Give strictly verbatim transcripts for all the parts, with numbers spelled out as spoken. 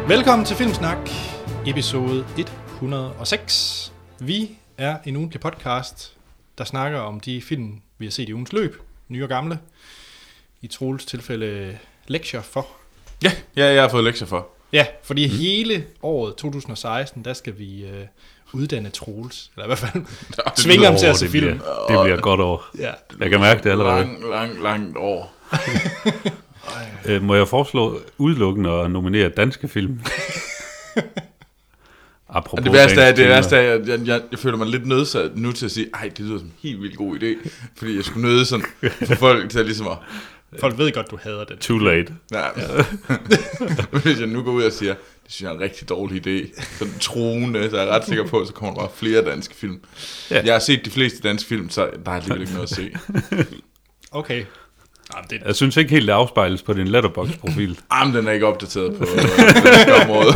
Velkommen til Filmsnak, episode et hundrede og seks. Vi er en ugentlig podcast, der snakker om de film, vi har set i ugens løb, nye og gamle. I Troels tilfælde lektier for. Ja, ja, jeg har fået lektier for. Ja, fordi mm. hele året to tusind og seksten, der skal vi øh, uddanne Troels, eller i hvert fald tvinge ham til at se film. Bliver, det bliver et godt år. Ja. Jeg kan mærke det allerede. Lang, lang, langt år. øh, må jeg foreslå udelukkende at nominere danske film? Apropos det værste er, det værste er jeg, jeg, jeg, jeg føler mig lidt nødsat nu til at sige, ej, det lyder som en helt vildt god idé, fordi jeg skulle nøde sådan for folk til at ligesom at... Folk ved godt, du hader det. Too late. Ja. Hvis jeg nu går ud og siger, det synes jeg er en rigtig dårlig idé, sådan truende, så er jeg ret sikker på, at så kommer der bare flere danske film. Ja. Jeg har set de fleste danske film, så der er alligevel ikke noget at se. Okay. Jamen, det... Jeg synes ikke helt, det afspejles på din Letterboxd-profil. Jamen, den er ikke opdateret på det område.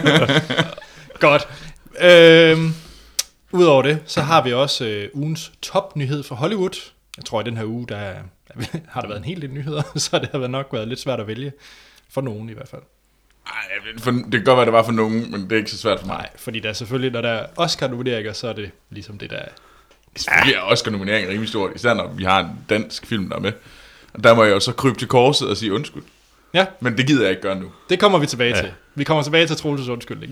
Godt. Øhm, Udover det, så har vi også øh, ugens topnyhed fra Hollywood. Jeg tror, i den her uge, der har der været en hel del nyheder, så det har nok været lidt svært at vælge. For nogen i hvert fald. Ej, for, det kan godt være, det var for nogen, men det er ikke så svært for mig. Nej, fordi der er selvfølgelig, når der er Oscar-nomineringer, så er det ligesom det, der... Selvfølgelig er Oscar-nomineringer rimelig stort, især når vi har en dansk film, der er med. Og der må jeg jo så krybe til korset og sige undskyld. Ja. Men det gider jeg ikke gøre nu. Det kommer vi tilbage ja. til. Vi kommer tilbage til Troels' undskyldning.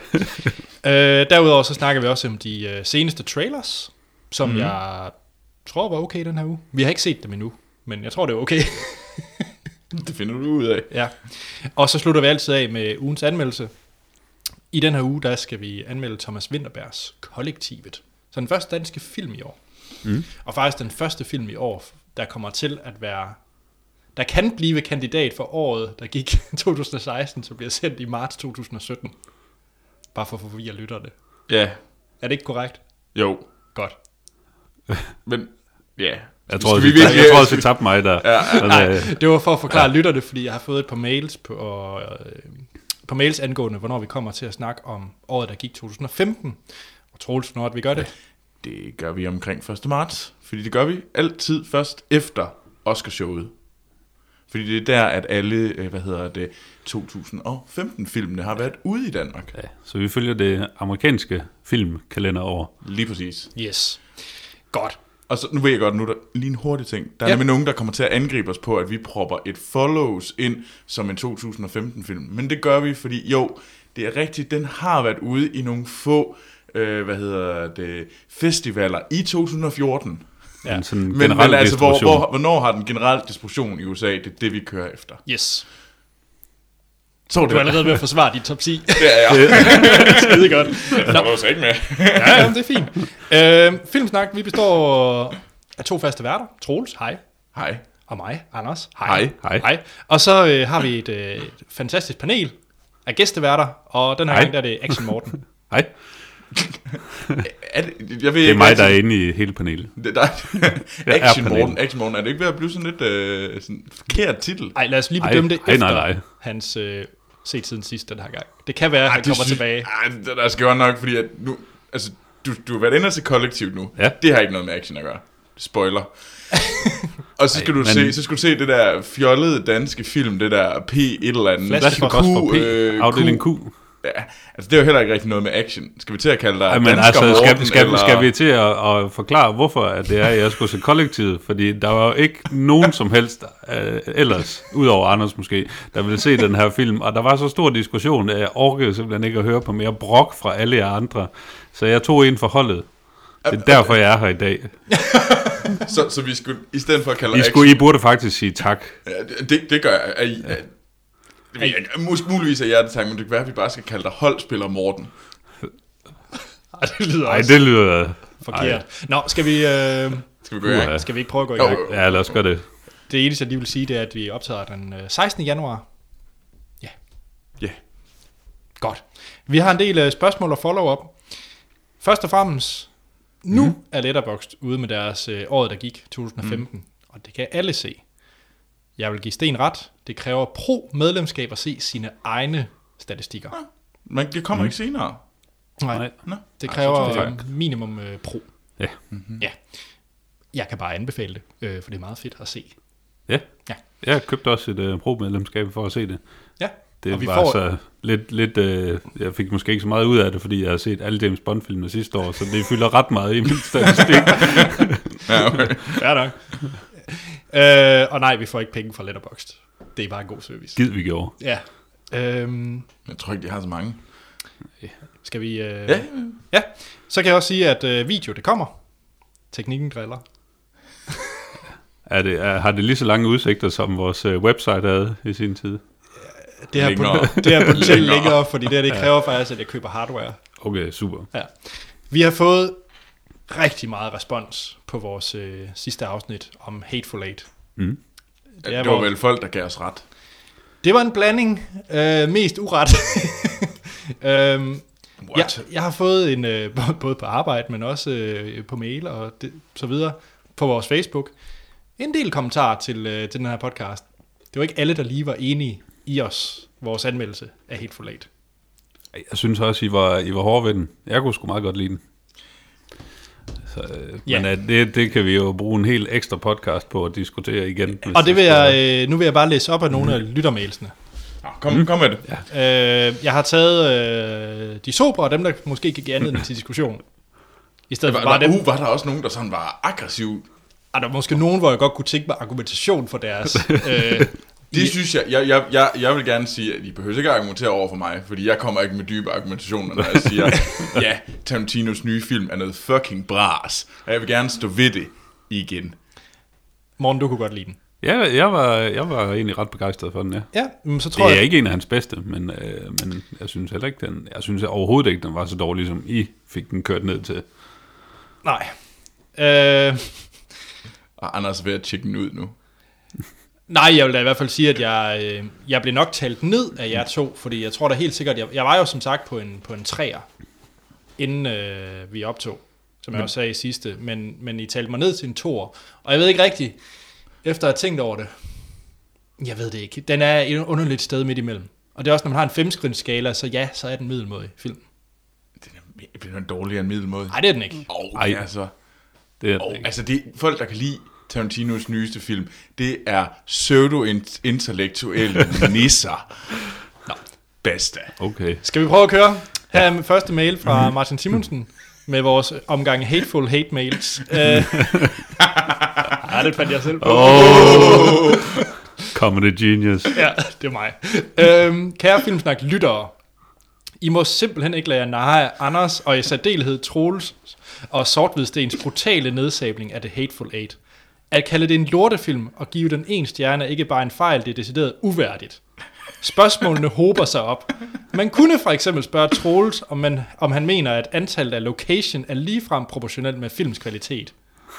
øh, derudover så snakker vi også om de øh, seneste trailers, som mm-hmm. jeg tror var okay den her uge. Vi har ikke set dem endnu, men jeg tror, det er okay. Det finder du ud af. Ja. Og så slutter vi altid af med ugens anmeldelse. I den her uge, der skal vi anmelde Thomas Vinterbergs Kollektivet. Så den første danske film i år. Mm. Og faktisk den første film i år, der kommer til at være... Der kan blive kandidat for året, der gik to tusind og seksten, så bliver sendt i marts to tusind og sytten. Bare for at forvirre lytterne. Ja. Er det ikke korrekt? Jo. Godt. Men, ja. Jeg tror, vi, virkelig, jeg tror også, vi tabte mig der. Ja, ja. Nej, det var for at forklare ja. lytterne, fordi jeg har fået et par mails på, og, øh, på mails angående, hvornår vi kommer til at snakke om året, der gik to tusind og femten. Og Troels, hvornår vi gør det? Det gør vi omkring første marts, fordi det gør vi altid først efter Oscarshowet. Fordi det er der, at alle, hvad hedder det, to tusind og femten-filmene har været ude i Danmark. Ja, så vi følger det amerikanske filmkalenderår. Lige præcis. Yes. Godt. Og så, nu ved jeg godt, nu er der lige en hurtig ting. Der er ja. nemlig nogen, der kommer til at angribe os på, at vi propper et follows ind som en to tusind og femten-film. Men det gør vi, fordi jo, det er rigtigt, den har været ude i nogle få, øh, hvad hedder det, festivaler i to tusind og fjorten. Ja, en sådan men, men altså, hvor, hvor, hvornår har den generelle distribution i U S A? Det er det, vi kører efter. Yes. Så du er allerede ved at forsvare dit top ti. Det er jeg. Skide godt. Jeg får også ikke med. Ja, det er fint. Øh, Filmsnak, vi består af to faste værter. Troels, hej. Hej. Og mig, Anders. Hej. Hej. Hej. Og så øh, har vi et, øh, et fantastisk panel af gæsteværter, og den her hej. gang der er det Action Morten. Hej. er det, jeg ved det er mig, der er inde i hele panelet. Det, der, Action Morten, Action Morten, er det ikke ved at blive sådan lidt øh, sådan forkert titel? Nej, lad os lige bedømme ej, det ej, efter nej, nej. hans øh, set siden sidst den her gang. Det kan være, at han ej, kommer sy- tilbage. Ej, der skal jo nok, fordi at nu, altså, du, du har været inde til Kollektiv nu. Ja. Det har ikke noget med action at gøre. Spoiler. Og så skal, ej, du men... se, så skal du se det der fjollede danske film, det der P et eller andet. Flash for P, øh, afdeling Q. Ja, altså det er jo heller ikke rigtig noget med action. Skal vi til at kalde dig ej, men dansker altså, Morten, skal, skal, eller... skal vi til at, at forklare, hvorfor at det er, at jeg skulle se Kollektivet? Fordi der var jo ikke nogen som helst uh, ellers, udover Anders måske, der ville se den her film. Og der var så stor diskussion, at jeg orkede simpelthen ikke at høre på mere brok fra alle jer andre. Så jeg tog en for holdet. Det er derfor, jeg er her i dag. så, så vi skulle, i stedet for at kalde I, action... skulle, I burde faktisk sige tak. Ja, det, det gør jeg. Er I, er, det Mås- muligvis er hjertetank, men det kan være, at vi bare skal kalde dig holdspiller Morten. Ej, det lyder Ej, det lyder forkert. Ej. Nå, skal vi... Øh... Skal vi gå i gang? Uh, skal vi ikke prøve at gå i gang? Ja, lad os gøre det. Det eneste, jeg lige vil sige, det er, at vi optager den sekstende januar. Ja. Ja. Yeah. Godt. Vi har en del uh, spørgsmål og follow-up. Først og fremmest, nu mm. er Letterboxd ude med deres uh, året, der gik, to tusind og femten. Mm. Og det kan alle se. Jeg vil give Sten ret. Det kræver pro-medlemskab at se sine egne statistikker. Ja, men det kommer mm. ikke senere. Nej, Nej. det kræver Ej, minimum uh, pro. Ja. Mm-hmm. Ja. Jeg kan bare anbefale det, øh, for det er meget fedt at se. Ja, ja. Jeg købte også et uh, pro-medlemskab for at se det. Ja. det var får... så lidt, lidt øh, jeg fik måske ikke så meget ud af det, fordi jeg har set alle James Bond-filmene sidste år, så det fylder ret meget i min statistik. Ja, okay. Fair nok. Øh, og nej, vi får ikke penge fra Letterboxd. Det er bare en god service. Gid vi gjorde. Ja. Øhm, jeg tror ikke, de har så mange. Skal vi... Øh... Ja. Ja. Så kan jeg også sige, at øh, video, det kommer. Teknikken driller. er det, er, har det lige så lange udsigter, som vores øh, website havde i sin tid? Det er på, det er på længere. længere, fordi det, det kræver ja. faktisk, at jeg køber hardware. Okay, super. Ja. Vi har fået rigtig meget respons på vores øh, sidste afsnit om Hateful Eight. Mm. Det, er, det var hvor... vel folk, der gav os ret. Det var en blanding. Øh, mest uret. øhm, jeg, jeg har fået en, øh, både på arbejde, men også øh, på mail og det, så videre, på vores Facebook, en del kommentarer til, øh, til den her podcast. Det var ikke alle, der lige var enige i os, vores anmeldelse af Hateful Eight. Jeg synes også, I var, I var hårde ved den. Jeg kunne sgu meget godt lide den. Så, øh, ja. Men uh, det, det kan vi jo bruge en helt ekstra podcast på at diskutere igen. Og det vil jeg, øh, nu vil jeg bare læse op af nogle mm. af lyttermailsene. Ja, kom, mm. kom med det. Ja. Øh, jeg har taget øh, de sobre og dem, der måske kan give anledning til diskussion. I stedet var, for bare der, dem. Uh, var der også nogen, der sådan var aggressiv? Er der måske nogen, hvor jeg godt kunne tænke mig argumentation for deres... øh, Det synes jeg, jeg, jeg, jeg, jeg vil gerne sige, at I behøver ikke at argumentere over for mig, fordi jeg kommer ikke med dybe argumentationer, når jeg siger, ja, Tarantinos nye film er noget fucking bras, og jeg vil gerne stå ved det igen. Morten, du kunne godt lide den. Ja, jeg var, jeg var egentlig ret begejstret for den, ja. Ja, men så tror det er jeg... ikke en af hans bedste, men, øh, men jeg synes heller ikke, den, jeg synes overhovedet ikke, den var så dårlig, som I fik den kørt ned til. Nej. Øh... Og Anders er ved at tjekke den ud nu. Nej, jeg vil da i hvert fald sige, at jeg, øh, jeg blev nok talt ned af jer to, fordi jeg tror da helt sikkert, jeg, jeg var jo som sagt på en, på en træer, inden øh, vi optog, som jeg også sagde i sidste, men, men I talte mig ned til en toer, og jeg ved ikke rigtigt, efter at have tænkt over det, jeg ved det ikke, den er et underligt sted midt imellem, og det er også, når man har en femskala, så ja, så er den middelmådig film. Den er, bliver den dårligere end middelmådig? Nej, det er den ikke. Åh, oh, okay, altså, det er oh, altså det, folk, der kan lide Tarantinos nyeste film, det er pseudo-intellektuelle nisser. Nå, basta. Okay. Skal vi prøve at køre? Her er første mail fra Martin Simonsen med vores omgang Hateful Hate Mails. Uh, ja, det fandt jeg selv på. Oh, comedy genius. Ja, det er mig. Uh, kære Filmsnak lyttere, I må simpelthen ikke lade jer narre af Anders og i særdeleshed Troels og Sorthvidstens brutale nedsabling af The Hateful Eight. At kalde det en lortefilm og give den en stjerne er ikke bare en fejl, det er decideret uværdigt. Spørgsmålene hober sig op. Man kunne for eksempel spørge Troels, om, man, om han mener, at antallet af location er ligefrem proportionelt med films kvalitet.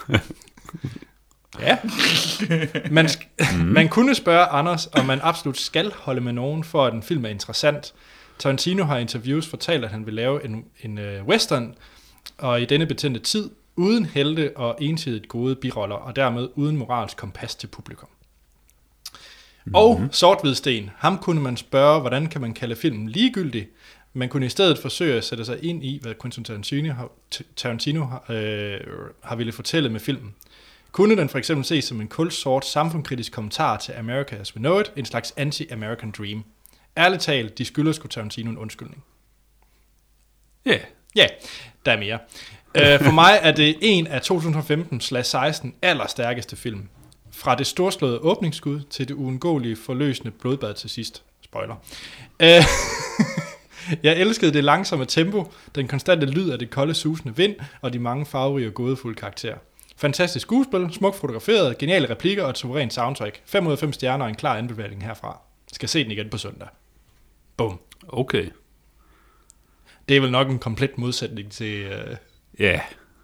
Ja. Man, mm. man kunne spørge Anders, om man absolut skal holde med nogen, for at en film er interessant. Tarantino har i interviews fortalt, at han vil lave en, en uh, western, og i denne betændte tid, uden helte og ensidigt gode biroller, og dermed uden moralsk kompas til publikum. Mm-hmm. Og Sorthvidsten, ham kunne man spørge, hvordan kan man kalde filmen ligegyldig? Man kunne i stedet forsøge at sætte sig ind i, hvad Quentin Tarantino har, Tarantino har, øh, har ville fortælle med filmen. Kunne den for eksempel ses som en kulsort samfundskritisk kommentar til America as we know it, en slags anti-American dream? Ærligt talt, de skylder sgu Tarantino en undskyldning. Ja. Yeah. Ja, der er mere. Uh, for mig er det en af to tusind femten seksten allerstærkeste film. Fra det storslåede åbningsskud til det uundgåelige forløsende blodbad til sidst. Spoiler. Uh, jeg elskede det langsomme tempo, den konstante lyd af det kolde susende vind og de mange farverige og gådefulde karakterer. Fantastisk skuespil, smukt fotograferet, geniale replikker og et suverænt soundtrack. fem ud af fem stjerner og en klar anbefaling herfra. Skal se den igen på søndag. Boom. Okay. Det er vel nok en komplet modsætning til... Uh... Ja.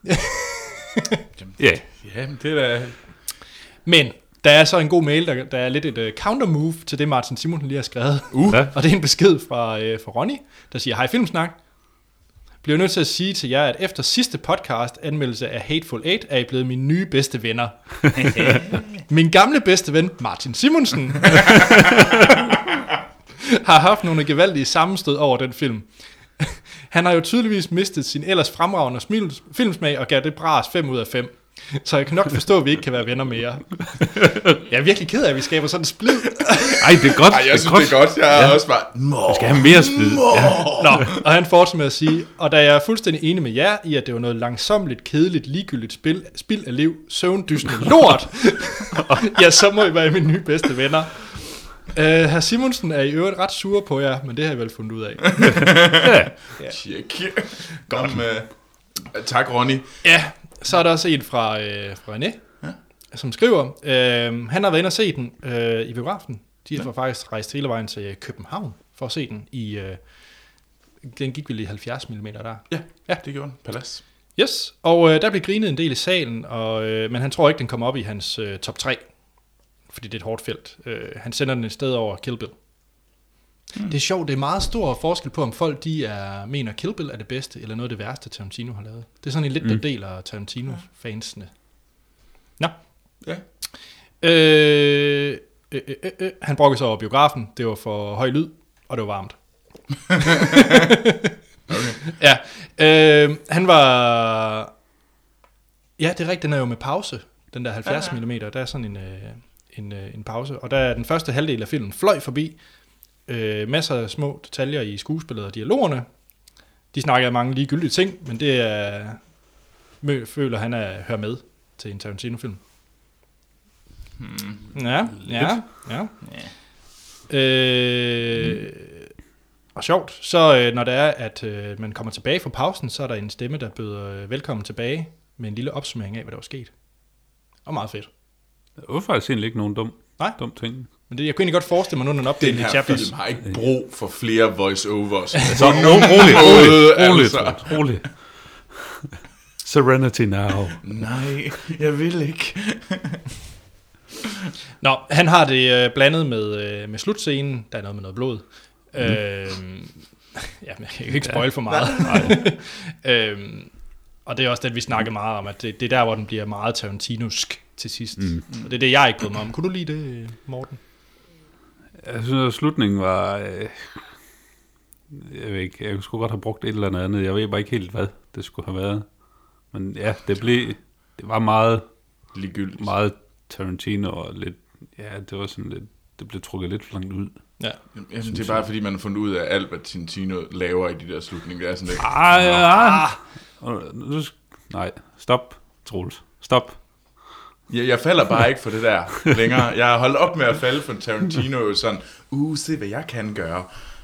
Ja. Ja, det er da... Men der er så en god mail, der, der er lidt et uh, counter-move til det, Martin Simonsen lige har skrevet. Uh. Og det er en besked fra, uh, fra Ronny, der siger, hej Filmsnak. Bliver nødt til at sige til jer, at efter sidste podcast anmeldelse af Hateful Eight, er I blevet mine nye bedste venner. Min gamle bedste ven, Martin Simonsen, har haft nogle gevaldige sammenstød over den film. Han har jo tydeligvis mistet sin ellers fremragende filmsmag og gav det bras fem ud af fem. Så jeg kan nok forstå, at vi ikke kan være venner mere. Jeg er virkelig ked af, at vi skaber sådan en splid. Ej, det er godt. Ej, jeg synes, det er godt. Jeg er ja. også bare... Jeg skal have mere splid. Ja. Nå, og han fortsætter med at sige, og da jeg er fuldstændig enig med jer i, at det var noget langsomligt, kedeligt, ligegyldigt spil, spil af liv, søvndysende lort, ja, så må I være mine nye bedste venner. Uh, Herr Simonsen er i øvrigt ret sur på jer, men det har jeg vel fundet ud af. ja. Tjek. Godt. Med. Tak, Ronny. Ja, så er der også en fra, øh, fra René, ja. som skriver, øh, han har været inde og se den øh, i biografen. De har ja. faktisk rejst hele vejen til København for at se den i, øh, den gik vel i halvfjerds millimeter der. Ja, ja. det gjorde den. Palads. Yes, og øh, der blev grinet en del i salen, og, øh, men han tror ikke, den kommer op i hans øh, top tre, fordi det er et hårdt felt. Øh, han sender den et sted over Kill Bill. Mm. Det er sjovt, det er meget stor forskel på, om folk de er, mener Kill Bill er det bedste, eller noget af det værste, Tarantino har lavet. Det er sådan en lidt, der mm. deler Tarantino-fansene. Nå. Ja. Øh, øh, øh, øh. Han brokkede sig over biografen. Det var for høj lyd, og det var varmt. okay. Ja. Øh, han var... Ja, det er rigtigt, den er jo med pause. Den der halvfjerds ja, ja. millimeter, der er sådan en, øh, en, øh, en pause. Og der er den første halvdel af filmen fløj forbi. Øh, masser af små detaljer i skuespillet og dialogerne. De snakker mange ligegyldige ting, men det er... Mø føler, han er, hører med til en Tarantino-film. Hmm. Ja, ja, ja. ja. Øh, og sjovt, så øh, når det er, at øh, man kommer tilbage fra pausen, så er der en stemme, der byder øh, velkommen tilbage med en lille opsummering af, hvad der var sket. Og meget fedt. Det var faktisk egentlig ikke nogen dum, Nej. dum ting. Men det, jeg kunne egentlig godt forestille mig, nu den opdeling i chapters. Den her film har ikke brug for flere voice-overs. Så nogen roligt, roligt, roligt, roligt. Serenity now. Nej, jeg vil ikke. Nå, han har det øh, blandet med, øh, med slutscenen. Der er noget med noget blod. Mm. Øh, ja, jeg kan ikke spoil for meget. øh, og det er også det, vi snakker meget om, at det, det er der, hvor den bliver meget Tarantinosk til sidst. Mm. Og det er det, jeg ikke bryder mig om. Kunne du lide det, Morten? Jeg synes, at slutningen var... Øh, jeg ved ikke, jeg skulle godt have brugt et eller andet. Jeg ved bare ikke helt, hvad det skulle have været. Men ja, det blev... Det var meget... Ligegyldigt. Meget Tarantino og lidt... Ja, det var sådan lidt... Det blev trukket lidt for langt ud. Ja. Jeg synes, det er bare, fordi man har fundet ud af alt, hvad Tarantino laver i de der slutninger. Det er sådan lidt... Ah, ja. ah. Nej, stop, Troels. Stop. Jeg, jeg falder bare ikke for det der længere. Jeg har holdt op med at falde for Tarantino sådan, uh, se hvad jeg kan gøre.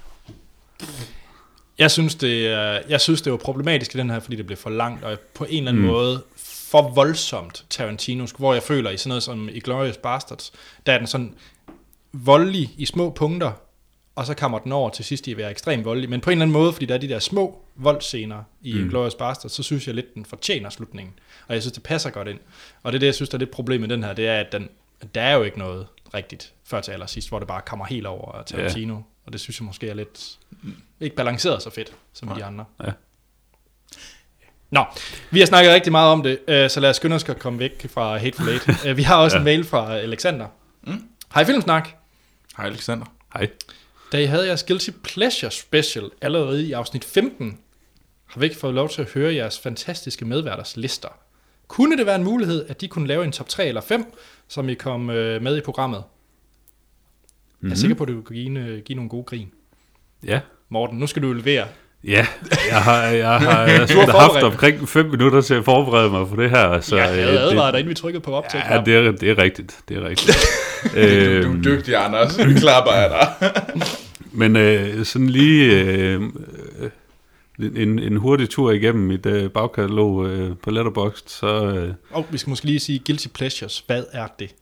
Jeg synes, det er, jeg synes, det var problematisk i den her, fordi det blev for langt, og på en eller anden mm. måde for voldsomt Tarantinosk, hvor jeg føler i sådan noget som Inglourious Basterds, der er den sådan voldelig i små punkter, og så kommer den over til sidst i at være ekstremt voldelig, men på en eller anden måde, fordi der er de der små voldscener i mm. Inglourious Basterds, så synes jeg lidt, den fortjener slutningen, og jeg synes, det passer godt ind. Og det er det, jeg synes, der er lidt problem med den her, det er, at den, der er jo ikke noget rigtigt før til allersidst, hvor det bare kommer helt over Tarantino, ja. Og det synes jeg måske er lidt ikke balanceret så fedt, som ja. De andre. Ja. Nå, vi har snakket rigtig meget om det, så lad os skynde os at komme væk fra Hateful Eight. Vi har også ja. En mail fra Alexander. Mm. Hej Filmsnak. Hej Alexander. Hej. Da I havde jeres Guilty Pleasure special allerede i afsnit femten, har vi ikke fået lov til at høre jeres fantastiske medværters lister. Kunne det være en mulighed, at de kunne lave en top tre eller fem, som I kom med i programmet? Mm-hmm. Jeg er sikker på, at du kan give, give nogle gode grin. Ja. Morten, nu skal du levere. Ja, jeg har, jeg har, jeg har haft omkring fem minutter til at forberede mig for det her. Så, ja, jeg havde advaret dig, inden vi trykkede på optag. Ja, det er, det er rigtigt. Det er rigtigt. du, du er dygtig, Anders. Du klapper af dig. Men øh, sådan lige øh, en, en hurtig tur igennem mit øh, bagkatalog øh, på Letterboxd. Så, øh, og vi skal måske lige sige Guilty Pleasures. Hvad er det?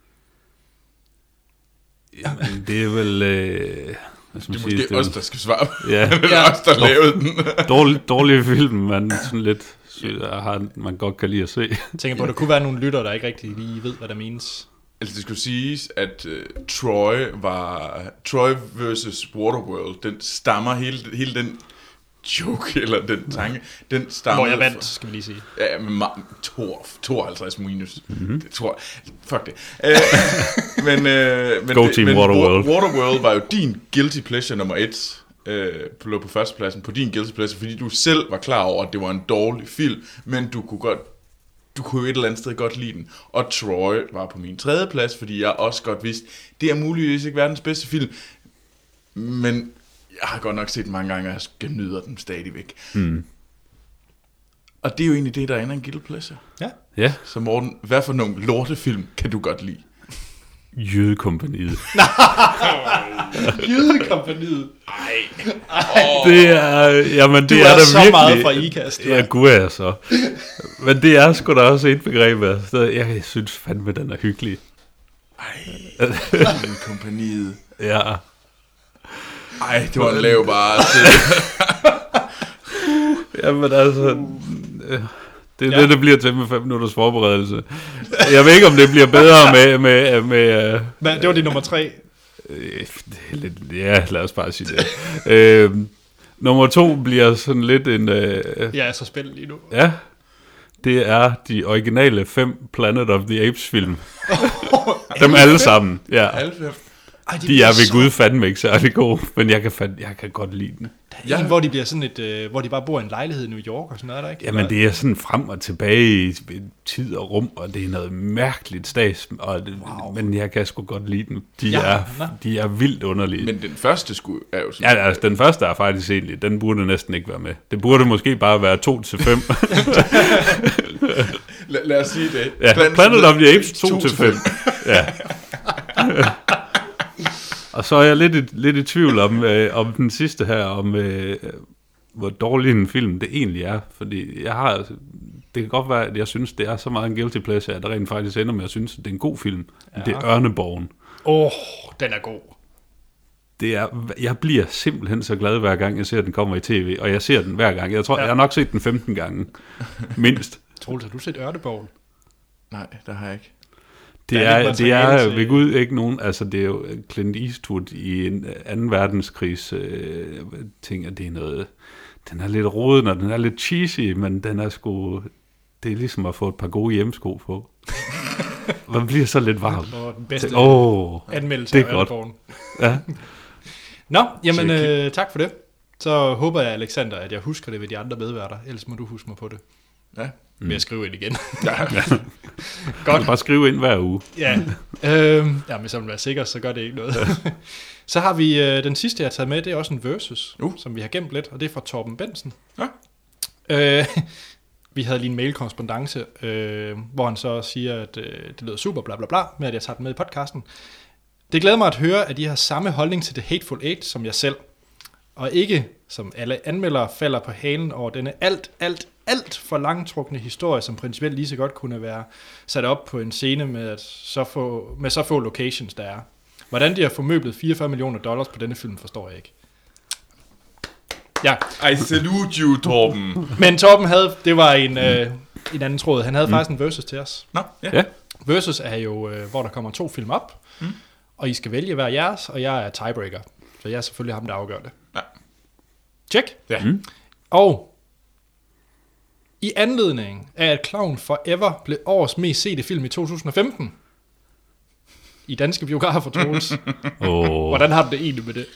Ja, det er vel... Øh, det er måske sige, det, os, der skal svare. Ja. Det er os, der lavede den. Dårlig, dårlige film, man sådan lidt har, man godt kan lide at se. Jeg tænker på, at der kunne være nogle lyttere, der ikke rigtig lige ved, hvad der menes. Altså det skulle siges, at uh, Troy var... Troy versus Waterworld, den stammer hele, hele den joke, eller den tanke, den stammer... Hvor jeg vandt, skal vi lige sige. Ja, med tooghalvtreds minus. Mm-hmm. Det tror fuck det. Uh, men uh, men, Go Team men Waterworld. Waterworld var jo din guilty pleasure nummer et, uh, lå på førstepladsen på din guilty pleasure, fordi du selv var klar over, at det var en dårlig film, men du kunne godt du kunne jo et eller andet sted godt lide den. Og Troy var på min tredje plads, fordi jeg også godt vidste, det er muligvis ikke verdens bedste film, men jeg har godt nok set den mange gange, og jeg skal nyde den stadigvæk. Mm. Og det er jo egentlig det, der ender en guilty pleasure. Ja. Ja, Så Morten, hvad for nogle lortefilm kan du godt lide? Jødekompaniet. Jydekompaniet. Det er, jamen det Du er, er, der så virkelig, meget fra IKAST. du Ja, er. gud er så. Men det er sgu da også et begreb af. Så jeg synes fandme, den er hyggelig. Ej, kompaniet. Ja. Ej, det var en lav bare. Jamen altså... øh, Det er Ja. det, det bliver til med fem minutters forberedelse. Jeg ved ikke, om det bliver bedre med... med, med øh, Men det var din nummer tre. øh, det er lidt, ja, lad os bare sige det. øh, nummer to bliver sådan lidt en... Øh, Jeg er så spændt lige nu. ja, det er de originale fem Planet of the Apes film. Dem alle sammen, ja. halvfems. Ej, De er ved Gud fandme ikke særlig gode, men jeg kan, fandme, jeg kan godt lide den. Ja. En, hvor de bliver sådan et, øh, hvor de bare bor i en lejlighed i New York og sådan noget, er der ikke? Jamen det er sådan frem og tilbage i tid og rum, og det er noget mærkeligt stas, og det, wow. Men jeg kan sgu godt lide dem. De, Ja, er, nå. de er vildt underlige. Men den første skulle er jo sådan. Ja, altså den første er faktisk egentlig, den burde næsten ikke være med. Det burde måske bare være to til fem. La, lad os sige det. Ja, Planet of the Apes to til fem. Ja. Og så er jeg lidt i, lidt i tvivl om, øh, om den sidste her, om øh, hvor dårlig en film det egentlig er. Fordi jeg har, det kan godt være, at jeg synes, det er så meget en guilty pleasure, at der rent faktisk ender med at synes, at det er en god film. Ja. Det er Ørneborgen. Åh, oh, den er god. Det er, jeg bliver simpelthen så glad, hver gang jeg ser, den kommer i tv. Og jeg ser den hver gang. Jeg tror, ja. jeg har nok set den femten gange. Mindst. Troels, har du set Ørneborgen? Nej, det har jeg ikke. Det Der er, er lidt det er materiale til- ved Gud ikke nogen, altså det er jo Clint Eastwood i en anden verdenskrigs øh, ting, at det er noget, den er lidt roden, og den er lidt cheesy, men den er sgu, det er ligesom at få et par gode hjemmesko på. Man bliver så lidt varm. Og den bedste Åh, oh, anmeldelse det af er godt. Ørneborgen. ja. Nå, jamen øh, tak for det. Så håber jeg, Alexander, at jeg husker det ved de andre medværter. Ellers må du huske mig på det. Ja. Ved at skrive ind igen. Ja. Godt. Bare skrive ind hver uge. Ja, øh, ja, men så vil være sikker, så gør det ikke noget. Så har vi øh, den sidste, jeg har taget med, det er også en versus, Uh. som vi har gemt lidt, og det er fra Torben Bensen. Ja. Øh, vi havde lige en mail-korrespondance, øh, hvor han så siger, at øh, det lyder super bla bla bla, med at jeg tager den med i podcasten. Det glæder mig at høre, at I har samme holdning til The Hateful Eight som jeg selv, og ikke, som alle anmeldere, falder på halen over denne alt, alt, alt for langtrukne historie, som principielt lige så godt kunne være sat op på en scene med, at så få, med så få locations, der er. Hvordan de har formøblet fireogfyrre millioner dollars på denne film, forstår jeg ikke. Ja, I salute you, Torben. men Torben havde, det var en, øh, en anden tråd, han havde mm. faktisk en versus til os. Nå, ja. Ja. Versus er jo, øh, hvor der kommer to film op, mm. og I skal vælge hver jeres, og jeg er tiebreaker. Så jeg er selvfølgelig ham, der afgør det. Ja. Check. Ja. Mm. Og i anledning af, at Clown Forever blev årets mest sete film i to tusind og femten, i danske biografer, Troels. Oh. Hvordan har du det egentlig med det?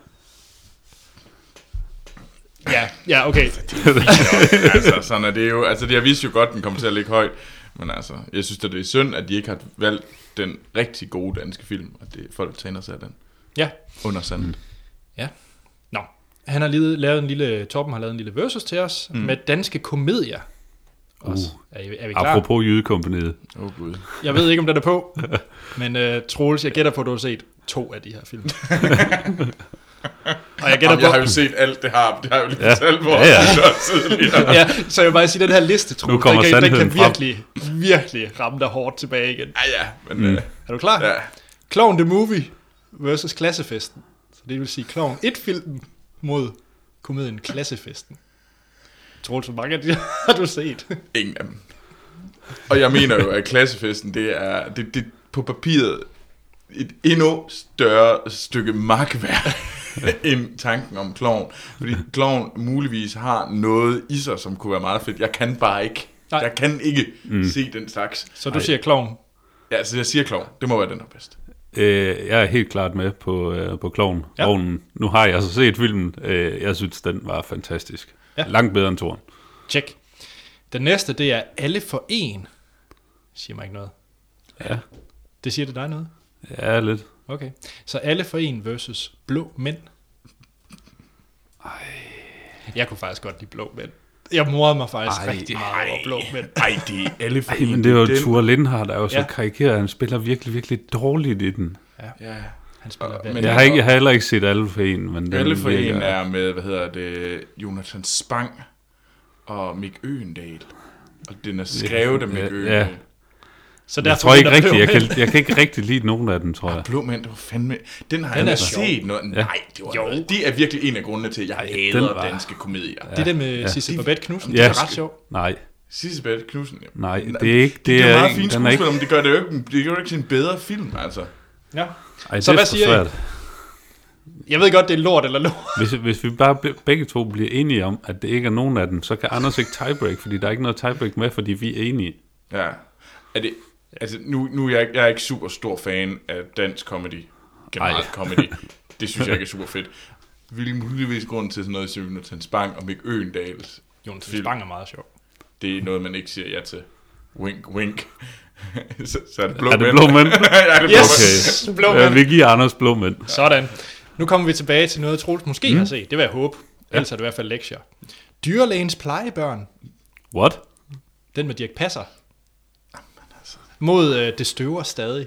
Ja, ja, okay. Altså, sådan er det jo. Altså, jeg vidste jo godt, den kommer til at ligge højt. Men altså, jeg synes, at det er synd, at de ikke har valgt den rigtig gode danske film, og det folk tænder sig af den. Ja, Under sandet. ja. Nå, han har lige lavet en lille, Torben har lavet en lille versus til os, mm. med danske komedier. Også. Er, I, er vi klar? Apropos Jydekompaniet. Åh, oh, Gud. Jeg ved ikke, om den er på, men uh, Troels, jeg gætter på, at du har set to af de her film. Og jeg gætter Jamen, jeg har på... jo set alt det her. Det har jeg jo lige Ja. fortalt, hvor Ja, ja. tidligere. Ja, så jeg vil bare sige, den her liste, Troels, Nu kommer den kan, den kan sandheden frem. virkelig, virkelig ramme dig hårdt tilbage igen. Ja, ja. Men, mm. øh, Er du klar? ja. Clown the Movie versus Klassefesten. Så det vil sige Clown et-filmen mod komedien Klassefesten. Troels, hvor mange af de har du set? Ingen af dem. Og jeg mener jo, at Klassefesten, det er det, det på papiret et endnu større stykke magtværk end tanken om Klovn. Fordi Klovn muligvis har noget i sig, som kunne være meget fedt. Jeg kan bare ikke. Nej. Jeg kan ikke mm. se den slags. Så du Ej. siger Clown. Ja, så jeg siger Klovn. Det må være den, der er bedst. Øh, jeg er helt klart med på, øh, på Klovn. Ja. Nu har jeg så set filmen. Øh, jeg synes, den var fantastisk. Ja. Langt bedre end toren. Check. Den næste, det er Alle for en Siger mig ikke noget. Ja, Det siger det dig noget? ja lidt. Okay. Så Alle for en versus Blå Mænd. Ej. Jeg kunne faktisk godt lide Blå Mænd. Jeg morede mig faktisk Ej, rigtig meget over Blå Mænd. Ej, det er alle for Ej, en. men det er jo den- Thure Lindhardt, der er jo så Ja. karikeret. Han spiller virkelig, virkelig dårligt i den. Ja. Han spiller Men men Jeg har, ikke, jeg har heller ikke set Alle for en, men den Alle for virker- en er med, hvad hedder det, Jonathan Spang og Mick Øgendal. Og den er skrevet af Mick Ja, Øgendal. ja. Så Jeg tror ikke rigtigt, jeg kan, jeg kan ikke rigtig lide nogen af dem, tror jeg. Blå Mænd, det var fandme... Den har Den jeg er set sjov. noget... Nej, det var Jo. noget. Det er virkelig en af grundene til, at jeg den hader var- danske komedier. Det er det med ja. Sisse Babette Knudsen. Ja. Det er ret sjovt. Nej, Sissebeth Knudsen, ja. nej, det er ikke... Det, det er, er meget ikke, fint den er ikke, skuespiller, men det gør det jo ikke, det gør det ikke til en bedre film, altså. Ja. ej, Så det er hvad sgu siger I? svært. Jeg ved godt, det er lort eller lort. Hvis, hvis vi bare be- begge to bliver enige om, at det ikke er nogen af dem, så kan Anders ikke tiebreak, fordi der er ikke noget tiebreak med, fordi vi er enige. Ja. Er det... Altså, nu, nu er jeg, jeg er ikke super stor fan af dansk comedy. Generelt Ej. comedy. Det synes jeg ikke er super fedt. Hvilken muligvis grund til sådan noget som Jonathan Spang og Mick Øgendal. Jonas Film. Spang er meget sjov. Det er noget, man ikke siger ja til. Wink, wink. så, så er det blå Er det mænd. Blå Mænd? ja, det er blå Yes! mænd. Blå Ja, Mænd. vi giver Anders Blå Mænd. Sådan. Nu kommer vi tilbage til noget, Troels måske mm. har set. Det vil jeg håbe. Ellers er det i hvert fald lektier. Dyrlægens plejebørn. What? Den med Dirch Passer. Mod øh, Det støver stadig.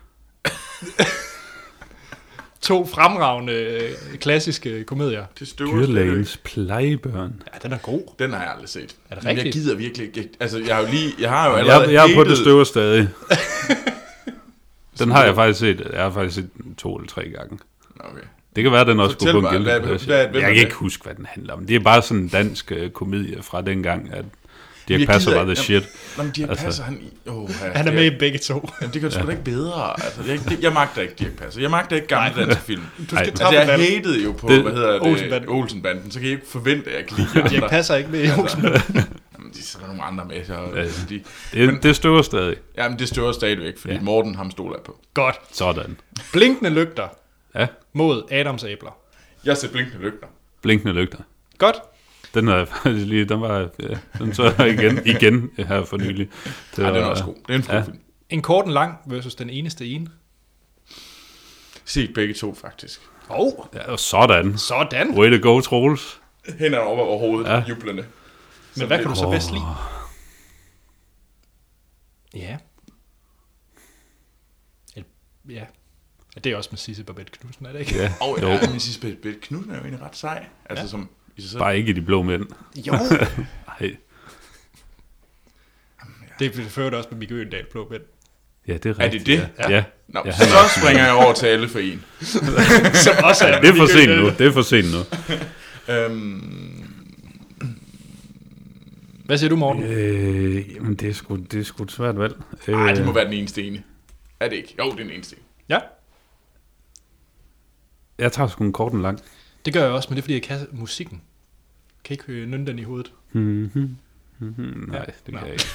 To fremragende øh, klassiske komedier. Det støver Dyrlægens plejebørn. Ja, den er god. Den har jeg aldrig set. Er det Men jeg rigtigt? gider virkelig ikke. Altså, jeg har jo lige... Jeg har jo allerede Jeg, jeg er på hated- Det støver stadig. Den har jeg faktisk set. Jeg har faktisk set den to eller tre gange. Okay. Det kan være, den også Fortæl kunne få mig, en hvad- guilty pleasure. hvad- hvem er Jeg kan det? ikke huske, hvad den handler om. Det er bare sådan en dansk uh, komedie fra dengang, at Dirch Jeg Passer gider var the ikke- shit. Nå, men Dirch Altså- Passer, han... Oh, ja, Han er med i begge to. Jamen, det gør det sgu da ikke bedre. Altså, jeg, det, jeg magter ikke Dirch Passer. Jeg magter ikke gamle danske film. Du skal Ej. Altså, træffe jeg valg. hatede jo på, Det- hvad hedder det, Olsenbanden. Olsenbanden, så kan jeg ikke forvente, at jeg kan lide de Dirch andre. Passer ikke med i Olsen. Jamen, de er der nogle andre med, så Ja. de, Det, Men- det støver stadig. jamen, det støver stadigvæk, fordi Ja. Morten, ham stoler jeg på. Godt. Sådan. Blinkende lygter Ja, mod Adams æbler. Jeg har set Blinkende Lygter. blinkende lygter. Godt. Den er faktisk lige, den var, ja, den så jeg igen, igen her for nylig. Det Ja, den er var- også god. Det er en god Ja. film. En kort en lang versus den eneste ene. Set begge to, faktisk. Oh, Ja, og sådan. sådan. Way to go, Troels. Hænderne over over hovedet, Ja. ja. jublende. Men hvad kan du så Åh. bedst lide? Ja. El- Ja. Ja, det er også med Sisse Babette Knudsen, er det ikke? Ja, Og jo. ja, men sidst Bette Knudsen er jo egentlig ret sej. Altså, Ja. som i sig selv. Bare ikke i De Blå Mænd. Jo. Ej. Det fører det også med Mikke Øgendal Blå Mænd. Ja, det er Er rigtigt. det det? Ja. ja. Nå, Ja, så han er- springer jeg over til alle for en. Som også er Det er for sent nu. Det er for sent nu. Øhm, Hvad siger du, Morten? Øh, jamen, det er sgu, det er sgu et svært valg. ej, det må Øh, være den eneste ene. Er det ikke? Jo, det er den eneste ene. Ja, Jeg tager sgu en kort en lang. det gør jeg også, men det er fordi, jeg kan musikken. Kan ikke øh, nynne den i hovedet. Mm-hmm. Mm-hmm. Nej, det Nå. kan jeg ikke.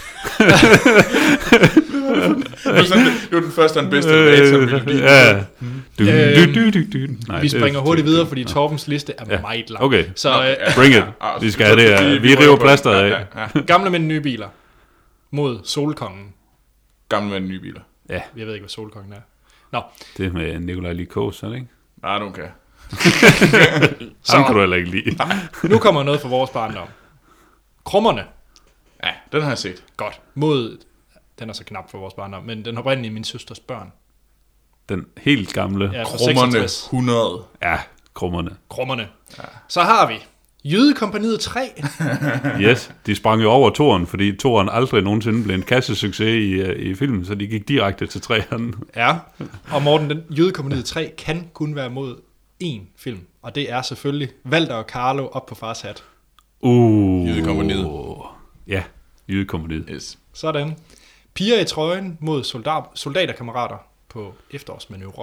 Det var, sådan, det var den første og den bedste data-melodi. Øh, ja. Du, Øhm, du, du, du, du. Nej, Vi det er- springer hurtigt videre, fordi Torbens liste er Ja. meget lang. Okay. Så Nå, øh, ja. Bring it. Ah, Vi skal så- have det så- her. vi Vi rykker river på- plasteret ja, af. ja, ja. gamle mænd nye biler mod Solkongen. Gamle med nye biler. Jeg ved ikke, hvad Solkongen er. Nå, Det er med Nikolaj Likos, er det ikke? Nej, du kan. så Ham kan du heller ikke lide. nu kommer noget fra vores barndom. Krummerne. Ja, den har jeg set. Godt. Mod, den er så knap for vores barndom, men den oprindelige Min Søsters Børn. Den helt gamle. Ja, fra Krummerne seksogtres. hundrede. Ja, krummerne. Krummerne. Ja. Så har vi Jydekompaniet tre. Yes, de sprang jo over toren, fordi toren aldrig nogensinde blev en kassesucces i, uh, i filmen, så de gik direkte til treeren. Ja, og Morten, den Jydekompaniet tre kan kun være mod én film, og det er selvfølgelig Walter og Carlo op på fars hat. Uh. Jydekompagniet. Ja, Jydekompagniet. Yes. Sådan. Piger i trøjen mod soldat, soldaterkammerater på efterårsmanøvre.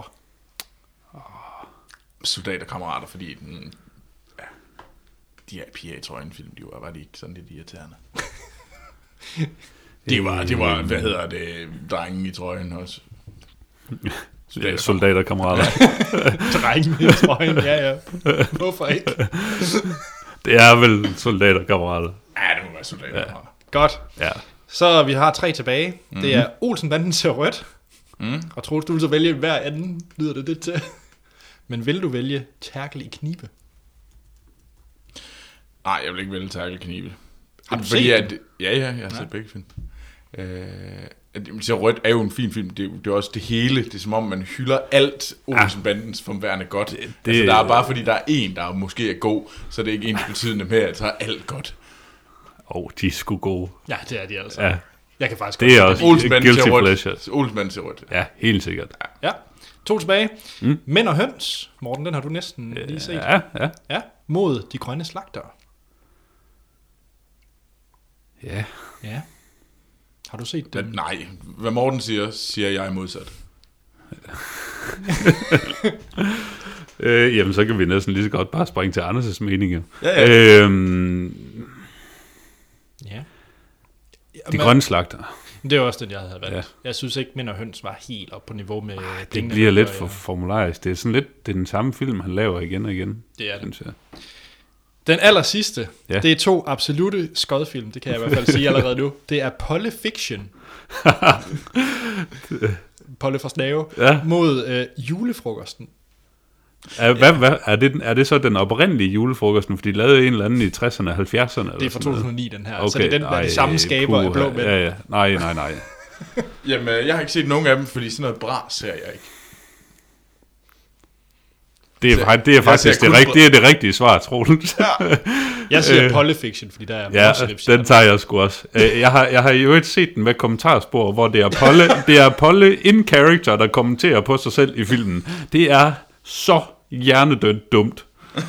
Soldaterkammerater, fordi den, ja, de her piger i trøjen film, de var, var de ikke sådan lidt irriterende. Det var, det var, hvad hedder det, drengen i trøjen også. Ja, soldaterkammerater. Drengen i trøjen, ja, ja. Hvorfor ikke? Det er vel soldaterkammerater. Ja, det må være soldaterkammerater. Godt. Ja. Så vi har tre tilbage. Mm-hmm. Det er Olsen-banden ser rødt. Mm. Og Troels, du vil så vælge hver anden, lyder det det til. Men vil du vælge Terkel i knibe? Nej, jeg vil ikke vælge Terkel i knibe. Har du Fordi set at, ja, ja, jeg har set begge film. Øh, så Rødt er jo en fin film. Det, det er også det hele. Det er som om, man hylder alt Olsen-bandens formværende godt. Det, det, altså, der er bare fordi, der er en, der måske er god, så det er ikke ens betydende med, at så er alt godt. Åh, oh, de er sgu gode. Ja, det er de altså. Ja. Jeg kan faktisk det er godt også Olsen-banden guilty ser pleasure. rødt. Olsen-banden ser rødt. Ja, helt sikkert. Ja. To tilbage. Mm. Mænd og høns. Morten, den har du næsten lige set. Ja, ja. Ja. Mod de grønne slagtere. Ja. Ja. Har du set den? Nej, hvad Morten siger, siger jeg modsat. øh, jamen, så kan vi næsten lige så godt bare springe til Anders' mening. Ja, ja. Øhm, Ja. de grønne slagter. Det er også den, jeg havde valgt. Ja. Jeg synes ikke, Mænd og høns var helt op på niveau med... Det bliver lidt for formularisk. Det er sådan lidt, det er den samme film, han laver igen og igen. Det er det. Synes jeg. Den aller sidste, ja. Det er to absolute skodfilm, det kan jeg i hvert fald sige allerede nu. Det er Polle Fiction. Polle fra Snave. Ja. Mod øh, julefrokosten. Er, hvad, hvad, er, det, er det så den oprindelige julefrokosten? For de lavede en eller anden i tresserne og halvfjerdserne? Det er fra to tusind og ni, den her. Okay, så det er den, der er de samme skaber af Blå Mænd. Ja, ja. Nej, nej, nej. Jamen, jeg har ikke set nogen af dem, fordi sådan noget bras ser jeg ikke. Det er, det er faktisk det, rigt, det, er det rigtige svar, Troels. Ja. Jeg siger Polle Fiction, fordi der er ja, den tager jeg sgu også. Jeg har, jeg har jo ikke set den med kommentarspor, hvor det er Polle, det er Polle in character, der kommenterer på sig selv i filmen. Det er så hjernedødt dumt.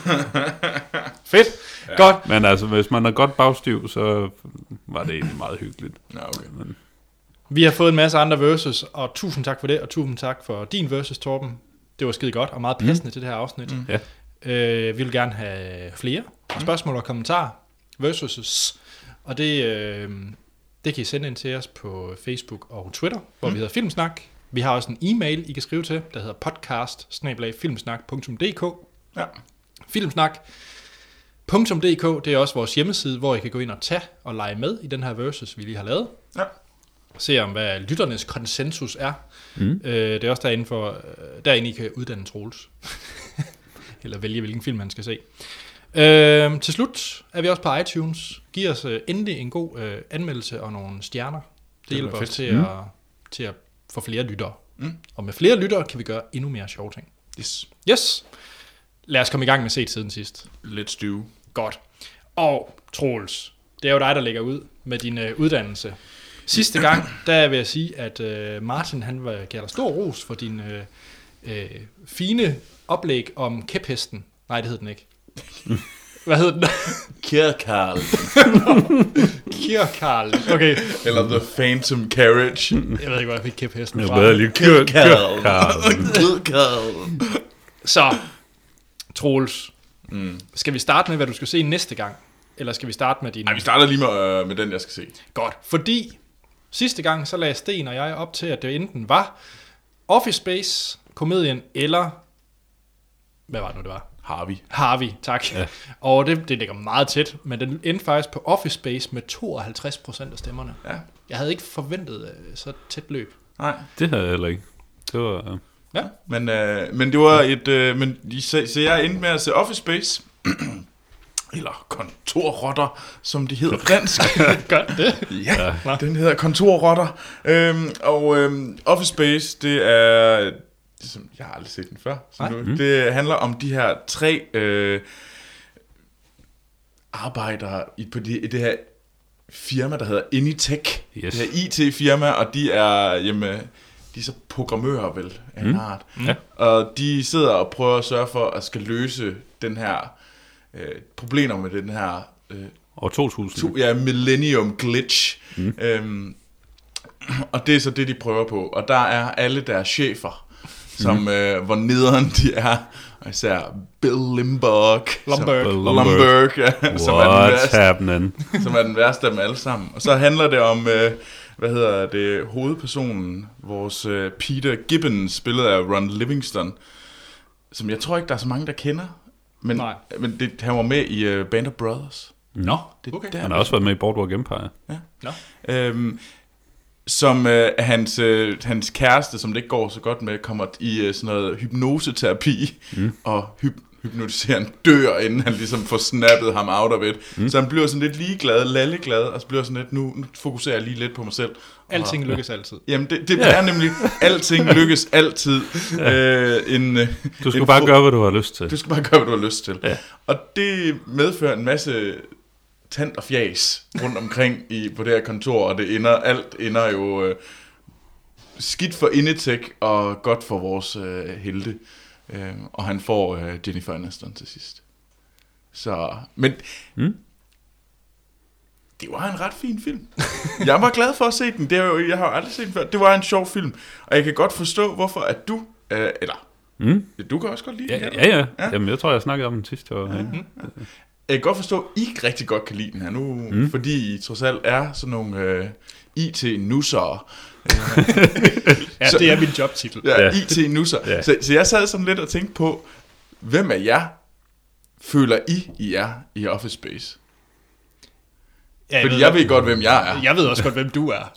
Fedt. Ja. Godt. Men altså, hvis man er godt bagstiv, så var det egentlig meget hyggeligt. Ja, okay. Men... Vi har fået en masse andre versus, og tusind tak for det, og tusind tak for din versus, Torben. Det var skide godt og meget passende mm. til det her afsnit. Mm. Ja. Øh, vi vil gerne have flere spørgsmål og kommentarer versus, og det, øh, det kan I sende ind til os på Facebook og Twitter, hvor mm. vi hedder Filmsnak. Vi har også en e-mail, I kan skrive til, der hedder podcast bindestreg filmsnak punktum d k. Ja. Filmsnak punktum d k, det er også vores hjemmeside, hvor I kan gå ind og tage og lege med i den her versus, vi lige har lavet. Ja. Se om, hvad lytternes konsensus er. Mm. Øh, det er også derinde, for, derinde I kan uddanne Troels. Eller vælge, hvilken film man skal se. Øh, til slut er vi også på iTunes. Giv os øh, endelig en god øh, anmeldelse og nogle stjerner. Det, det hjælper os til, mm. at, til at få flere lyttere. Mm. Og med flere lyttere kan vi gøre endnu mere sjove ting. Yes. Yes. Lad os komme i gang med set siden sidst. Let's do. Godt. Og Troels, det er jo dig, der lægger ud med din øh, uddannelse. Sidste gang, der vil jeg sige, at øh, Martin, han var, gav dig stor ros for din øh, øh, fine oplæg om kæphesten. Nej, det hed den ikke. Hvad hed den? Kierkegaard. Kierkegaard. Okay. Eller The Phantom Carriage. Jeg ved ikke, hvor jeg fik kæphesten fra. Jeg bedre lige Kierkegaard. Kierkegaard. Så, Troels, mm. skal vi starte med, hvad du skal se næste gang? Eller skal vi starte med din... Nej, vi starter lige med, øh, med den, jeg skal se. Godt, fordi sidste gang, så lagde Sten og jeg op til, at det enten var Office Space, komedien, eller... Hvad var det nu, det var? Harvey. Harvey, tak. Ja. Og det, det ligger meget tæt, men den endte faktisk på Office Space med tooghalvtreds procent af stemmerne. Ja. Jeg havde ikke forventet uh, så tæt løb. Nej. Det havde jeg heller ikke. Det var... Uh... Ja. Men, øh, men det var et... Øh, men, så, så jeg endte med at se Office Space... Eller kontorrotter, som de hedder på dansk. Gør det? Ja, ja, den hedder kontorrotter. Øhm, og øhm, Office Space, det er... Det, som, jeg har aldrig set den før. Nu, det handler om de her tre øh, arbejdere i, på det, i det her firma, der hedder Anytech. Yes. Det her I T-firma, og de er... Jamen, de er så programmører vel af en mm. art. Ja. Og de sidder og prøver at sørge for at skal løse den her... Øh, problemer med den her øh, år to tusind to, ja, millennium glitch mm. øhm, og det er så det de prøver på, og der er alle deres chefer som mm. øh, hvor nederen de er, og især Bill Limburg Lumberg, som, Lumberg ja, som, er den værste, som er den værste af dem alle sammen. Og så handler det om øh, hvad hedder det, hovedpersonen, vores øh, Peter Gibbons, spillet af Ron Livingston, som jeg tror ikke der er så mange der kender. Men, men det, han var med i uh, Band of Brothers. Nå, Det, Okay. der, han har også været med i Boardwalk Empire. Nå. Øhm, som øh, hans, øh, hans kæreste, som det ikke går så godt med, kommer i øh, sådan noget hypnoseterapi, mm. og hyp- hypnotiserende dør, inden han ligesom får snappet ham out of it. Mm. Så han bliver sådan lidt ligeglad, lalleglad, og så bliver sådan lidt, nu, nu fokuserer jeg lige lidt på mig selv. Alting og, lykkes altid. Jamen, det, det er nemlig, alting lykkes altid. øh, en, Du skal en bare fo- gøre, hvad du har lyst til. Du skal bare gøre, hvad du har lyst til. Ja. Og det medfører en masse tand og fjas rundt omkring i, på det her kontor, og det ender, alt ender jo øh, skidt for Inetek og godt for vores øh, helte. Øh, og han får øh, Jennifer Aniston til sidst. Så, men Mm. det var en ret fin film. Jeg var glad for at se den. Det er jo, jeg har jo aldrig set den før. Det var en sjov film, og jeg kan godt forstå, hvorfor at du, øh, eller Mm. du kan også godt lide Ja, den. ja, ja. Ja. Jamen, jeg tror, jeg snakkede om den sidste år. Ja. Jeg kan godt forstå, at I rigtig godt kan lide den her nu, mm. fordi I trods alt er sådan nogle øh, I T-nussere. Ja, Så- det er min jobtitel. Ja, Ja. I T-nusser. Ja. Så, så jeg sad sådan lidt og tænkte på, hvem af jer føler I, I er i Office Space? Ja, Fordi jeg ved godt, hvem jeg er. Jeg ved også godt, hvem du er.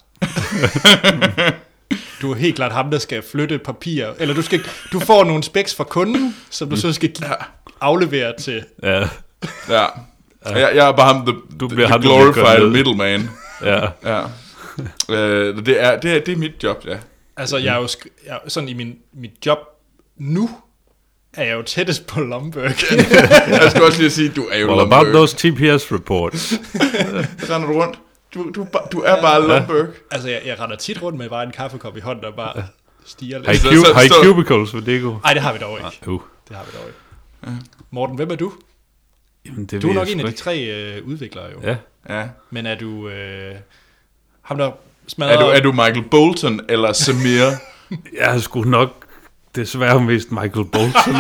Du er helt klart ham, der skal flytte papir. Eller du, skal, du får nogle specs fra kunden, som du så skal give, aflevere til. Ja, Ja. Jeg, jeg er bare ham, the, Du the, bliver the ham, der bliver kørt glorified ned. middleman. ja. Ja. øh, det, er, det, er, det er mit job, ja. Altså, jeg er jo sk- jeg, er sådan i min, mit job nu, er jeg jo tættest på Lomberg. Jeg skal også lige sige, du er jo Well, Lomberg. about those T P S reports. Så render du rundt. Du, du, du er bare Lomberg. Altså, jeg, jeg render tit rundt med bare en kaffekop i hånden og bare stiger Har I, lidt. Så- cu- så- har I så- cubicles ved Dego? Nej, det har vi dog ikke. Uh. Det har vi dog ikke. Morten, hvem er du? Jamen, det Du er ved nok jeg en sgu af de ikke. tre øh, udviklere jo. Ja. Ja. Men er du øh, ham, der smadrer... Er du, er du Michael Bolton eller Samir? Jeg har sgu nok desværre mest Michael Bolton.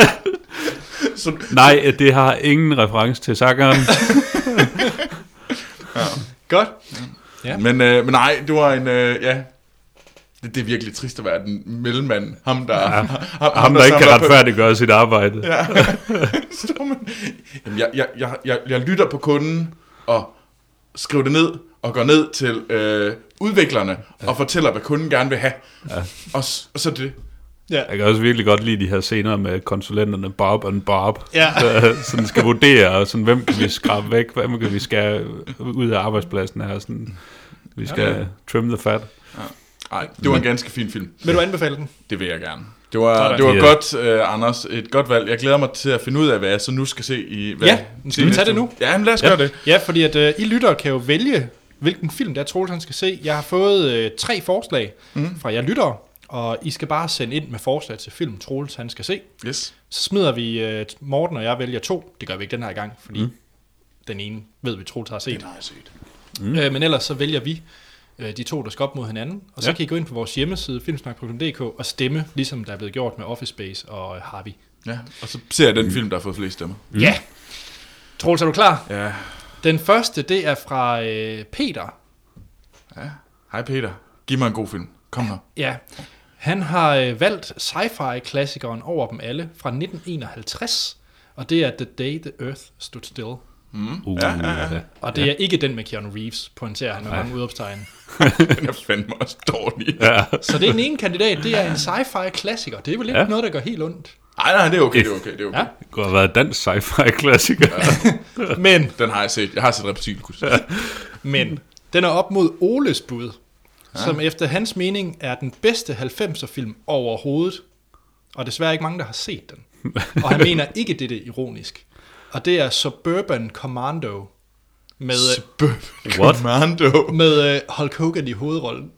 Så, Nej, det har ingen reference til sangeren. Godt. Ja. men, øh, men nej, du var en... Øh, ja. Det, det er virkelig trist at være den mellemmand. Ham, der, Ja. ham, Ham, der ikke kan samler på- retfærdiggøre sit arbejde. Ja. Står man- Jamen, jeg, jeg, jeg, jeg, jeg lytter på kunden og skriver det ned og går ned til øh, udviklerne ja. og fortæller, hvad kunden gerne vil have. Ja. Og, s- og så det. Ja. Jeg kan også virkelig godt lide de her scener med konsulenterne Bob og Bob, Ja. der sådan skal vurdere, sådan, hvem kan vi skrabe væk, hvem kan vi skære ud af arbejdspladsen her, sådan, vi skal Ja. ja. trim the fat. Nej, det var en ganske fin film. Vil du anbefale den? Det vil jeg gerne. Det var, Sådan. det var Ja. godt, uh, Anders. Et godt valg. Jeg glæder mig til at finde ud af, hvad jeg så nu skal se i... Hvad, Ja, til skal vi næste tage det uge. nu? Ja, men lad os Ja. gøre det. Ja, fordi at øh, I lyttere kan jo vælge, hvilken film der Troels han skal se. Jeg har fået øh, tre forslag mm. fra jer lyttere, og I skal bare sende ind med forslag til film, Troels han skal se. Yes. Så smider vi, øh, Morten og jeg vælger to. Det gør vi ikke den her gang, fordi mm. den ene ved vi, Troels har set. Den har jeg set. Mm. Øh, men ellers så vælger vi øh, de to, der skal op mod hinanden. Og så Ja. kan I gå ind på vores hjemmeside, filmsnak punktum d k, og stemme, ligesom der er blevet gjort med Office Space og øh, Harvey. Ja, og så ser jeg den film, der har fået flest stemmer. Mm. Ja! Troels, er du klar? Ja. Den første, det er fra øh, Peter. ja. Hej Peter. Giv mig en god film. Kom her. Ja, han har øh, valgt sci-fi-klassikeren over dem alle fra nitten enoghalvtreds, og det er The Day the Earth Stood Still. Mm. Uh, Ja, ja, ja. Og det ja. er ikke den med Keanu Reeves, pointerer han med mange udopstegn. Den er fandme også dårlig. Ja. Så det er den ene kandidat, det er en sci-fi-klassiker. Det er vel ikke Ja. ja. noget, der gør helt ondt. Nej, nej, det er okay, det er okay, det er okay. Ja. Det kunne have været dansk sci-fi-klassiker. Ja. Men, Den har jeg set. Jeg har set Reptilkus. Ja. men, den er op mod Oles bud, ja. som efter hans mening er den bedste halvfemser-film overhovedet. Og desværre ikke mange, der har set den. Og han mener ikke, det er ironisk. Og det er Suburban Commando med, What? Commando. med uh, Hulk Hogan i hovedrollen.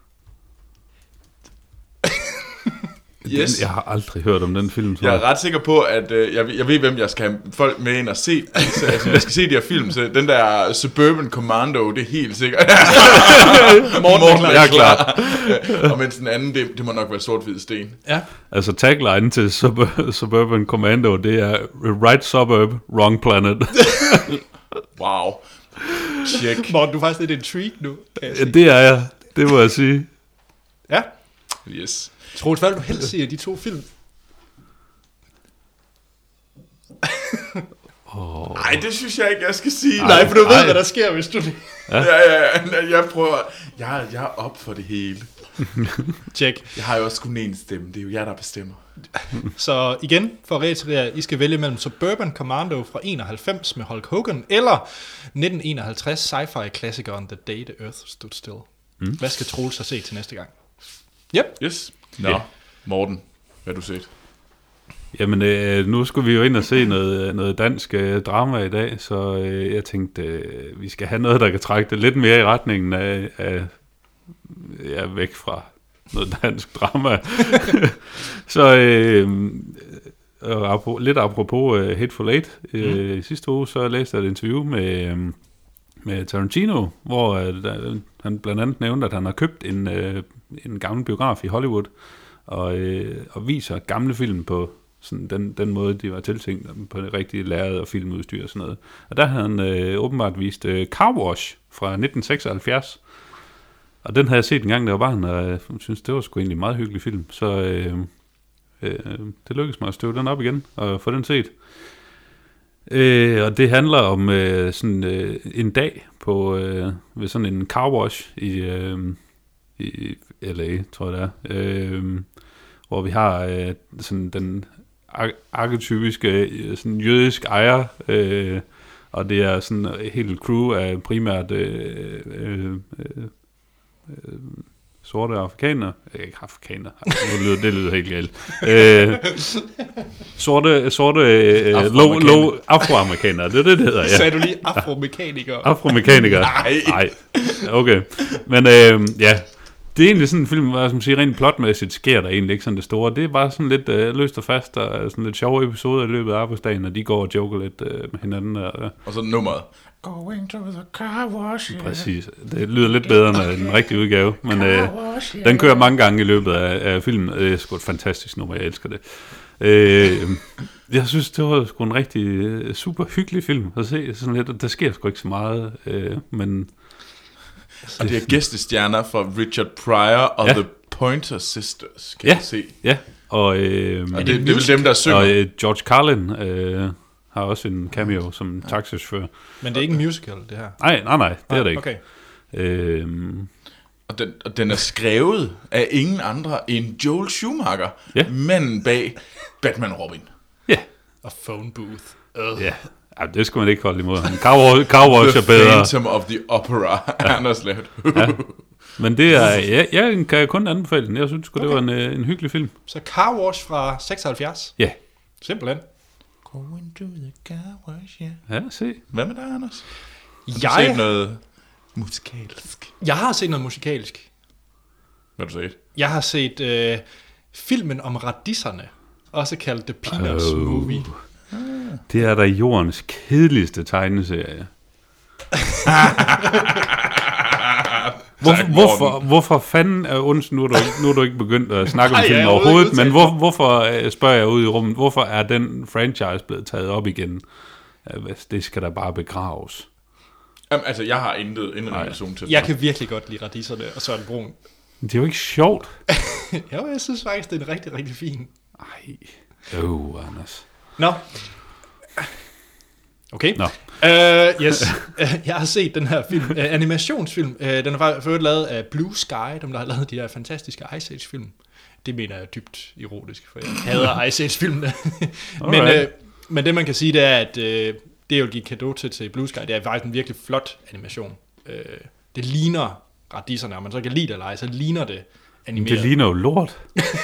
Yes. Den, jeg har aldrig hørt om den film, tror Jeg jeg. er ret sikker på, at øh, jeg, ved- jeg ved, hvem jeg skal have folk med ind og se. Så, altså, jeg skal se de her film, så den der Suburban Commando, det er helt sikkert. Morten er klar. jeg er klar. Ja, og mens den anden, det, det må nok være sort-hvid sten. Ja. Altså tagline til Sub- Suburban Commando, det er right suburb, wrong planet. Wow. Check. Morten, du er faktisk lidt intrigued nu, kan jeg Ja, sige. det er jeg, det må jeg sige. Ja. Yes. Troels, hvad vil du helst se af de to film? Oh. Nej, det synes jeg ikke, jeg skal sige. Nej, Nej for du ved, Ej. hvad der sker, hvis du... Ja, ja, ja, jeg prøver... Jeg, jeg er op for det hele. Tjek. Jeg har jo også kun én stemme, det er jo jer, der bestemmer. Så igen, for at reiterere, I skal vælge mellem Suburban Commando fra enoghalvfems med Hulk Hogan, eller nitten enoghalvtreds sci-fi-klassikeren The Day the Earth Stood Still. Mm. Hvad skal Troels så se til næste gang? Yep. Yes. Nå, yeah. Morten, hvad har du set? Jamen, øh, nu skulle vi jo ind og se noget, noget dansk øh, drama i dag, så øh, jeg tænkte, øh, vi skal have noget, der kan trække det lidt mere i retningen af, af ja, væk fra noget dansk drama. så øh, apropos, lidt apropos uh, Hateful Eight, øh, mm. sidste uge, så læste jeg et interview med, øh, med Tarantino, hvor øh, der, han blandt andet nævnte, at han har købt en, øh, en gammel biograf i Hollywood, og, øh, og viser gamle film på sådan den, den måde, de var tiltænkt på det rigtige lærred og filmudstyr og sådan noget. Og der havde han øh, åbenbart vist øh, Car Wash fra nitten seksoghalvfjerds. Og den havde jeg set en gang, da jeg var barn, og jeg synes, det var sgu egentlig en meget hyggelig film. Så øh, øh, det lykkedes mig at støve den op igen og få den set. Øh, og det handler om øh, sådan øh, en dag på øh, ved sådan en car wash i, øh, i L A, tror jeg det er. Øh, hvor vi har øh, sådan den arketypiske sådan jødisk ejer, øh, og det er sådan et helt crew af primært øh, øh, øh, øh, sorte afrikanere, ikke afrikanere, det lyder, det lyder helt galt, øh, sorte, sorte øh, low, low, afroamerikanere, det er det, det hedder, ja. Sagde du lige afromekanikere? Afromekanikere, nej. nej, okay, men øh, ja, det er egentlig sådan en film, hvor som siger, rent plotmæssigt sker der egentlig ikke sådan det store. Det er bare sådan lidt øh, løst og fast, og sådan lidt sjove episoder i løbet af arbejdsdagen, og de går og joker lidt øh, med hinanden. Og, og så nummeret. Going to the car wash, yeah. Præcis. Det lyder lidt bedre end den rigtige udgave, men øh, den kører mange gange i løbet af, af filmen. Det er sgu et fantastisk nummer, jeg elsker det. Øh, jeg synes, det var sgu en rigtig super hyggelig film at se. Sådan lidt, der sker sgu ikke så meget, øh, men... Og det er gæstestjerner fra Richard Pryor og ja. The Pointer Sisters, kan ja. jeg se. Ja, og, øh, og det, det er vel dem, der synger. Og øh, George Carlin øh, har også en cameo som ja. taxichauffør. Men det er ikke en musical, det her? Nej, nej, nej, det ah, er det ikke. Okay. Øh, og, den, og den er skrevet af ingen andre end Joel Schumacher, ja. manden bag Batman Robin. Ja. Og Phone Booth. Uh. Ja. Ja, det skulle man ikke holde imod ham. Car, car Wash er bedre. The Phantom of the Opera, ja. Anders lavet. Ja. Men det er, ja, jeg kan kun anbefale den. Jeg synes okay. det var en, en hyggelig film. Så Car Wash fra seksoghalvfjerds? Ja. Simpelthen. Going to the car wash, yeah. Ja, se. Hvad med dig, Anders? Har jeg... du set noget musikalsk? Jeg har set noget musikalsk. Hvad har du set? Jeg har set øh, filmen om radisserne, også kaldt The Peanuts oh. Movie. Det er da jordens kedeligste tegneserie. Hvor, hvorfor, hvorfor fanden er ondt, nu er du, nu er du ikke begyndt at snakke om Ej, filmen overhovedet, men hvor, hvorfor, spørger jeg ud i rummet, hvorfor er den franchise blevet taget op igen? Det skal da bare begraves. Jamen, altså, jeg har intet en relation til det. Jeg kan virkelig godt lide radisserne og Søren Brun. Det er jo ikke sjovt. Jo, jeg synes faktisk, det er en rigtig, rigtig fin. Ej, øv, oh, Anders. Nå. Okay. Nå. Uh, yes. Jeg har set den her film, uh, animationsfilm. Uh, den er faktisk lavet af Blue Sky, dem der har lavet de her fantastiske Ice Age film. Det mener jeg er dybt erotisk, for jeg hader Ice Age filmene. men, uh, men det man kan sige, det er, at uh, det jeg vil give cadeau til til Blue Sky, det er faktisk en virkelig flot animation. Uh, det ligner radisserne, og man så kan lide det eller ej, så ligner det animeret. Det ligner jo lort.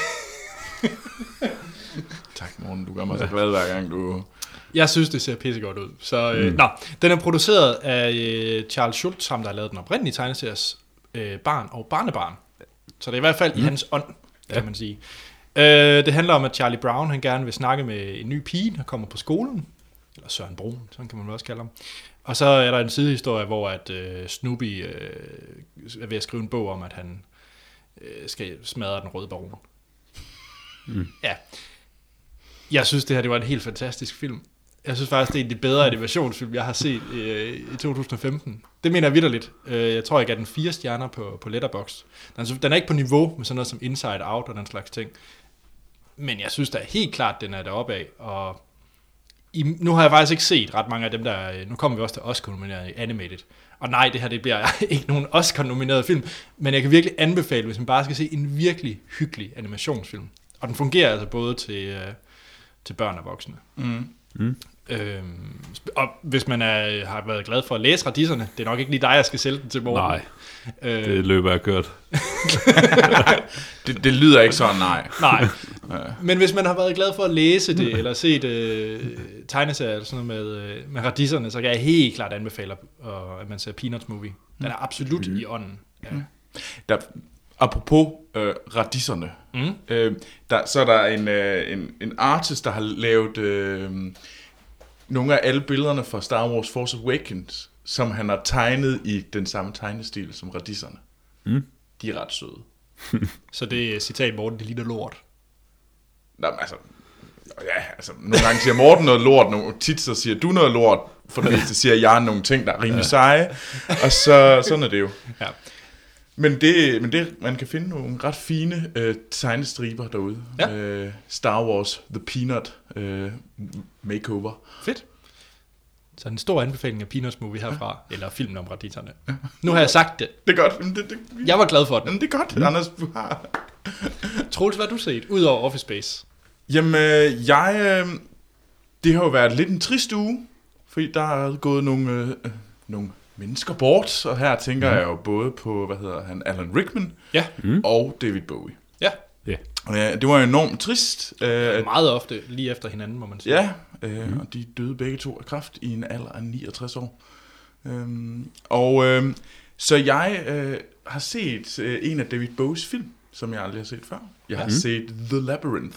Tak, Morten. Du gør mig så glad hver gang, du... Jeg synes, det ser pissegodt ud. Så, øh, mm. nå, den er produceret af øh, Charles Schultz, ham der har lavet den oprindelige tegneseries øh, Barn og Barnebarn. Så det er i hvert fald mm. i hans ånd, kan ja. man sige. Øh, det handler om, at Charlie Brown, han gerne vil snakke med en ny pige, der kommer på skolen. Eller Søren Brun, sådan kan man også kalde ham. Og så er der en sidehistorie, hvor at øh, Snoopy øh, er ved at skrive en bog om, at han øh, skal smadre den røde baron. Mm. Ja. Jeg synes, det her det var en helt fantastisk film. Jeg synes faktisk, det er en af de bedre animationsfilm, jeg har set øh, i to tusind og femten. Det mener jeg vitterligt. Øh, jeg tror, jeg gav den fire stjerner på, på Letterboxd. Den, den er ikke på niveau med sådan noget som Inside Out og den slags ting. Men jeg synes da helt klart, den er deroppe af. Og I, nu har jeg faktisk ikke set ret mange af dem, der... Nu kommer vi også til Oscar-nomineret i Animated. Og nej, det her det bliver ikke nogen Oscar-nomineret film, men jeg kan virkelig anbefale, hvis man bare skal se en virkelig hyggelig animationsfilm. Og den fungerer altså både til, øh, til børn og voksne. Mm. Mm. Øhm, og hvis man er, har været glad for at læse Radisserne, det er nok ikke lige dig, jeg skal sælge den til morgen. Nej, øh, det løber jeg kørt. det, det lyder ikke sådan, nej. Nej, men hvis man har været glad for at læse det, eller set øh, tegneserier eller sådan noget med, øh, med Radisserne, så kan jeg helt klart anbefale, at, at man ser Peanuts Movie. Den er absolut mm. i ånden. Ja. Der, apropos øh, Radisserne, Mm. øh, der, så er der en, øh, en, en artist, der har lavet øh, nogle af alle billederne fra Star Wars Force Awakens, som han har tegnet i den samme tegnestil som Radisserne. Mm. De er ret søde. Så det er citat Morten, det ligner lort. Nå, men altså, ja, altså, nogle gange siger Morten noget lort, nogle, tit så siger du noget lort, for det meste siger jeg nogle ting, der er rimelig seje, og så, sådan er det jo. Ja. Men det, men det, man kan finde nogle ret fine øh, tegnestriber derude. Ja. Øh, Star Wars, The Peanut øh, Makeover. Fedt. Så en stor anbefaling af Peanuts Movie herfra, ja. Eller filmen om Radisserne. Nu har jeg sagt det. Det er godt. Men det, det, Jeg var glad for den. men det er godt, mm. Anders, du har... Troels, hvad har du set, udover Office Space? Jamen, øh, jeg... Øh, det har jo været lidt en trist uge, fordi der er gået nogle, øh, nogle mennesker bort, og her tænker mm. jeg jo både på, hvad hedder han, Alan Rickman Ja. Mm. og David Bowie. Ja. Ja. Og ja, det var enormt trist. Øh, Meget ofte lige efter hinanden, må man sige. Ja, øh, mm. og de døde begge to af kræft i en alder af niogtres år. Øhm, og øh, så jeg øh, har set øh, en af David Bowies film, som jeg aldrig har set før. Jeg har Ja. mm. set The Labyrinth.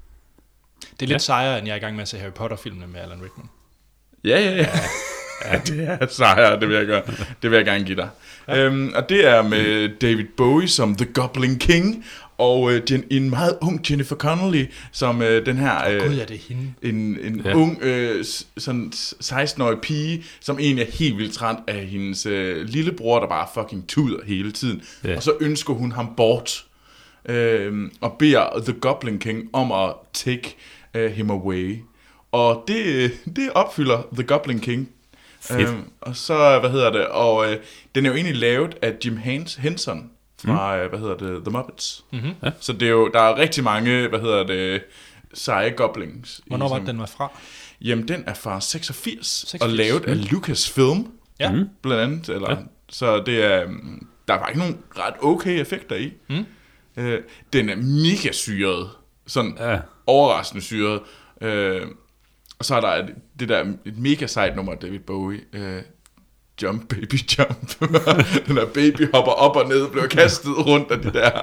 Det er lidt ja. sejere, end jeg er i gang med at se Harry Potter-filmene med Alan Rickman. Ja, ja, ja. Ja, det er sejre, det vil jeg gøre. Det vil jeg gerne give dig. Ja. Øhm, og det er med David Bowie som The Goblin King, og øh, en, en meget ung Jennifer Connelly, som øh, den her... Øh, Gud, ja, det er hende. En, en Ja. ung, øh, sådan seksten-årig pige, som egentlig er helt vildt træt af hendes øh, lillebror, der bare fucking tuder hele tiden. Ja. Og så ønsker hun ham bort, øh, og beder The Goblin King om at take øh, him away. Og det, det opfylder The Goblin King. Fedt. Øh, og så, hvad hedder det, og øh, den er jo egentlig lavet af Jim Hans, Henson fra, mm. øh, hvad hedder det, The Muppets. Mm-hmm. Ja. Så det er jo, der er rigtig mange, hvad hedder det, seje goblins. Hvornår i var sådan- den var fra? Jamen, den er fra seksogfirs, seksogfirs. og lavet af Lucasfilm, Ja. Mm. blandt andet. Eller, Ja. Så det er, mm, der er faktisk nogle ret okay effekter i. Mm. Øh, den er mega syret. Sådan Ja. overraskende syret. Øh, og så er der et, det der et mega sejt nummer af David Bowie. Øh, jump, baby, jump. Den der baby hopper op og ned, bliver kastet rundt af de der...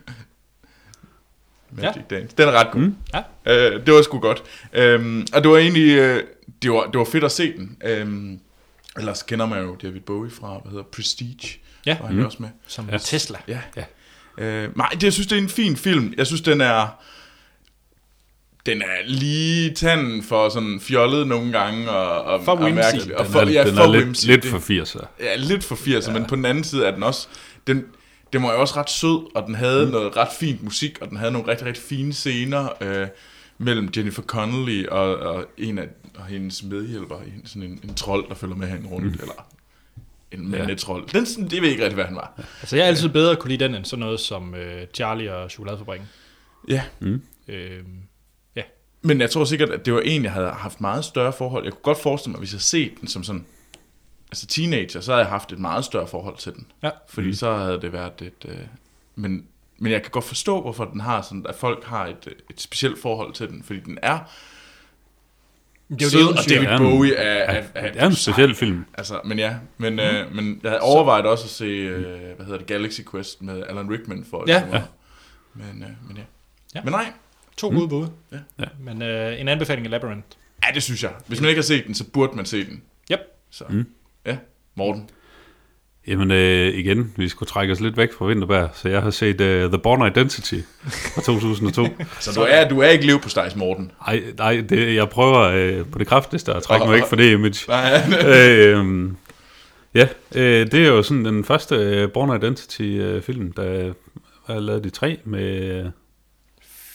Magic Ja. Dance. Den er ret god. Mm. Ja. Øh, det var sgu godt. Øhm, og det var egentlig, øh, det, var, det var fedt at se den. Øhm, ellers kender man jo David Bowie fra, hvad hedder Prestige. Ja. Var han mm. også med. Som Ja. Tesla. Ja. Ja. Øh, nej, det, jeg synes, det er en fin film. Jeg synes, den er... Den er lige tanden for sådan fjollet nogle gange, og, og, For og whimsy. mærkelig. Og Den for, er, ja, den for er lidt, whimsy. lidt Det- for firser. Ja, lidt for firser, ja. Men på den anden side er den også... Den, den var jo også ret sød, og den havde mm. noget ret fint musik, og den havde nogle rigtig, rigtig fine scener øh, mellem Jennifer Connelly og, og en af og hendes medhjælpere, en, sådan en, en trold, der følger med hende rundt, mm. eller en mandetrold. Den, sådan, det ved jeg ikke rigtig, hvad han var. Altså, jeg er altid bedre at kunne lide den, end sådan noget som øh, Charlie og Chokoladefabrikken. Ja, Mm. Øh, men jeg tror sikkert, at det var en, jeg havde haft meget større forhold. Jeg kunne godt forestille mig, hvis jeg set den som sådan, altså teenager, så havde jeg haft et meget større forhold til den. ja. Fordi mm. så havde det været et... Øh, men, men jeg kan godt forstå, hvorfor den har sådan, at folk har et, et specielt forhold til den, fordi den er Det er jo sød, det og eventyr. David Det er en- Bowie er... er, Ja, er, det er en speciel film. Altså, men ja, men, mm. øh, men jeg havde overvejet også at se, øh, hvad hedder det, Galaxy Quest med Alan Rickman for Ja. ja. Men, øh, men ja. Ja. Men nej, To gode bud. Ja. Ja. Men øh, en anbefaling af Labyrinth. ja, det synes jeg. Hvis man ikke har set den, så burde man se den. Yep. Så, Mm. ja, Morten. Jamen øh, igen, vi skulle trække os lidt væk fra Vinterberg, så jeg har set uh, The Bourne Identity fra to tusind og to. Så du er, du er ikke liv på stejs, Morten. Ej, nej, det, jeg prøver øh, på det kraftigste at trække mig væk fra det image. Nej, øh, ja, øh, det er jo sådan den første øh, Bourne Identity øh, film, der er lavet de tre med... Øh,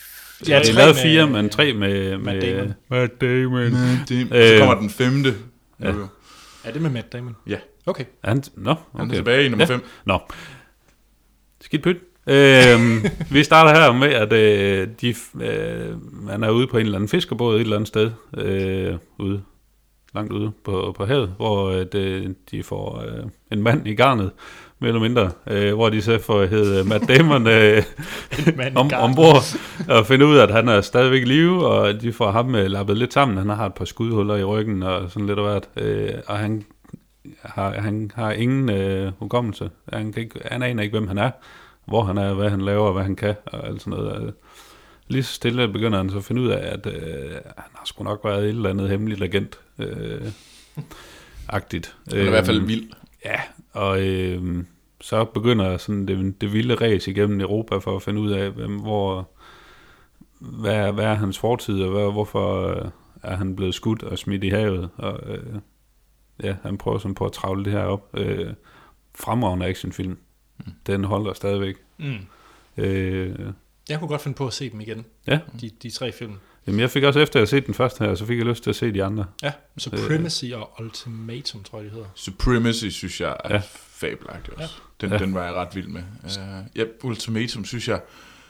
Ja, de lavede fire, men tre med... Matt Damon. Matt Damon. Matt Damon. Så kommer den femte. Ja. Ja. Er det med Matt Damon? Ja. Okay. Han, no, okay. Han er tilbage i nummer fem. Nå. Skidt pyt. øhm, vi starter her med, at øh, de, øh, man er ude på en eller anden fiskerbåd et eller andet sted, øh, ude, langt ude på, på havet, hvor øh, de, de får øh, en mand i garnet, mere eller mindre, øh, hvor de så får hed Matt Damon øh, om, ombord, og finde ud af, at han er stadigvæk i live, og de får ham øh, lappet lidt sammen. Han har et par skudhuller i ryggen, og sådan lidt af hvert, øh, og han har, han har ingen øh, hukommelse. Han, kan ikke, han aner ikke, hvem han er, hvor han er, hvad han laver, hvad han kan, og alt sådan noget. Lige så stille begynder han så at finde ud af, at øh, han har sgu nok været et eller andet hemmeligt agent. Øh, agtigt. Han er i hvert fald vild. Ja, og øh, så begynder sådan det, det vilde ræs igennem Europa for at finde ud af, hvem, hvor, hvad, hvad er hans fortid, og hvad, hvorfor øh, er han blevet skudt og smidt i havet. Og øh, ja, han prøver sådan på at travle det her op. Øh, fremragende actionfilm. Mm. Den holder stadigvæk. Mm. Øh, jeg kunne godt finde på at se dem igen. Ja. De, de tre film. Jamen, jeg fik også efter at have set den første her, så fik jeg lyst til at se de andre. Ja, Supremacy øh. og Ultimatum, tror jeg, de hedder. Supremacy, synes jeg, er ja. fabelagtig også. Ja. Den, ja. den var jeg ret vild med. Uh, ja, Ultimatum, synes jeg,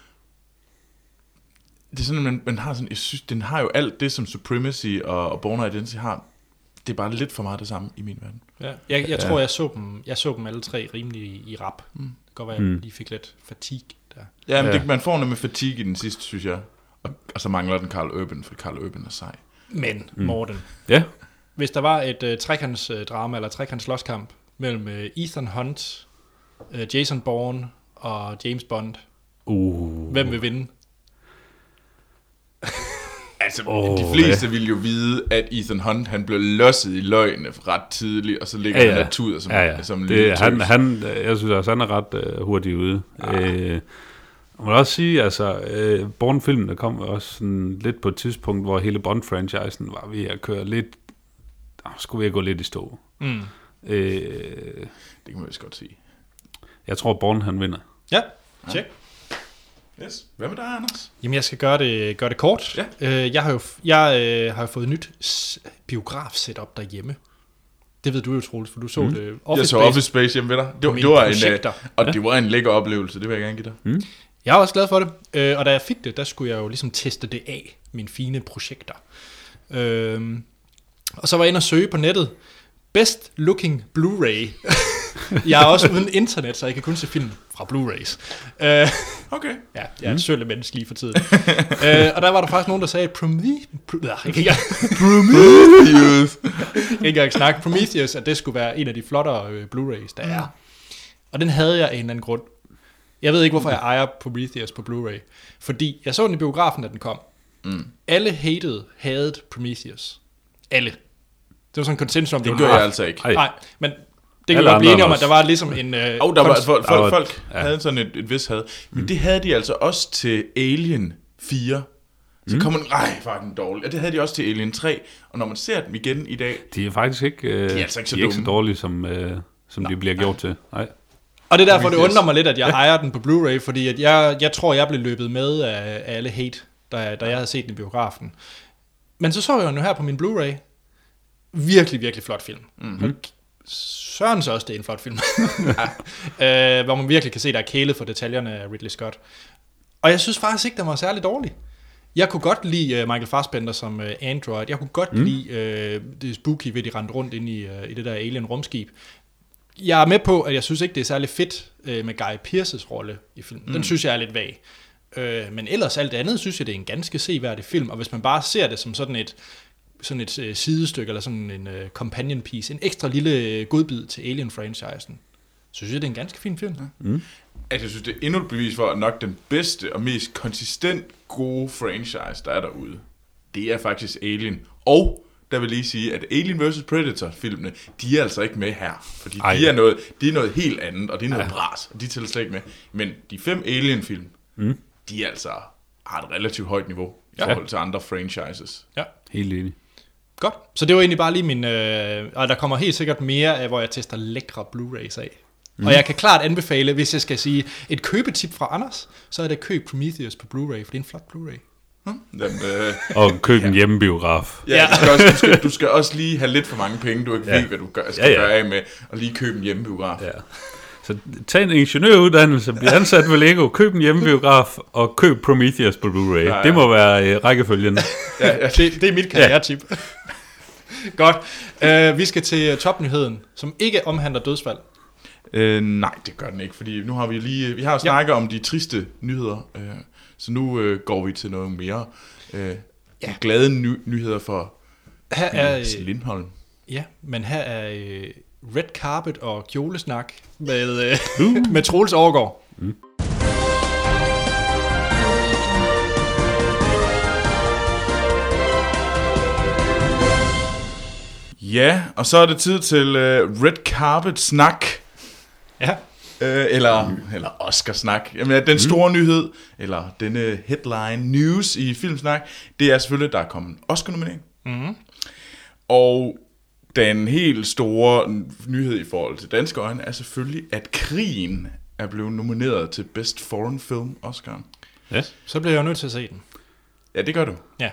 det er sådan, man, man har sådan, jeg synes, den har jo alt det, som Supremacy og, og Bourne Identity har. Det er bare lidt for meget det samme i min verden. Ja. Jeg, jeg tror, jeg så dem, jeg så dem alle tre rimelig i, i rap. Mm. Det kan godt være, at jeg lige fik lidt fatigue der. Ja, men ja. Det, man får noget med fatigue i den sidste, synes jeg. Og, og så mangler den Carl Urban, for Carl Urban er sej. Men, Morten, mm. ja. hvis der var et uh, trekantsdrama, eller trekants slåskamp mellem uh, Ethan Hunt, uh, Jason Bourne og James Bond, uh. hvem vil vinde? Altså, oh, de fleste ja. vil jo vide, at Ethan Hunt, han blev losset i løgne ret tidligt, og så ligger ja, ja. han der tuder som, ja, ja. som en det, lille han, han, jeg synes også, han er ret uh, hurtigt ude. Ja. Øh, jeg må også sige, altså, øh, Bourne-filmen kom også sådan lidt på et tidspunkt, hvor hele Bond-franchisen var ved at køre lidt, øh, skulle vi gå lidt i stå. Mm. Øh, det kan man vist godt sige. Jeg tror, Bourne, han vinder. Ja, tjek. Yes. Hvad med dig, Anders? Jamen, jeg skal gøre det, gøre det kort. Ja. Øh, jeg har jo jeg, øh, har jo fået et nyt biograf-setup derhjemme. Det ved du jo, Troels, for du så mm. det. Office jeg så Space Office Space hjemme ved dig. Det, det var en, øh, og ja. det var en lækker oplevelse, det vil jeg gerne give dig. Mm. Jeg er også glad for det, øh, og da jeg fik det, der skulle jeg jo ligesom teste det af, mine fine projekter. Øh, og så var jeg inde og søge på nettet, Best Looking Blu-ray. Jeg er også uden internet, så jeg kan kun se film fra Blu-rays. Øh, okay. Ja, jeg er et mm. sølle menneske lige for tiden. øh, og der var der faktisk nogen, der sagde, Prometheus. Pr- jeg kan ikke Prometheus. jeg kan ikke engang snakke Prometheus, at det skulle være en af de flottere øh, Blu-rays, der er. Og den havde jeg af en eller anden grund. Jeg ved ikke, hvorfor jeg ejer Prometheus på Blu-ray. Fordi jeg så den i biografen, da den kom. Mm. Alle hated, hated Prometheus. Alle. Det var sådan en konsensus om det. Det gjorde jeg altså ikke. Nej, men det kan vi blive enige om, at der var ligesom en... Øh, oh, der var, folk folk, folk ja. havde sådan et, et vis had. Men mm. det havde de altså også til Alien fire. Så mm. kom man, ej, fucking dårligt. Og det havde de også til Alien tre. Og når man ser dem igen i dag... De er faktisk ikke, øh, de er altså ikke, så, de er ikke så dårlige, som, øh, som de bliver gjort til. Nej. Og det er derfor, det undrer mig lidt, at jeg ejer den på Blu-ray, fordi at jeg, jeg tror, jeg blev løbet med af, af alle hate, da, da jeg havde set den i biografen. Men så så jeg jo nu her på min Blu-ray. Virkelig, virkelig flot film. Mm-hmm. Søren så også, det er en flot film. ja. øh, hvor man virkelig kan se, der er kælet for detaljerne af Ridley Scott. Og jeg synes faktisk ikke, den var særlig dårlig. Jeg kunne godt lide uh, Michael Fassbender som uh, Android. Jeg kunne godt mm. lide uh, det spooky ved, de rendte rundt ind i, uh, i det der alien-rumskib. Jeg er med på, at jeg synes ikke, det er særlig fedt uh, med Guy Pearces rolle i filmen. Mm. Den synes jeg er lidt vag. Uh, men ellers alt andet, synes jeg, det er en ganske seværdig film. Og hvis man bare ser det som sådan et sådan et uh, sidestykke, eller sådan en uh, companion piece, en ekstra lille uh, godbid til Alien-franchisen, så synes jeg, det er en ganske fin film. Mm. Altså, jeg synes, det er endnu et bevis for, at nok den bedste og mest konsistent gode franchise, der er derude, det er faktisk Alien. Og der vil lige sige, at Alien versus. Predator-filmene, de er altså ikke med her. Fordi de er, noget, de er noget helt andet, og det er noget ja. bras, og de tæller slet ikke med. Men de fem Alien-film, mm. de er altså har et relativt højt niveau i ja. forhold til andre franchises. Ja, helt enig. Godt. Så det var egentlig bare lige min... Øh, og der kommer helt sikkert mere af, hvor jeg tester lækre Blu-rays af. Mm. Og jeg kan klart anbefale, hvis jeg skal sige et købetip fra Anders, så er det køb Prometheus på Blu-ray, for det er en flot Blu-ray. Hm? Jamen, øh, Og købe en hjemmebiograf. ja, ja. Du, skal også, du, skal, du skal også lige have lidt for mange penge, du ikke ja. ved, hvad du gør, skal ja, ja. gøre af med, og lige købe en hjemmebiograf. Ja. Så tag en ingeniøruddannelse, bliv ansat ved Lego, køb en hjemmebiograf, og køb Prometheus på Blu-ray. Ja, ja. Det må være uh, rækkefølgen. ja, ja. Det, det er mit karrieretip. Ja. Godt. Uh, vi skal til topnyheden, som ikke omhandler dødsfald. Uh, nej, det gør den ikke, fordi nu har vi lige, vi har snakket ja. om de triste nyheder, uh, så nu uh, går vi til noget mere uh, ja. glade ny- nyheder for her er, Lindholm. Ja, men her er uh, red carpet og kjolesnak med, uh, uh. med Troels Overgaard. Mm. Ja, og så er det tid til uh, red carpet snak. Ja. Uh, eller, mm. eller Oscar-snak. Jamen, den store mm. nyhed, eller denne headline news i Filmsnak, det er selvfølgelig, der er kommet Oscar-nominering. Mm. Og den helt store nyhed i forhold til danske øjne er selvfølgelig, at Krigen er blevet nomineret til Best Foreign Film Oscar. Ja. Så bliver jeg jo nødt til at se den. Ja, det gør du. Ja.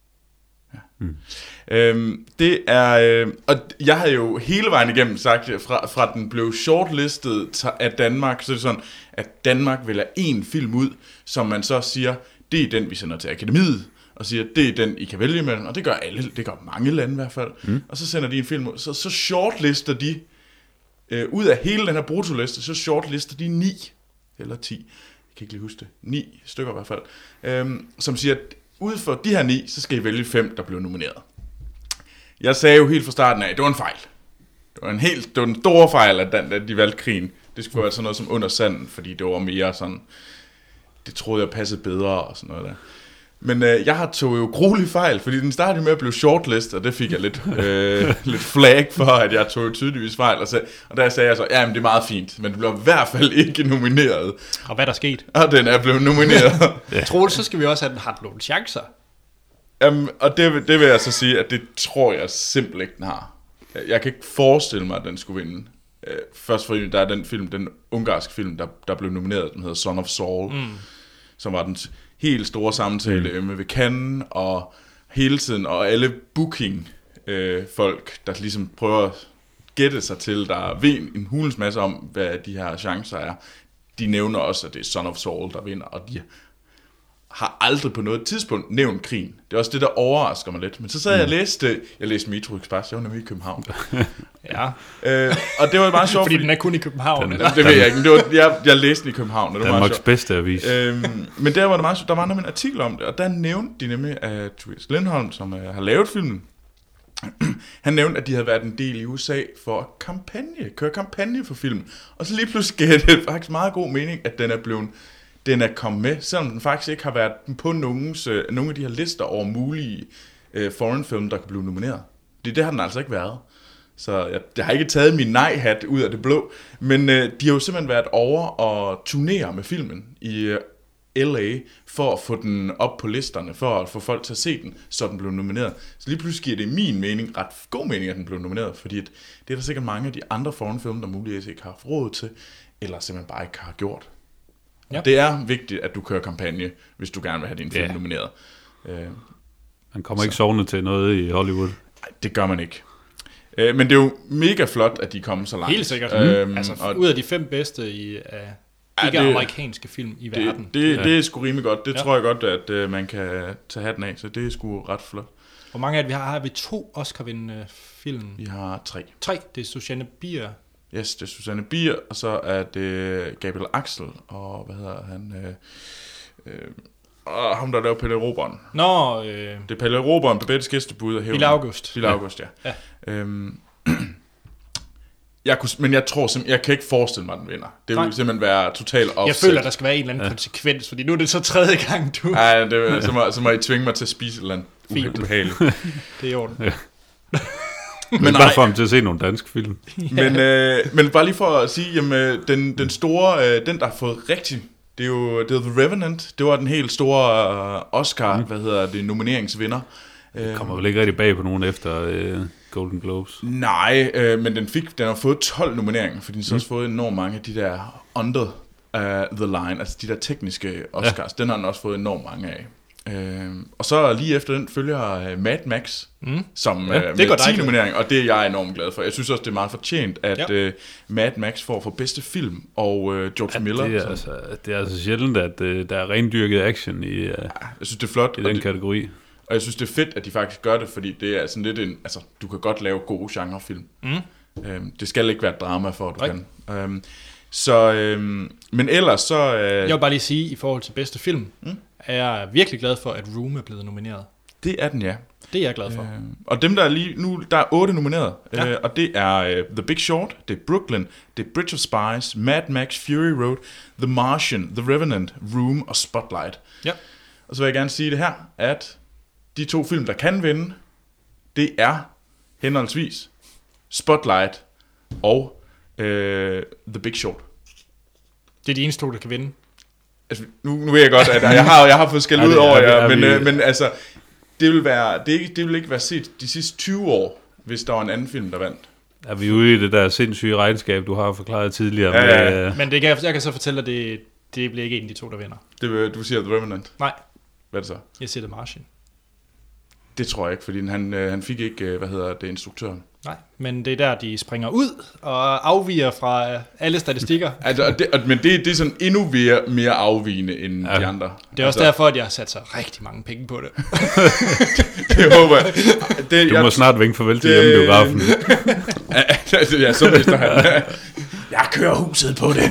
Ja. Mm. Øhm, det er øh, og jeg havde jo hele vejen igennem sagt fra, fra den blev shortlistet af Danmark, så er det sådan at Danmark vælger en film ud, som man så siger, det er den vi sender til akademiet, og siger det er den I kan vælge imellem, og det gør alle, det gør mange lande i hvert fald. Mm. Og så sender de en film ud, så så shortlister de øh, ud af hele den her brutoliste, så shortlister de ni eller ti, jeg kan ikke lige huske det, ni stykker i hvert fald, øhm, som siger at ud for de her ni, så skal I vælge fem, der blev nomineret. Jeg sagde jo helt fra starten af, det var en fejl. Det var en helt, det var en stor fejl, at, den, at de valgte Krigen. Det skulle være sådan noget som Under Sanden, fordi det var mere sådan, det troede jeg passede bedre og sådan noget der. Men øh, jeg har tog jo gruelig fejl, fordi den startede med at blive shortlist, og det fik jeg lidt, øh, lidt flag for, at jeg tog tydeligvis fejl. Og, så, og der sagde jeg så, ja, men det er meget fint, men det blev i hvert fald ikke nomineret. Og hvad der sket? Og den er blevet nomineret. Ja. Troels, så skal vi også have den har nogle chancer. Um, og det, det vil jeg så sige, at det tror jeg simpelthen ikke, den har. Jeg kan ikke forestille mig, at den skulle vinde. Uh, først fordi der er den film, den ungarske film, der, der blev nomineret, den hedder Son of Saul, mm. som var den helt store samtale mm. ved Cannes, og hele tiden, og alle booking-folk, der ligesom prøver at gætte sig til, der ved en hulens masse om, hvad de her chancer er, de nævner også, at det er Son of Saul, der vinder, og de har aldrig på noget tidspunkt nævnt Krigen. Det er også det, der overrasker mig lidt. Men så sad jeg og læste, jeg læste Metro Express, jeg var nemlig i København. Ja. Øh, og det var meget sjovt. Fordi, fordi den er kun i København. Den, det ved jeg ikke, det var, jeg, jeg læste den i København. Og det var Danmarks bedste avis. Øhm, men der var der, meget, der var nemlig en artikel om det, og der nævnte de nemlig, at Tobias Lindholm, som uh, har lavet filmen, han nævnte, at de havde været en del i U S A for at kampagne, køre kampagne for film. Og så lige pludselig gav det faktisk meget god mening, at den er blevet den er kommet med, selvom den faktisk ikke har været på nogens, øh, nogle af de her lister over mulige øh, foreign film, der kan blive nomineret. Det, det har den altså ikke været. Så jeg, jeg har ikke taget min nej-hat ud af det blå, men øh, de har jo simpelthen været over og turnere med filmen i øh, L A for at få den op på listerne, for at få folk til at se den, så den blev nomineret. Så lige pludselig giver det min mening, ret god mening, at den blev nomineret, fordi at det er der sikkert mange af de andre foreign film, der muligvis ikke har haft råd til, eller simpelthen bare ikke har gjort. Ja. Det er vigtigt, at du kører kampagne, hvis du gerne vil have din film yeah. nomineret. Uh, man kommer så. ikke sovende til noget i Hollywood. Nej, det gør man ikke. Uh, men det er jo mega flot, at de kommer så langt. Helt sikkert. Mm. Altså, og, ud af de fem bedste i uh, ikke-amerikanske film i det, verden. Det, det, det er sgu rimelig godt. Det ja. tror jeg godt, at uh, man kan tage hatten af. Så det er sgu ret flot. Hvor mange af det vi har? Har vi to Oscar-vindende film? Vi har tre. Tre? Det er Susanne Bier. Yes, det er Susanne Bier, og så er det Gabriel Axel, og hvad hedder han? Øh, øh, og ham, der laver Pelle Roberen. Nå, øh... Det er Pelle Roberen, Babettes gæstebud og Bille August. Bille August, ja. ja. Øhm, jeg kunne, men jeg tror simpelthen, jeg kan ikke forestille mig, at den vinder. Det vil Nej. simpelthen være totalt offset. Jeg føler, der skal være en eller anden ja. konsekvens, fordi nu er det så tredje gang, du... Nej, det, så, må, så må I tvinge mig til at spise et eller andet ubehageligt. Det er i orden. Ja. Men bare for ham til at se nogle danske film. Men, øh, men bare lige for at sige, jamen, den, den store, øh, den der har fået rigtig, det er jo det er The Revenant. Det var den helt store øh, Oscar, mm. hvad hedder det, nomineringsvinder. Det kommer vel ikke rigtig bag på nogen efter øh, Golden Globes. Nej, øh, men den fik, den har fået tolv nomineringer, fordi den så mm. også fået enormt mange af de der under uh, the line, altså de der tekniske Oscars. Ja. Den har den også fået enormt mange af. Øh, og så lige efter den følger uh, Mad Max, mm. som ja, uh, med ti nomineringer, og det er jeg enormt glad for. Jeg synes også, det er meget fortjent, at ja. uh, Mad Max får for bedste film, og uh, George ja, Miller. Det er, altså, det er altså sjældent, at uh, der er rendyrket action i, uh, ja, jeg synes, det er flot, i den det, kategori. Og jeg synes, det er fedt, at de faktisk gør det, fordi det er sådan lidt en, altså, du kan godt lave gode genrefilm. Mm. Øhm, det skal ikke være et drama, for at du okay. kan. Øhm, så, øhm, men ellers så... Øh, jeg vil bare lige sige, i forhold til bedste film, mm. er jeg virkelig glad for, at Room er blevet nomineret. Det er den, ja. Det er jeg glad for. Øh, og dem, der er lige nu, der er otte nomineret. Ja. Øh, og det er uh, The Big Short, det er Brooklyn, det er Bridge of Spies, Mad Max, Fury Road, The Martian, The Revenant, Room og Spotlight. Ja. Og så vil jeg gerne sige det her, at de to film, der kan vinde, det er henholdsvis Spotlight og øh, The Big Short. Det er de eneste to, der kan vinde. Altså, nu, nu ved jeg godt, at jeg har, jeg har fået skældt ud over jer, men, øh, men altså, det vil, være, det, ikke, det vil ikke være set de sidste tyve år, hvis der var en anden film, der vandt. Er vi ude i det der sindssyge regnskab, du har forklaret tidligere? Ja, ja, ja. Med, men det kan, jeg kan så fortælle, at det, det bliver ikke en af de to, der vinder. Det, du siger The Revenant? Nej. Hvad er det så? Jeg siger The Martian. Det tror jeg ikke, fordi han, han fik ikke, hvad hedder det, instruktøren. Nej, men det er der, de springer ud og afviger fra alle statistikker. altså, det, men det, det er sådan endnu mere, mere afvigende end ja. de andre. Det er også altså, derfor, at jeg har sat så rigtig mange penge på det. det, det håber jeg. Det, du må jeg, snart vinke farvel til det, hjemmebiografen. ja, så mister han. Jeg kører huset på det.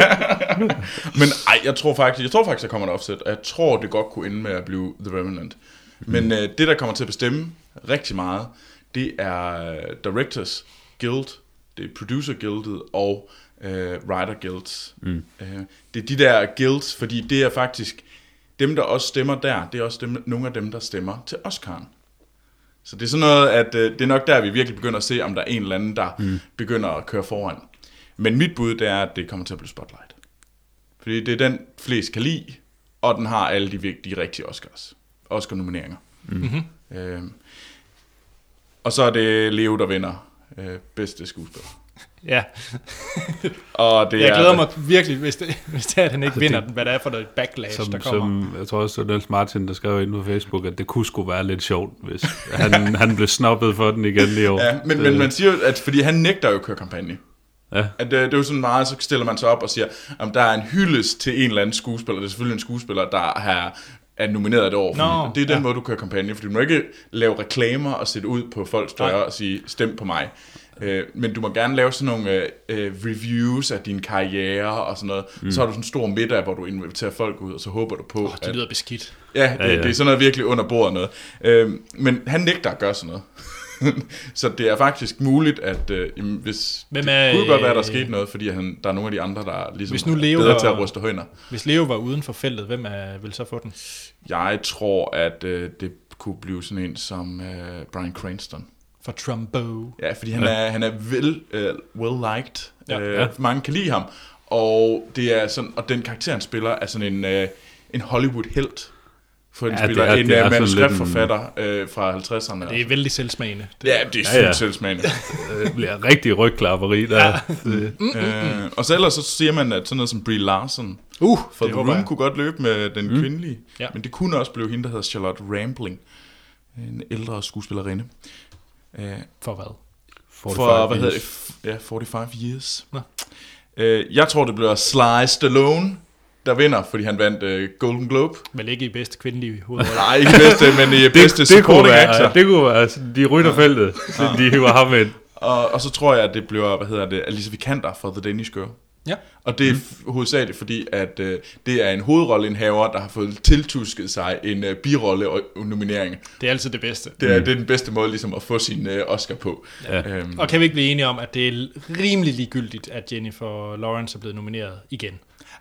men ej, jeg tror faktisk, jeg tror faktisk, der kommer et offset, og jeg tror, det godt kunne ende med at blive The Revenant. Men mm. øh, det, der kommer til at bestemme rigtig meget, det er Directors Guild, det er Producer Guildet og øh, Writer Guilds. Mm. Øh, det er de der guilds, fordi det er faktisk dem, der også stemmer der, det er også dem, nogle af dem, der stemmer til Oscar'en. Så det er sådan noget, at øh, det er nok der, vi virkelig begynder at se, om der er en eller anden, der mm. begynder at køre foran. Men mit bud, det er, at det kommer til at blive Spotlight. Fordi det er den, flest kan lide, og den har alle de vigtige, rigtige Oscars. Oscar-nomineringer. Mm-hmm. Øh, og så er det Leo, der vinder øh, bedste skuespiller. Ja. og det jeg er, glæder mig virkelig, hvis det, hvis det er, at han ikke vinder den, hvad der er for noget backlash, som, der kommer. Som, jeg tror også, det var Niels Martin, der skrev ind på Facebook, at det kunne sgu være lidt sjovt, hvis han, han blev snobbet for den igen lige over. Ja, men, men man siger jo, at fordi han nægter jo at køre kampagne. Ja. At det, det er jo sådan meget, så stiller man sig op og siger, at der er en hyldest til en eller anden skuespiller. Det er selvfølgelig en skuespiller, der har er nomineret et år. No, det er den ja. måde, du kører kampagne, fordi du må ikke lave reklamer og sætte ud på folks døre og sige, stem på mig. Øh, men du må gerne lave sådan nogle øh, reviews af din karriere og sådan noget. Mm. Så har du sådan en stor middag, hvor du inviterer folk ud, og så håber du på... Oh, det lyder at, beskidt. Ja, det, ja, ja, det er sådan noget virkelig under bordet noget. Øh, men han nægter at gøre sådan noget. Så det er faktisk muligt, at øh, jamen, hvis Hvem er, det kunne godt være, at der skete noget, fordi han, der er nogle af de andre, der er ligesom hvis nu Leo bedre var, til at ryste højner. Hvis Leo var uden for feltet, hvem er, vil så få den? Jeg tror, at øh, det kunne blive sådan en som øh, Bryan Cranston. For Trumbo. Ja, fordi han, ja. er, han er vel, uh, well-liked. Ja. Uh, ja. Mange kan lide ham. Og, det er sådan, og den karakter, han spiller, er sådan en, uh, en Hollywood-helt. For en ja, spiller er, en uh, manuskriptforfatter uh, fra halvtredserne. Det er vældig selvsmagende. Det ja, det er sygt ja, ja. selvsmagende. Det bliver rigtig rygklapperi der. Ja. Mm, mm, mm. Uh, og så ellers så siger man, at sådan noget som Brie Larson, uh, for The Room kunne godt løbe med den mm. kvindelige. Ja. Men det kunne også blive hende, der hedder Charlotte Rampling. En ældre skuespillerinde. Uh, for hvad? For, hvad hedder det? Ja, forty-five years. Uh, jeg tror, det bliver Sly Stallone, der vinder, fordi han vandt uh, Golden Globe. Vel ikke i bedste kvindelige hovedrolle. Nej, ikke i bedste, men i bedste det, supporting det actor. Det kunne være, altså, de rytterfeltet, ja. De hiver ham ind. Og, og så tror jeg, at det bliver, hvad hedder det, Alicia Vikander for The Danish Girl. Ja. Og det er mm. hovedsageligt, fordi at uh, det er en hovedrolleindhaver, der har fået tiltusket sig en uh, birolle-nominering. Det er altid det bedste. Det er, mm. det er den bedste måde ligesom at få sin uh, Oscar på. Ja. Um, og kan vi ikke blive enige om, at det er rimelig ligegyldigt, at Jennifer Lawrence er blevet nomineret igen?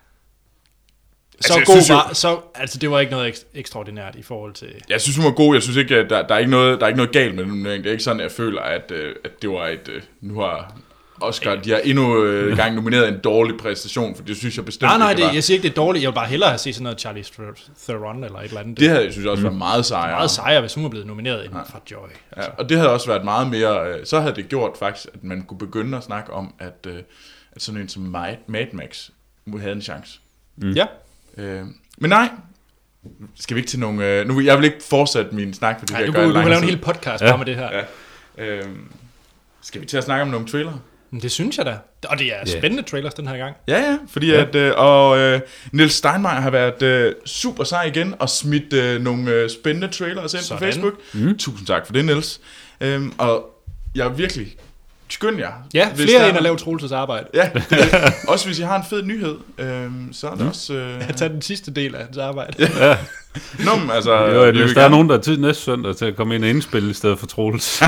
Så altså, god var, jo, så, altså det var ikke noget ek- ekstraordinært i forhold til... Jeg synes, hun var god. Jeg synes ikke, at der, der, er ikke noget, der er ikke noget galt med den nominering. Det er ikke sådan, at jeg føler, at, at det var et... Nu har... Oscar, de har endnu øh, gang nomineret en dårlig præstation, for det synes jeg bestemt nej, nej, ikke det, jeg siger ikke, det er dårligt. Jeg vil bare hellere have set sådan noget Charlize Theron eller et eller andet. Det havde jeg synes også mm. været meget sejere. Meget sejere, hvis hun var blevet nomineret inden ja. for Joy. Ja, og det havde også været meget mere, øh, så havde det gjort faktisk, at man kunne begynde at snakke om, at, øh, at sådan en som Mad, Mad Max havde en chance. Mm. Ja. Øh, men nej, skal vi ikke til nogle... Øh, nu, jeg vil ikke fortsætte min snak, fordi Nej, jeg du, gør du, en du lang kan lave en tid. hel podcast Ja. bare med det her. Ja. Øh, skal vi til at snakke om nogle trailer? Men det synes jeg da. Og det er Ja. spændende trailers den her gang. Ja, ja, fordi Ja. at, øh, og øh, Niels Steinmeier har været øh, super sej igen og smidt øh, nogle øh, spændende trailers ind Sådan. på Facebook. Mm. Tusind tak for det, Niels. Øhm, og jeg er virkelig skynd jer. Ja, Hvis flere der- end at lave Troelses arbejde. Ja, det, er- også hvis I har en fed nyhed, øhm, så er det Mm. også... Øh, At tage den sidste del af hans arbejde. Ja. Nå, men altså... Jo, vi hvis vil der er gerne- nogen, der er tid næste søndag til at komme ind og indspille i stedet for Troels.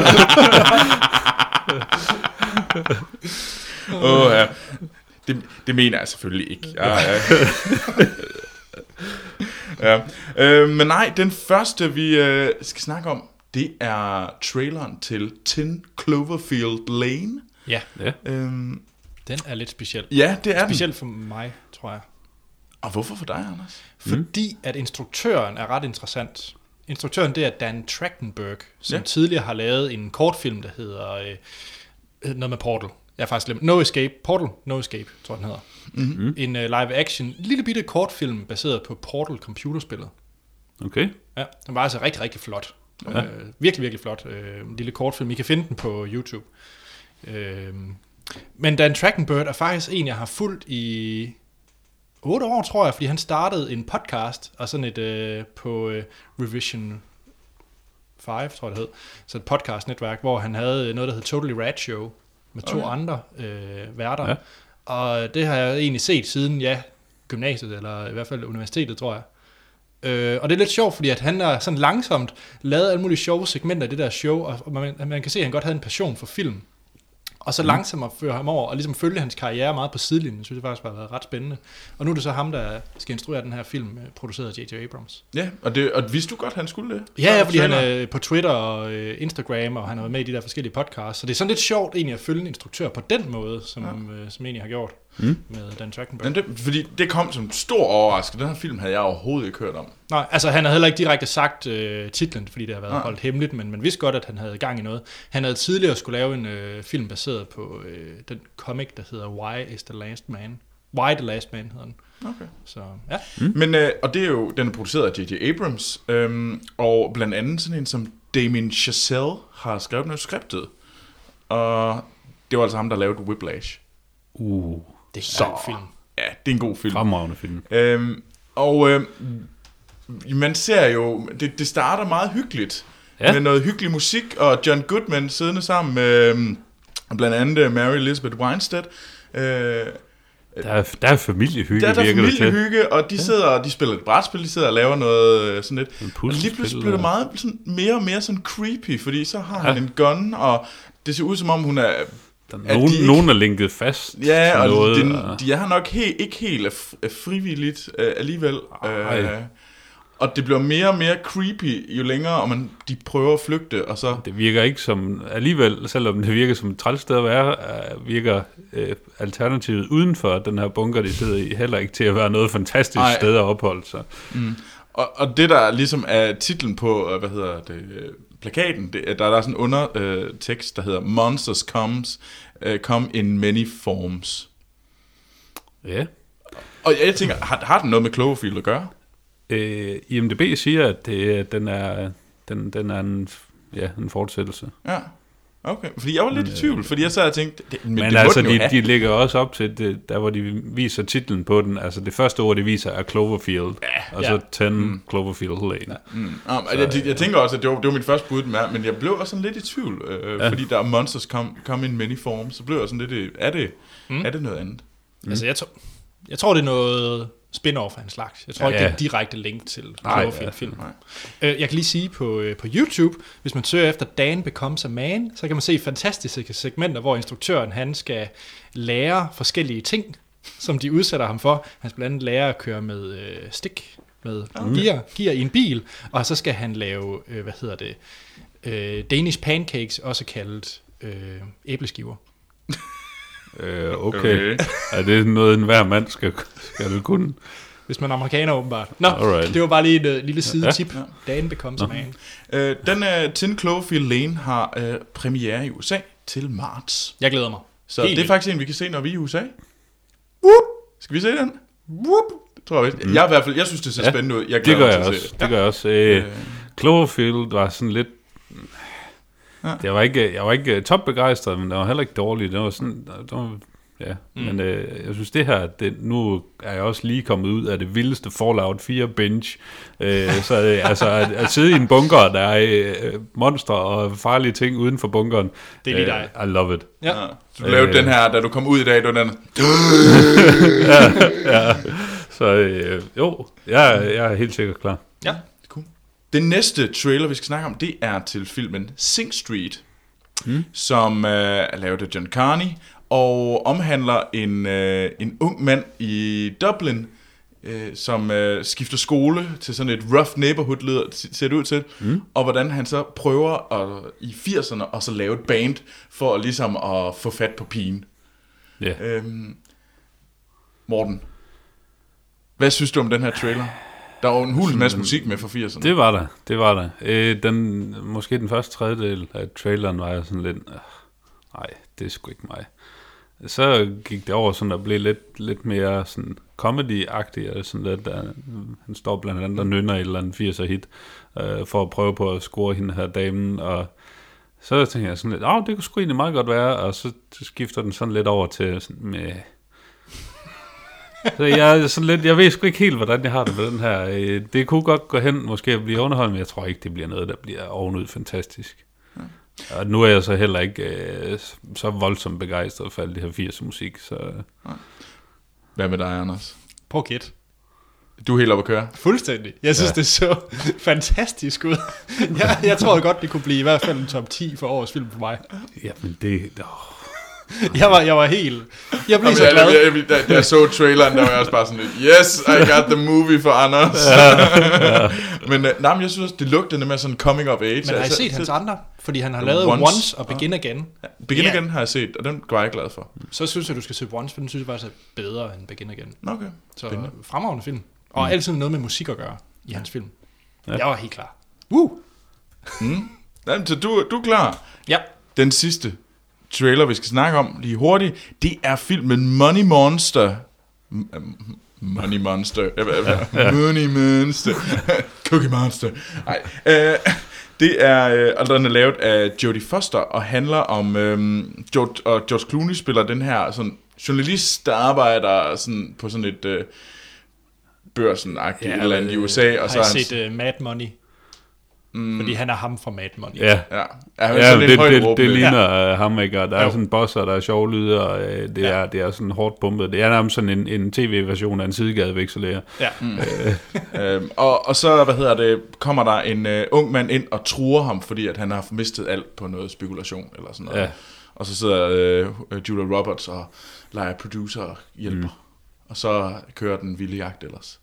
Åh, ja. Det, det mener jeg selvfølgelig ikke. Ja, ja. ja. Øh, men nej, den første, vi øh, skal snakke om, det er traileren til ti Cloverfield Lane. Ja, Ja. Øhm, den er lidt speciel. ja, det er den. Specielt for mig, tror jeg. Og hvorfor for dig, Anders? Fordi at instruktøren er ret interessant. Instruktøren, det er Dan Trachtenberg, som Ja. ja. tidligere har lavet en kortfilm, der hedder øh, noget med Portal. Jeg har faktisk glemt. No Escape. Portal? No Escape, tror jeg, den hedder. Mm-hmm. En uh, live-action, lille bitte kortfilm, baseret på Portal-computerspillet. Okay. Ja, den var altså rigtig, rigtig flot. Ja. Øh, virkelig, virkelig flot. Øh, en lille kortfilm. I kan finde den på YouTube. Øh, men Dan Trachtenberg er faktisk en, jeg har fulgt i otte år, tror jeg, fordi han startede en podcast, og sådan et øh, på øh, Revision fem, tror jeg det hed, så et podcast-netværk, hvor han havde noget, der hed Totally Rad Show, med to Okay. andre øh, værter. Ja. Ja. Og det har jeg egentlig set siden, ja, gymnasiet, eller i hvert fald universitetet, tror jeg. Øh, og det er lidt sjovt, fordi at han har sådan langsomt lavet alle mulige sjove segmenter i det der show, og man, man kan se, at han godt havde en passion for film. Og så mm. langsomt at føre ham over, og ligesom følge hans karriere meget på sidelinjen, synes jeg faktisk har været ret spændende. Og nu er det så ham, der skal instruere den her film, øh, produceret af J J Abrams. Ja, og, det, og vidste du godt, han skulle det? Ja, ja, fordi han Trailer? er på Twitter og øh, Instagram, og han har været med i de der forskellige podcasts. Så det er sådan lidt sjovt egentlig at følge en instruktør på den måde, som, ja. øh, som egentlig har gjort Mm. med Dan Trachtenberg. Men det, fordi det kom som en stor overraskelse. Den her film havde jeg overhovedet ikke hørt om. Nej, altså han havde heller ikke direkte sagt øh, titlen, fordi det har været Nej. holdt hemmeligt, men man vidste godt, at han havde gang i noget. Han havde tidligere skulle lave en øh, film baseret på øh, den comic, der hedder Why is the Last Man? Why the Last Man hedder den. Okay. Så ja. Mm. Men, øh, og det er jo, den er produceret af J J Abrams, øhm, og blandt andet sådan en som Damien Chazelle har skrevet manuskriptet. Og det var altså ham, der lavede Whiplash. Uh, Det er Så. en film. Ja, det er en god film. fremragende film. Øhm, og øh, man ser jo, det, det starter meget hyggeligt. Ja. Ja. Med noget hyggelig musik, og John Goodman siddende sammen med øh, blandt andet Mary Elizabeth Winstead. Øh, Der er, der er familiehygge, der er der virker det til. familiehygge, og de sidder og de spiller et brætspil, de sidder og laver noget øh, sådan lidt. En Og lige pludselig bliver det meget sådan, mere og mere sådan creepy, fordi så har han Ja. en gun, og det ser ud som om hun er... Der er at nogen, de ikke- nogen er linket fast Ja, til og noget. den, og- de er nok he, ikke helt af, af frivilligt øh, alligevel. Ej. Øh, og det bliver mere og mere creepy, jo længere og man, de prøver at flygte, og så... Det virker ikke som, alligevel, selvom det virker som et træls sted at være, øh, virker øh, alternativet uden for den her bunker, de sidder i, heller ikke til at være noget fantastisk Ej. sted at opholde sig. Mm. Og, og det der ligesom er titlen på, øh, hvad hedder det, øh, plakaten, det, der, der er sådan en undertekst, der hedder Monsters comes, uh, come in many forms. Ja. Og jeg tænker, har, har den noget med Cloverfield at gøre? Øh, I M D B siger, at det, den, er, den, den er en, ja, en fortsættelse. Ja. Okay, fordi jeg var lidt i tvivl, fordi jeg sad og tænkte, det, men, Men det altså, må den jo de, have. de ligger også op til, det, der hvor de viser titlen på den. Altså, det første ord, de viser, er Cloverfield. Ja, og så ja. ti mm. Cloverfield Lane. Ja. Mm. Um, jeg, jeg, jeg tænker også, at det var, det var mit første bud, med, men jeg blev også sådan lidt i tvivl, øh, Ja. fordi der er Monsters come, come in many forms, så blev jeg sådan lidt i, er det, Mm. er det noget andet? Mm. Altså jeg, tror, jeg tror, det er noget spin-off af en slags. Jeg tror Ja. ikke, det er en direkte link til Nej, Cloverfield-film. Nej. Øh, jeg kan lige sige på, øh, på YouTube, hvis man søger efter Dan Becomes a Man, så kan man se fantastiske segmenter, hvor instruktøren han skal lære forskellige ting, som de udsætter ham for. Han skal blandt andet lære at køre med øh, stik, med Okay. gear, gear i en bil, og så skal han lave, øh, hvad hedder det, øh, Danish pancakes, også kaldet øh, æbleskiver. Øh, okay. okay. Er det noget, enhver mand skal, skal kunne? Hvis man er amerikaner, åbenbart. Nå, Alright. det var bare lige et uh, lille sidetip. Ja. Ja. Dan Becomes a Man. Øh, den uh, ti Cloverfield Lane har uh, premiere i U S A til marts. Jeg glæder mig. Så Helt det er vildt. faktisk en, vi kan se, når vi er i U S A. Whoop! Skal vi se den? Whoop! tror jeg. Mm. Jeg, i hvert fald, jeg synes, det ser ja, spændende ud. Jeg det gør jeg også. Det. det gør jeg også. Øh, Cloverfield var sådan lidt... Ja. Jeg var ikke, jeg var ikke topbegejstret, men det var heller ikke dårligt. Det var sådan... Det var, ja, mm. men øh, jeg synes det her, det, nu er jeg også lige kommet ud af det vildeste Fallout fire binge. Øh, så øh, altså at, at sidde i en bunker, der er øh, monster og farlige ting uden for bunkeren. Det er lige dig. Øh, I love it. Ja. Ja. Så du lavede øh, den her, da du kom ud i dag, du den. ja, ja. Så øh, jo, jeg, jeg er helt sikkert klar. Ja, cool. Den næste trailer, vi skal snakke om, det er til filmen Sing Street, mm. som øh, er lavet af John Carney, og omhandler en, øh, en ung mand i Dublin, øh, som øh, skifter skole til sådan et rough neighborhood, ser det ud til, mm. og hvordan han så prøver at, i firserne at så lave et band, for ligesom at få fat på pigen. Yeah. Øhm, Morten, hvad synes du om den her trailer? Der var en hul masse musik med fra firserne. Det var der, det var der. Øh, den, måske den første tredjedel af traileren var jeg sådan lidt, øh, nej, det er sgu ikke mig. Så gik det over sådan, der blev lidt, lidt mere sådan comedy-agtigt, og sådan lidt, der, han står blandt andet og nynner et eller andet firser hit, øh, for at prøve på at score hende her damen, og så tænkte jeg sådan lidt, åh, det kunne sgu egentlig meget godt være, og så skifter den sådan lidt over til sådan med... Så jeg, er sådan lidt, jeg ved sgu ikke helt, hvordan jeg har det med den her. Det kunne godt gå hen, måske at blive underholdt, men jeg tror ikke, det bliver noget, der bliver ovenud fantastisk. Ja. Og nu er jeg så heller ikke øh, så voldsomt begejstret for alle det her firserne musik. Så... Hvad med dig, Anders? Prøv at gætte. Du er helt oppe at køre? Fuldstændig. Jeg synes, ja. Det så fantastisk ud. jeg, jeg tror godt, det kunne blive i hvert fald en top ti for årets film for mig. Jamen det... Oh. Jeg var, jeg var helt... Jeg blev Jamen, så glad. Jeg, jeg, da, da jeg så traileren, der var jeg også bare sådan lidt, yes, I got the movie for Anders. Ja, ja. men, uh, nej, men jeg synes, det lugtede med sådan coming of age. Men har I altså, set så, hans andre? Fordi han har lavet Once, Once og Begin Again. Ja, Begin yeah. Again har jeg set, og den går jeg glad for. Så synes jeg, du skal se Once, for den synes jeg faktisk er bedre end Begin Again. Okay. Så Spindende. Fremragende film. Og mm. altid noget med musik at gøre i hans film. Ja. Jeg var helt klar. Woo! Mm. Jamen, så du, du er klar? Ja. Den sidste trailer, vi skal snakke om lige hurtigt, det er filmen Money Monster. Money Monster. Money Monster. Cookie Monster. Nej. Øh, det er, og den er lavet af Jodie Foster, og handler om, øhm, George, og George Clooney spiller den her sådan, journalist, der arbejder sådan, på sådan et øh, børsen-agtigt ja, eller andet i U S A. Og har så I han, set uh, Mad Money? Mm. Fordi han er ham fra Mad Money. Ja, ja. ja, ja det, det, det ligner ja. uh, ham, ikke? Der er jo. Sådan bosser, der er sjove lyder, og uh, det, ja. er, det er sådan hårdt pumpet. Det er nærmest sådan en, en tv-version af en sidegadevekselerer. Ja. Mm. øhm, og, og så, hvad hedder det, kommer der en uh, ung mand ind og truer ham, fordi at han har mistet alt på noget spekulation, eller sådan noget. Ja. Og så sidder uh, Julia Roberts og leger producer og hjælper. Mm. Og så kører den vilde jagt ellers.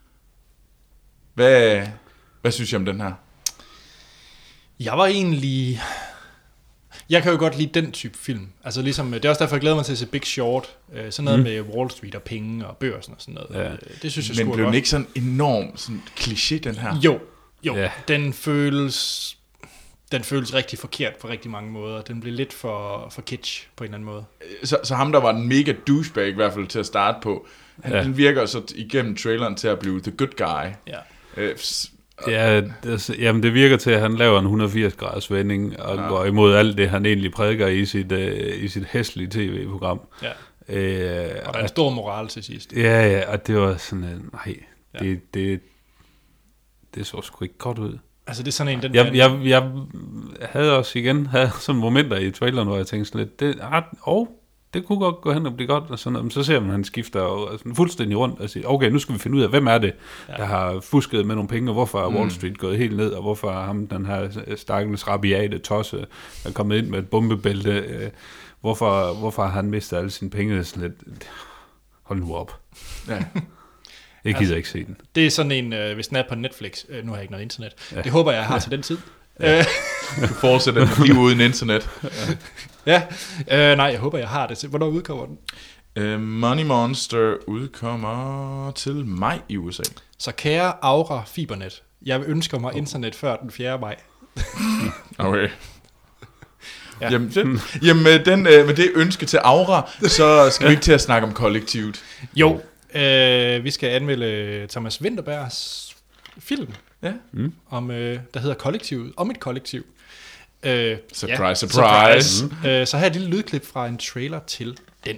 Hvad, hvad synes I om den her? Jeg var egentlig... Jeg kan jo godt lide den type film. Altså ligesom, det er også derfor, jeg glæder mig til at se Big Short. Sådan noget mm. med Wall Street og penge og børsen og sådan noget. Ja. Det synes jeg sgu godt. Men blev den ikke sådan enorm sådan kliché, den her? Jo, jo. Ja. Den føles... Den føles rigtig forkert på rigtig mange måder. Den blev lidt for, for kitsch på en eller anden måde. Så, så ham, der var en mega douchebag i hvert fald til at starte på, han ja. virker så igennem traileren til at blive the good guy. Ja. Øh, Ja, det, jamen det virker til, at han laver en et hundrede og firs graders vending og ja. går imod alt det, han egentlig prædiker i sit, uh, i sit hæslige tv-program. Ja. Øh, og der er en stor moral til sidst. Ja, ja, og det var sådan, uh, nej, ja. det, det, det så sgu ikke godt ud. Altså det er sådan en, den... Jeg, jeg, jeg havde også igen havde sådan momenter i traileren, hvor jeg tænkte sådan lidt, det, ah, oh, det kunne godt gå hen og blive godt, og sådan, så ser man, at han skifter og, sådan, fuldstændig rundt og siger, okay, nu skal vi finde ud af, hvem er det, ja. der har fusket med nogle penge, og hvorfor er Wall Street gået helt ned, og hvorfor er ham, den her stakkels rabiate tosse, der er kommet ind med et bombebælte, øh, hvorfor, hvorfor har han mistet alle sine penge, sådan lidt, hold nu op. Ja. Jeg gider altså, ikke se den. Det er sådan en, øh, hvis den er på Netflix, øh, nu har jeg ikke noget internet, ja. Det håber jeg, jeg har til den tid. Ja. Du fortsætter den lige uden internet. Ja, ja. Øh, nej, jeg håber, jeg har det. Hvornår udkommer den? Uh, Money Monster udkommer til maj i U S A. Så kære Aura Fibernet, jeg ønsker mig internet før den fjerde maj. Okay. Ja. Jamen, det, jamen med, den, med det ønske til Aura, så skal vi ikke til at snakke om kollektivet. Jo, Øh, vi skal anmelde Thomas Vinterbergs film, Ja. mm. om, øh, der hedder Kollektivet, om et kollektiv. Øh, Surprise, ja, surprise. surprise. Mm. Øh, så her er et lille lydklip fra en trailer til den.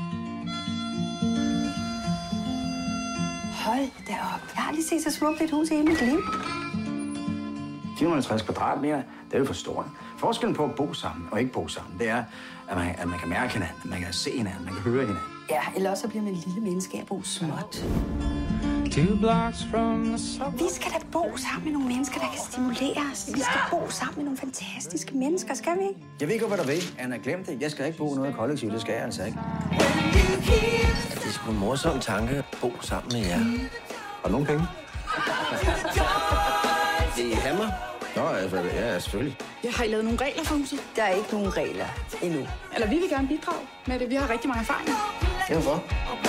Hold da op. Jeg har lige set så smukt et hus i mit liv. fire hundrede og halvtreds kvadratmeter, det er jo for stort. Forskellen på at bo sammen og ikke bo sammen, det er, at man, at man kan mærke hinanden, at man kan se hinanden, man kan høre hinanden. Ja, eller også bliver man en lille menneske at bo småt. Vi skal da bo sammen med nogle mennesker, der kan stimulere os. Vi skal bo sammen med nogle fantastiske mennesker, skal vi ikke? Jeg ved ikke, hvad der vil. Anna, glem det. Jeg skal ikke bo i noget kollektiv, det skal jeg altså ikke. Det er sgu en morsom tanke at bo sammen med jer. Har du nogen penge? Det er hammer. Nå, altså, ja, selvfølgelig. Jeg har I lavet nogle regler for huset? Der er ikke nogen regler endnu. Eller vi vil gerne bidrage med det. Vi har rigtig mange erfaringer. Hvorfor?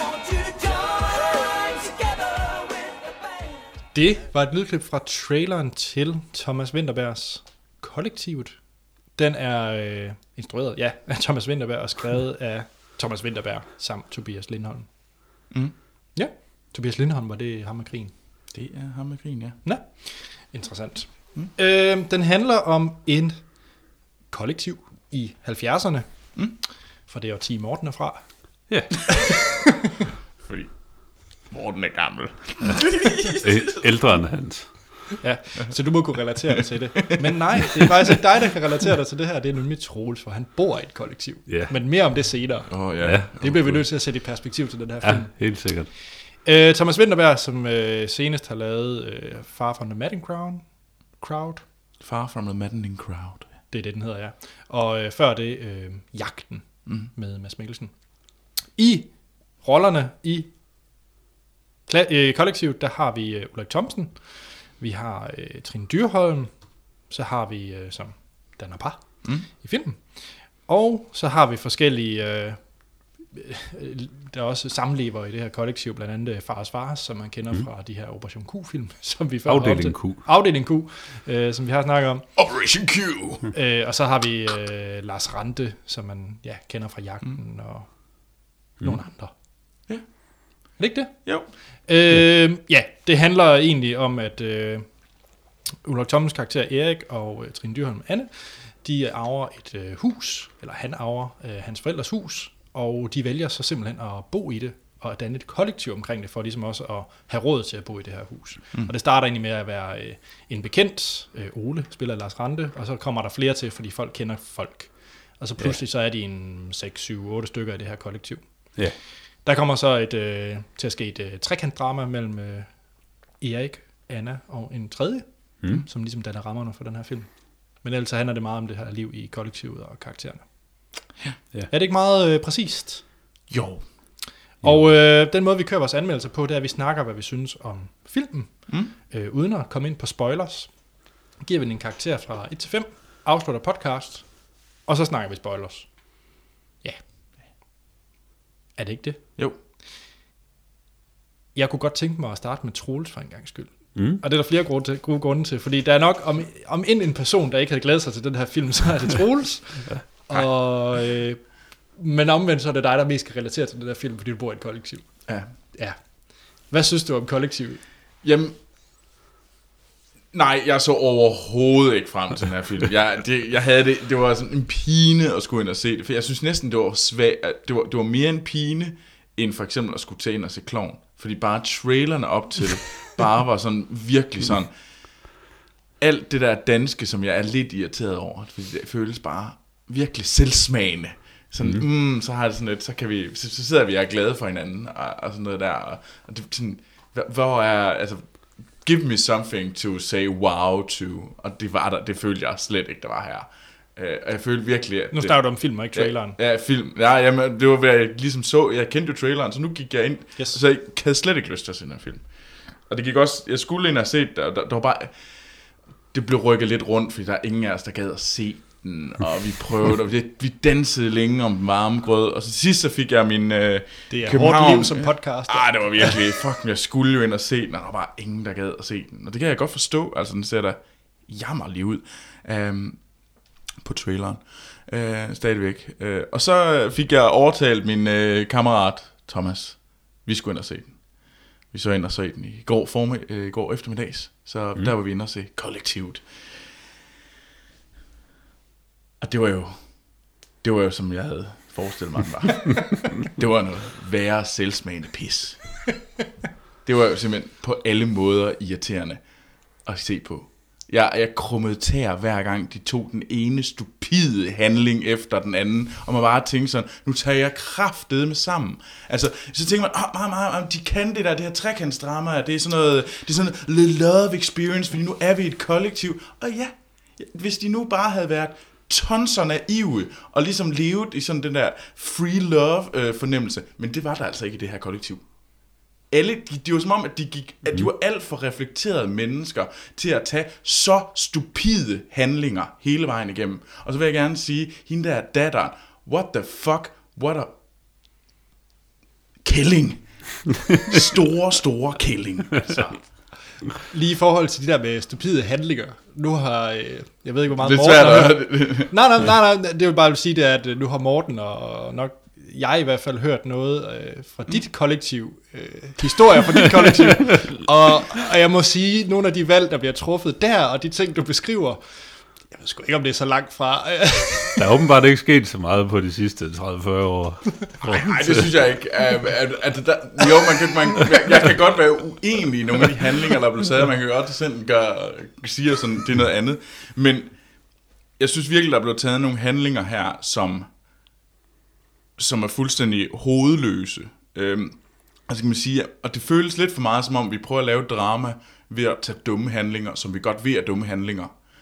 Det var et lydklip fra traileren til Thomas Vinterbergs Kollektivet. Den er øh, instrueret, ja, af Thomas Vinterberg og skrevet af Thomas Vinterberg samt Tobias Lindholm. Mm. Ja, Tobias Lindholm, var det ham med krigen? Det er ham med krigen, ja. Nå, interessant. Mm. Øh, den handler om en kollektiv i halvfjerdserne, mm. for det er jo ti Morten er fra. Ja. Fordi Morten er gammel. Ældre end hans. Ja, så du må kunne relatere dig til det. Men nej, det er faktisk ikke dig, der kan relatere dig til det her. Det er nemlig Troels, for han bor i et kollektiv. Ja. Men mere om det senere. Åh, ja. Ja. Det bliver vi nødt til at sætte i perspektiv til den her Ja, film. helt sikkert. Uh, Thomas Vinterberg, som uh, senest har lavet uh, Far From The Madding Crowd. Crowd. Far From The Maddening Crowd. Det er det, den hedder, ja. Og uh, før det, uh, Jagten Mm. med Mads Mikkelsen. I rollerne i kla- øh, kollektivet, der har vi uh, Ulrik Thomsen, vi har uh, Trine Dyrholm, så har vi uh, som danner par Mm. i filmen, og så har vi forskellige, uh, der er også samlever i det her kollektiv, blandt andet Fars Fars, som man kender mm. fra de her Operation Q-film, som vi før Afdeling Q. Afdeling Q, øh, som vi har snakket om. Operation Q! Øh, og så har vi øh, Lars Rante, som man ja, kender fra Jagten, mm. og mm. nogle andre. Ja. Er det ikke det? Jo. Øh, ja, det handler egentlig om, at øh, Ulrik Thommens karakter Erik og øh, Trine Dyrholm Anne, de arver et øh, hus, eller han arver øh, hans forældres hus, og de vælger så simpelthen at bo i det, og at danne et kollektiv omkring det, for ligesom også at have råd til at bo i det her hus. Mm. Og det starter egentlig med at være øh, en bekendt, øh, Ole, spiller Lars Rante, og så kommer der flere til, fordi folk kender folk. Og så pludselig ja. så er de en seks, syv, otte stykker i det her kollektiv. Ja. Der kommer så et, øh, til at ske et øh, trekantdrama mellem øh, Erik, Anna og en tredje, mm. som ligesom danner rammerne for den her film. Men ellers handler det meget om det her liv i kollektivet og karaktererne. Ja. Ja. Er det ikke meget øh, præcist? Jo. Og øh, den måde, vi kører vores anmeldelser på, det er, at vi snakker, hvad vi synes om filmen, mm. øh, uden at komme ind på spoilers. Giver vi den en karakter fra et til fem, afslutter podcast, og så snakker vi spoilers. Ja. Er det ikke det? Jo. Jeg kunne godt tænke mig at starte med Troels for en gang skyld. Mm. Og det er der flere gode, til, gode grunde til, fordi der er nok, om, om end en person, der ikke havde glædet sig til den her film, så er det Troels. ja. Og, øh, men omvendt så er det dig, der mest kan relatere til den der film, fordi du bor i et kollektiv. Ja. Ja. Hvad synes du om kollektivet? Jamen, nej, jeg så overhovedet ikke frem til den her film. Jeg, det, jeg havde det, det var sådan en pine at skulle ind og se det, for jeg synes næsten, det var svært. Det var, det var mere en pine, end for eksempel at skulle tage ind og se Klovn. Fordi bare trailerne op til det, bare var sådan virkelig sådan, alt det der danske, som jeg er lidt irriteret over, fordi det føles bare virkelig selvsmagende. Sådan, mm. Mm, så har det sådan lidt, så kan vi, så, så sidder vi og er glade for hinanden, og, og sådan noget der, og, og det, sådan, hvor er, altså, give me something to say wow to, og det var der, det følte jeg slet ikke, der var her. Uh, og jeg følte virkelig, at nu snakker du om film og ikke traileren. Ja, ja film. Ja, jamen, det var, hvad jeg ligesom så, jeg kendte jo traileren, så nu gik jeg ind, yes. Så jeg havde slet ikke lyst til at se den her film. Og det gik også, jeg skulle ind og se det, og der, der var bare, det blev rykket lidt rundt, fordi der er ingen af os, der gad at se den, og vi prøvede, og vi, vi dansede længe om den varme grød, og så sidst så fik jeg min øh, det er København. hårdt liv som podcast. Ah, det var virkelig, fuck, jeg skulle jo ind og se den, og der var bare ingen, der gad at se den. Og det kan jeg godt forstå, altså den ser da jammerlig ud um, på traileren, uh, stadigvæk. Uh, og så fik jeg overtalt min uh, kammerat Thomas Vi skulle ind og se den. Vi så ind og se den i går, formid, øh, går eftermiddags, så mm. der var vi inde og se Kollektivet. Og det var jo, det var jo som jeg havde forestillet mig, den var. Det var noget værre selvsmagende pis. Det var jo simpelthen på alle måder irriterende at se på. Jeg, jeg krummede tær hver gang de tog den ene stupide handling efter den anden, og man bare tænkte sådan, nu tager jeg kraftedeme sammen. Altså, så tænker man, oh, man, man, de kan det der, det her trekantsdrama, det er sådan noget, det er sådan noget love experience, fordi nu er vi et kollektiv. Og ja, hvis de nu bare havde været tons af naive, og ligesom levet i sådan den der free love øh, fornemmelse, men det var der altså ikke i det her kollektiv. Alle, de, det var som om, at de, gik, at de var alt for reflekterede mennesker til at tage så stupide handlinger hele vejen igennem. Og så vil jeg gerne sige, hende der datteren, what the fuck, what a killing. Store, store killing. Altså. Lige i forhold til de der med stupide handlinger, nu har, øh, jeg ved ikke hvor meget det Morten svært, har, nej, nej, nej, nej, det vil bare sige, det er, at nu har Morten og nok jeg i hvert fald hørt noget øh, fra dit kollektiv, øh, historier fra dit kollektiv, og, og jeg må sige, nogle af de valg, der bliver truffet der, og de ting, du beskriver, jeg ved sgu ikke, om det er så langt fra. Der er åbenbart ikke sket så meget på de sidste tredive til fyrre år. Nej, det synes jeg ikke. At, at, at der, jo, man kan, man, jeg, jeg kan godt være uenig i nogle af de handlinger, der er blevet sagt. Man kan godt selv gøre, sige, at det er noget andet. Men jeg synes virkelig, der er blevet taget nogle handlinger her, som... som er fuldstændig hovedløse. Øhm, altså kan man sige, og det føles lidt for meget, som om vi prøver at lave drama ved at tage dumme handlinger, som vi godt ved er dumme handlinger.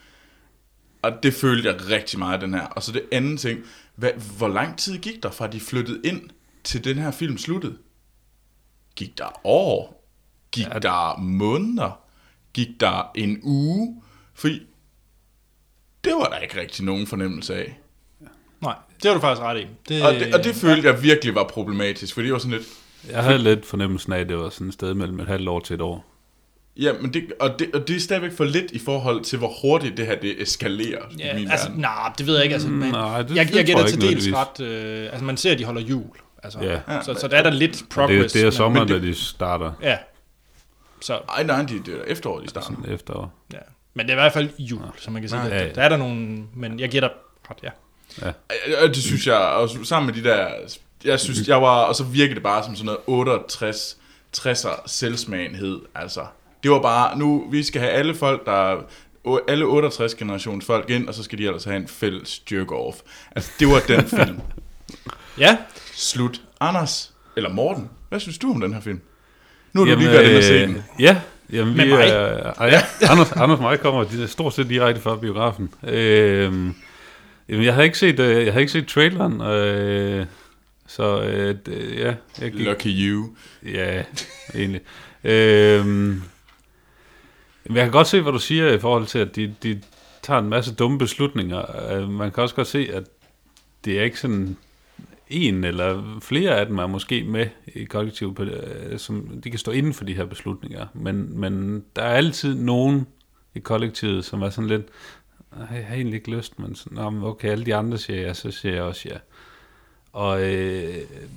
Og det følte jeg rigtig meget, den her. Og så det anden ting, hvad, hvor lang tid gik der fra, de flyttede ind, til den her film sluttede? Gik der år? Gik ja. der måneder? Gik der en uge? Fordi det var der ikke rigtig nogen fornemmelse af. Nej, det var du faktisk ret i. Det, og, det, og det følte jeg virkelig var problematisk, fordi det var sådan lidt... Jeg havde lidt fornemmelsen af, at det var sådan et sted mellem et halvt år til et år. Ja, men det, og, det, og det er stadigvæk for lidt i forhold til, hvor hurtigt det her det eskalerer. Ja, altså, nej, det ved jeg ikke. Altså, men nej, det, jeg, det jeg gætter til dels nødvendigvis. ret... Øh, altså, man ser, at de holder jul. Altså, ja. så, så der er der lidt progress. Det, det er sommer, men, da de starter. Ja. Så, Ej, nej, det, det er efterår, de starter. Sådan efterår. Ja. Men det er i hvert fald jul, ja. Så man kan sige. Ja, ja. Der, der er der nogle... Men jeg gætter ret, ja. Ja. Og det synes jeg, og sammen med de der, jeg synes, jeg var, og så virkede det bare som sådan noget otteogtres tresser selvsmagenhed, altså. Det var bare, nu, vi skal have alle folk, der, alle otteogtres generations folk ind, og så skal de ellers have en fælles jerk-off. Altså, det var den film. Ja. Slut. Anders, eller Morten, hvad synes du om den her film? Nu har jamen, du lige været inde og se den. Ja, jamen, med vi, mig. Øh, ja, Anders, Anders og mig kommer stort set direkte fra biografen. Øh, Jeg havde ikke set, jeg havde ikke set traileren, øh, så øh, ja. Jeg gik, Lucky you. Ja, egentlig. øh, jeg kan godt se, hvad du siger i forhold til, at de, de tager en masse dumme beslutninger. Man kan også godt se, at det er ikke sådan en eller flere af dem er måske med i kollektivet, som de kan stå inden for de her beslutninger. Men, men der er altid nogen i kollektivet, som er sådan lidt... Jeg har egentlig ikke lyst, men sådan, okay, alle de andre siger ja, så siger jeg også ja. Og øh,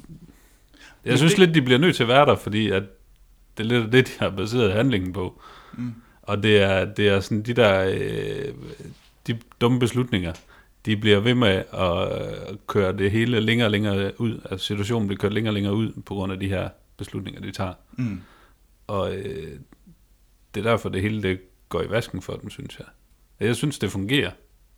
jeg synes det... lidt, de bliver nødt til at være der, fordi at det er lidt det, de har baseret handlingen på. Mm. Og det er, det er sådan de der øh, de dumme beslutninger, de bliver ved med at køre det hele længere og længere ud. Altså situationen bliver kørt længere og længere ud på grund af de her beslutninger, de tager. Mm. Og øh, det er derfor, det hele det går i vasken for dem, synes jeg. Jeg synes, det fungerer.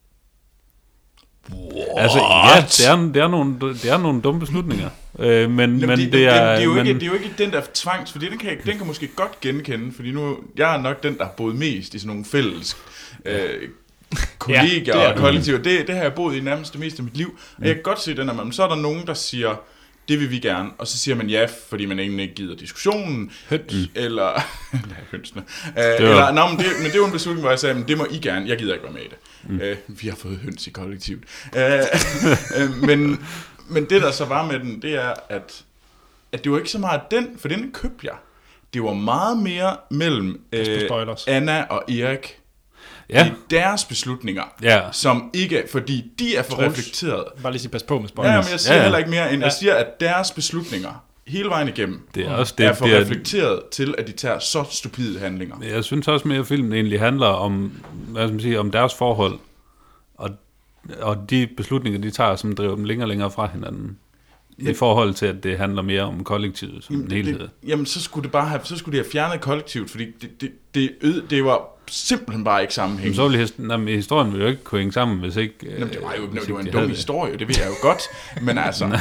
What? Altså, ja, det er, det er, nogle, det er nogle dumme beslutninger. Øh, men, men det, det, det, er, det, det, er jo men, ikke, det er jo ikke den der tvangs, fordi den kan, den kan måske godt genkende, fordi nu, jeg er nok den, der har boet mest i sådan nogle fælles øh, kolleger ja, og kollektiver. Det, det har jeg boet i nærmest det meste af mit liv. Og jeg kan godt se den her, men så er der nogen, der siger, det vil vi gerne, og så siger man ja, fordi man egentlig ikke gider diskussionen. Høns. Eller, ja, hønsene. Uh, eller, no, men, det, men det er jo en beslutning, hvor jeg sagde, men det må I gerne, jeg gider ikke være med i det. Mm. Uh, vi har fået høns i kollektivet. Uh, uh, men, men det der så var med den, det er, at, at det var ikke så meget den, for den købte jeg. Det var meget mere mellem uh, Anna og Erik. Ja. I deres beslutninger, ja. Som ikke, fordi de er for Troels. Reflekteret. Bare lige sige, pas på med spoilers. Ja, men jeg siger ja, ja. heller ikke mere, end ja. Jeg siger, at deres beslutninger, hele vejen igennem, det er, også det, er for det er, reflekteret til, at de tager så stupide handlinger. Jeg synes også mere, at filmen egentlig handler om, hvad skal man sige, om deres forhold, og, og de beslutninger, de tager, som driver dem længere og længere fra hinanden. Ja. I forhold til, at det handler mere om kollektivet som en helhed. Det, jamen, så skulle det bare have, så skulle de have fjernet kollektivet, fordi det, det, det, det, det var simpelthen bare ikke sammenhængende. Så ville jamen, historien ville jo ikke kunne hænge sammen, hvis ikke... Jamen, det var jo det var en dum historie, det ved jeg jo godt, men altså...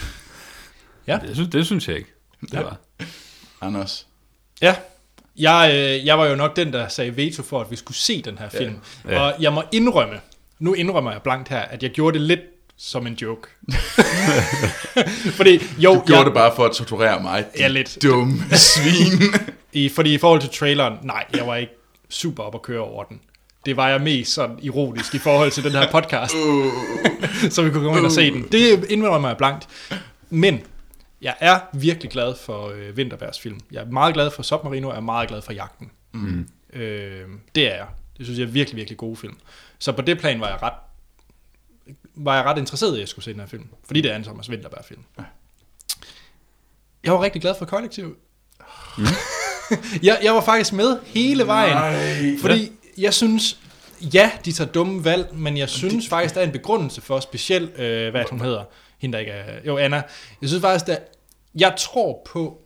ja. Det synes, det synes jeg ikke, det ja. var. Anders? Ja, jeg, øh, jeg var jo nok den, der sagde veto for, at vi skulle se den her film. Ja. Ja. Og jeg må indrømme, nu indrømmer jeg blankt her, at jeg gjorde det lidt som en joke. fordi, jo, du gjorde jeg, det bare for at torturere mig, ja, lidt. Dumme svin. I, fordi i forhold til traileren, nej, jeg var ikke super op at køre over den. Det var jeg mest sådan ironisk i forhold til den her podcast. uh, så vi kunne komme ind og se den. Det indrømmer jeg blankt. Men jeg er virkelig glad for øh, Vinterbergs film. Jeg er meget glad for Submarino, og jeg er meget glad for Jagten. Mm. Øh, det er jeg. Det synes jeg er virkelig, virkelig gode film. Så på det plan var jeg ret var jeg ret interesseret i, at jeg skulle se den her film. Fordi det er en Thomas Vinterberg-film. Ja. Jeg var rigtig glad for Kollektivet. Mm. jeg, jeg var faktisk med hele vejen. Nej. Fordi ja. jeg synes, ja, de tager dumme valg, men jeg synes faktisk, der er en begrundelse for, specielt, øh, hvad hun hedder, hende der ikke er, jo, Anna. Jeg synes faktisk, at jeg tror på,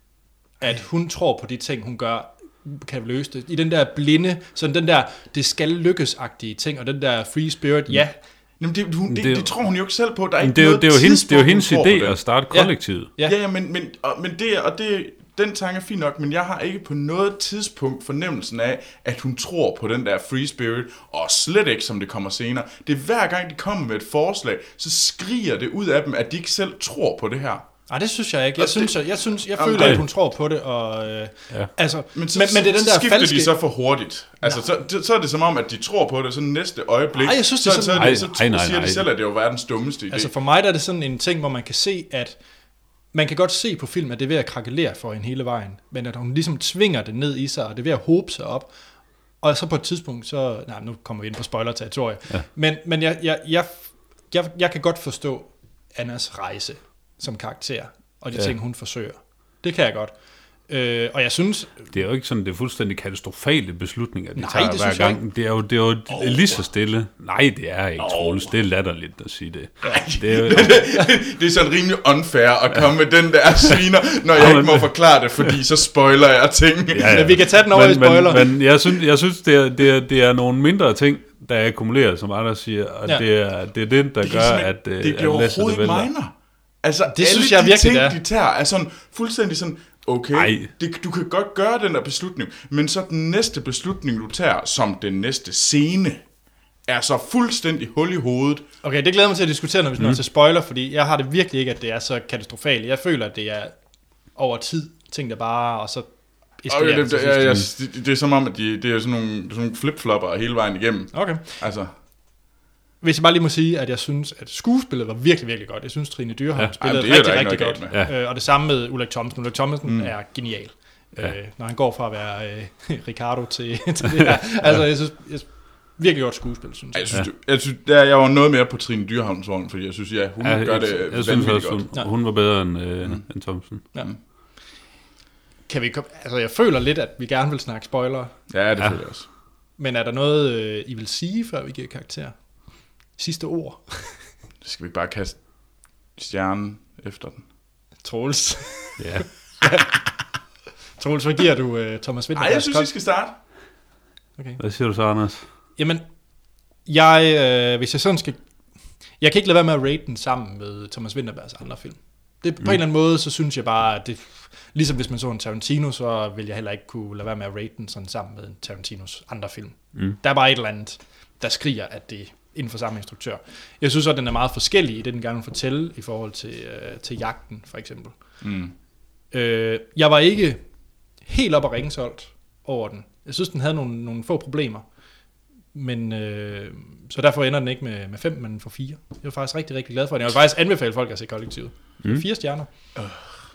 at hun tror på de ting, hun gør, kan løse det. I den der blinde, sådan den der, det skal lykkes-agtige ting, og den der free spirit, ja. Jamen det, hun, det, det, det tror hun jo ikke selv på. Der er ikke det, er jo, noget det, er jo hendes, det er jo hendes idé at starte kollektivet. Ja, ja, ja men, men, og, men det, og det, den tanke er fin nok, men jeg har ikke på noget tidspunkt fornemmelsen af, at hun tror på den der free spirit, og slet ikke, som det kommer senere. Det er hver gang, de kommer med et forslag, så skriger det ud af dem, at de ikke selv tror på det her. Nej, det synes jeg ikke. Jeg synes, jeg, jeg, synes, jeg føler, at hun tror på det, og øh, ja. altså, men, så, men, men det er den så der skifter falske... de så for hurtigt. Altså, ja. så, så er det som om, at de tror på det, så næste øjeblik, Ej, jeg synes, det så, er så, sådan, så, så, ej, nej, siger nej. de selv, at det er jo verdens dummeste idé. Altså for mig der er det sådan en ting, hvor man kan se, at man kan godt se på film, at det er ved at krakelere for en hele vejen, men at hun ligesom tvinger det ned i sig, og det er ved at håbe sig op, og så på et tidspunkt, så... Nej, nu kommer vi ind på spoiler-territoriet. Ja. Men, men jeg, jeg, jeg, jeg, jeg kan godt forstå Annas rejse som karakter, og de ja. ting, hun forsøger. Det kan jeg godt. Øh, og jeg synes... Det er jo ikke sådan, det er fuldstændig katastrofale beslutninger, de nej, tager det hver gang. Det er jo, det er jo oh, lige så stille. Nej, det er ikke, Troels. Oh. Det er latterligt at sige det. Ja. Det, er jo, det er sådan rimelig unfair at komme med den der sviner, når jeg ikke må forklare det, fordi så spoiler jeg ting. Ja, ja. Men vi kan tage den over men, i spoiler. Men, men jeg synes, jeg synes det, er, det, er, det er nogle mindre ting, der akkumulerer, som Anders siger, og ja. det, er, det er det, der det gør, at det, det bliver overhovedet ikke minor. Altså, det alle synes jeg de virkelig, ting, er. de tager, er sådan fuldstændig sådan, okay, det, du kan godt gøre den der beslutning, men så den næste beslutning, du tager, som den næste scene, er så fuldstændig hul i hovedet. Okay, det glæder mig til at diskutere, når vi mm. når til spoiler, fordi jeg har det virkelig ikke, at det er så katastrofalt. Jeg føler, at det er over tid, ting der bare, og så okay, det, det, ja, ja, det, det er som om, at de, det er sådan nogle, sådan nogle flip-flopper hele vejen igennem. Okay. Altså... Hvis jeg bare lige må sige, at jeg synes, at skuespillet var virkelig, virkelig godt. Jeg synes, Trine Dyrholm ja. spillede Ej, rigtig, rigtig godt. Ja. Øh, og det samme med Ulrik Thomsen. Ulrik Thomsen mm. er genial. Ja. Øh, når han går fra at være øh, Ricardo til, til det her. Altså, jeg synes, jeg, virkelig godt skuespil, synes jeg. Jeg synes, ja. jeg, synes der, jeg var noget mere på Trine Dyrholms vogn, fordi jeg synes, ja, hun ja, gør det jeg, jeg synes også, godt. Hun, ja. hun var bedre end, øh, mm. end Thomsen. Ja. Mm. Kan vi komme, altså, jeg føler lidt, at vi gerne vil snakke spoiler. Ja, det ja. føler jeg også. Men er der noget, øh, I vil sige, før vi giver karakter? Sidste ord. Skal vi ikke bare kaste stjernen efter den? Troels. Ja. Troels, hvad giver du uh, Thomas Vinterberg? Nej, jeg synes, I skal starte. Okay. Hvad siger du så, Anders? Jamen, jeg, øh, hvis jeg sådan skal... Jeg kan ikke lade være med at rate den sammen med Thomas Vinterbergs andre film. Det, på mm. en eller anden måde, så synes jeg bare, at det... Ligesom hvis man så en Tarantino, så vil jeg heller ikke kunne lade være med at rate den sådan sammen med en Tarantinos andre film. Mm. Der er bare et eller andet, der skriger, at det inden for samme instruktør. Jeg synes at den er meget forskellig i det, den gerne vil fortælle i forhold til, øh, til Jagten, for eksempel. Mm. Øh, jeg var ikke helt op at ringe solgt over den. Jeg synes, den havde nogle, nogle få problemer. Men, øh, så derfor ender den ikke med, med fem, men for fire. Jeg var faktisk rigtig, rigtig glad for den. Jeg vil faktisk anbefale folk at se Kollektivet. Mm. Fire stjerner. Øh.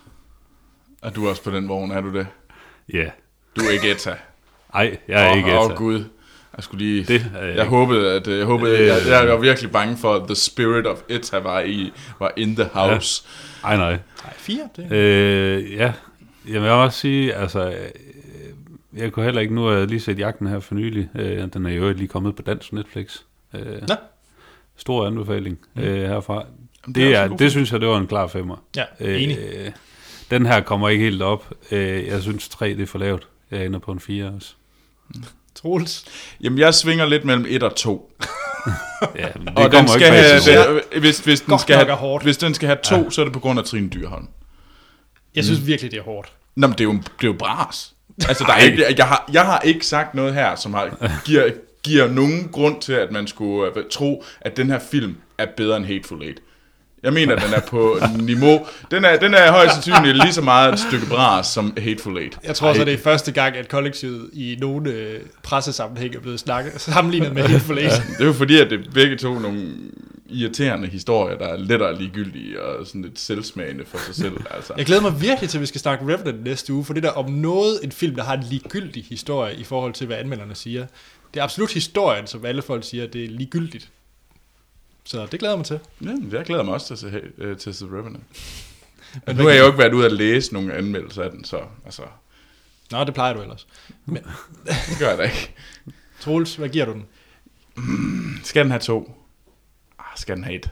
Er du også på den vogn, er du det? Ja. Yeah. Du er ikke Etta. Nej, jeg er oh, ikke Etta. Åh, oh, Gud. Jeg skulle lige... Det er jeg jeg, ikke. håbede, at... Jeg, håbede, jeg, jeg var virkelig bange for, at the spirit of it var, i, var in the house. Ja. Ej, nej. Nej, fire. Det. Øh, ja, jeg vil også sige, altså... Øh, jeg kunne heller ikke... Nu har jeg lige set Jagten her for nylig. Øh, den er jo lige kommet på dansk Netflix. Øh, Nå. Stor anbefaling mm. øh, herfra. Det, Det, er er, det synes jeg, det var en klar femmer. Ja, enig. Øh, den her kommer ikke helt op. Øh, jeg synes, tre det er for lavt. Jeg ender på en fire også. Troels. Jamen, jeg svinger lidt mellem et og to. Ja, det Og den kommer skal ikke bag have, sig selv. den, hvis, hvis, den Godt skal nok er have, hårdt. hvis den skal have to, ja. så er det på grund af Trine Dyrholm. Jeg synes virkelig, det er hårdt. Nå, men det er jo, det er jo bras. Altså, der er ikke, jeg, har, jeg har ikke sagt noget her, som har, giver, giver nogen grund til, at man skulle uh, tro, at den her film er bedre end Hateful Eight. Jeg mener, at den er på niveau... Den er, den er højst sandsynligt lige så meget et stykke bras som Hateful Eight. Jeg tror så, det er første gang, at kollektivet i nogle øh, pressesammenhæng er blevet snakket, sammenlignet med Hateful Eight. Ja, det er jo fordi, at det begge to nogle irriterende historier, der er lettere ligegyldige og sådan lidt selvsmagende for sig selv. Altså. Jeg glæder mig virkelig til, at vi skal snakke Revenant næste uge, for det der om noget en film, der har en ligegyldig historie i forhold til, hvad anmelderne siger. Det er absolut historien, som alle folk siger, det er ligegyldigt. Så det glæder jeg mig til. Ja, jeg glæder mig også til at se, uh, til at se Revenant. Men nu har jeg jo ikke været ude at læse nogle anmeldelser af den, så altså... Nå, det plejer du ellers. Men... det gør jeg da ikke. Troels, hvad giver du den? Mm, skal den have to? Ah, skal den have et?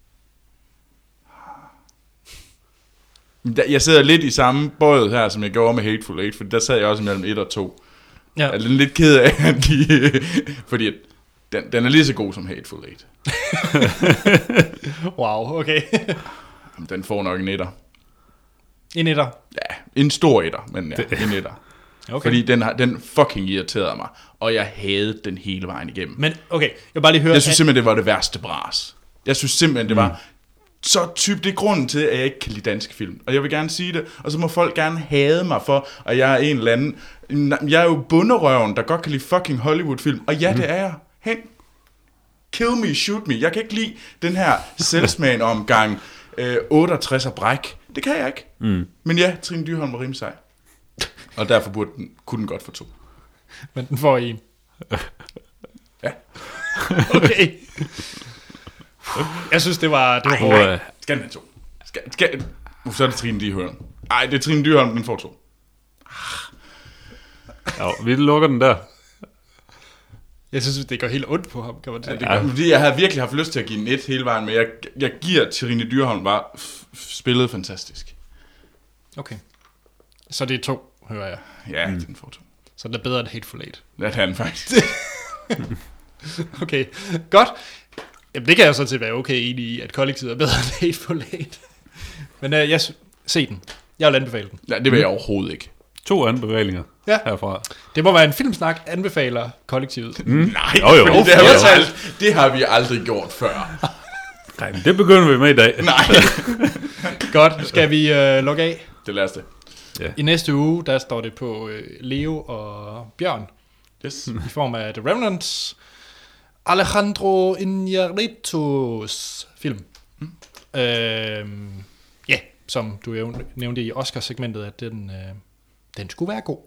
Jeg sidder lidt i samme båd her, som jeg gjorde med Hateful Eight, for der sad jeg også mellem et og to. Ja. Jeg er lidt ked af, at de... fordi at den, den er lige så god som Hateful Eight. Wow, okay. Den får nok en etter. En etter? Ja, en stor etter, men ja, en etter. Okay. Fordi den, har, den fucking irriterede mig, og jeg havde den hele vejen igennem. Men okay, jeg vil bare lige høre... Jeg synes simpelthen, det var det værste bras. Jeg synes simpelthen, det var... Mm. Så typ, det er grunden til, at jeg ikke kan lide danske film. Og jeg vil gerne sige det, og så må folk gerne hade mig for, at jeg er en eller anden... Jeg er jo bunderøven, der godt kan lide fucking Hollywood-film. Og ja, mm. det er jeg. Hen. Kill me, shoot me. Jeg kan ikke lide den her selvsmagen omgang øh, otteogtres og bræk. Det kan jeg ikke. Mm. Men ja, Trine Dyrholm var rimelig sej. Og derfor burde den, kunne den godt få to. Men den får en. Ja. Okay. Jeg synes, det var, det var hårdt. Ej, skal den have to? Skal, skal, så er det Trine Dyrholm. Ej, det er Trine Dyrholm, den får to. Ja, vi lukker den der. Jeg synes, det går helt ondt på ham, kan man sige. Ja, det gør, fordi jeg havde virkelig haft lyst til at give en et hele vejen, men jeg, jeg giver Trine Dyrholm bare f- spillet fantastisk. Okay. Så det er to, hører jeg. Ja, mm. den får to. Så den er bedre end Hateful Eight. Ja, det er den faktisk. Okay, godt. Jamen, det kan jeg sådan set være okay enig i, at kollektivet er bedre end Hateful Eight. Men uh, jeg se den. Jeg vil anbefale den. Ja, det vil jeg overhovedet ikke. To anbefalinger ja. herfra. Det må være en filmsnak, anbefaler kollektivet. Mm. Nej, jo, jo. Det, har vi aldrig, det har vi aldrig gjort før. Nej, men det begynder vi med i dag. Nej. Godt, skal vi uh, logge af? Det lader os det. Ja. I næste uge, der står det på uh, Leo og Bjørn. Yes. I form af The Remnants. Alejandro Iñárritu's film. Mm. Øhm, ja, som du nævnte i Oscar-segmentet, at den, øh, den skulle være god.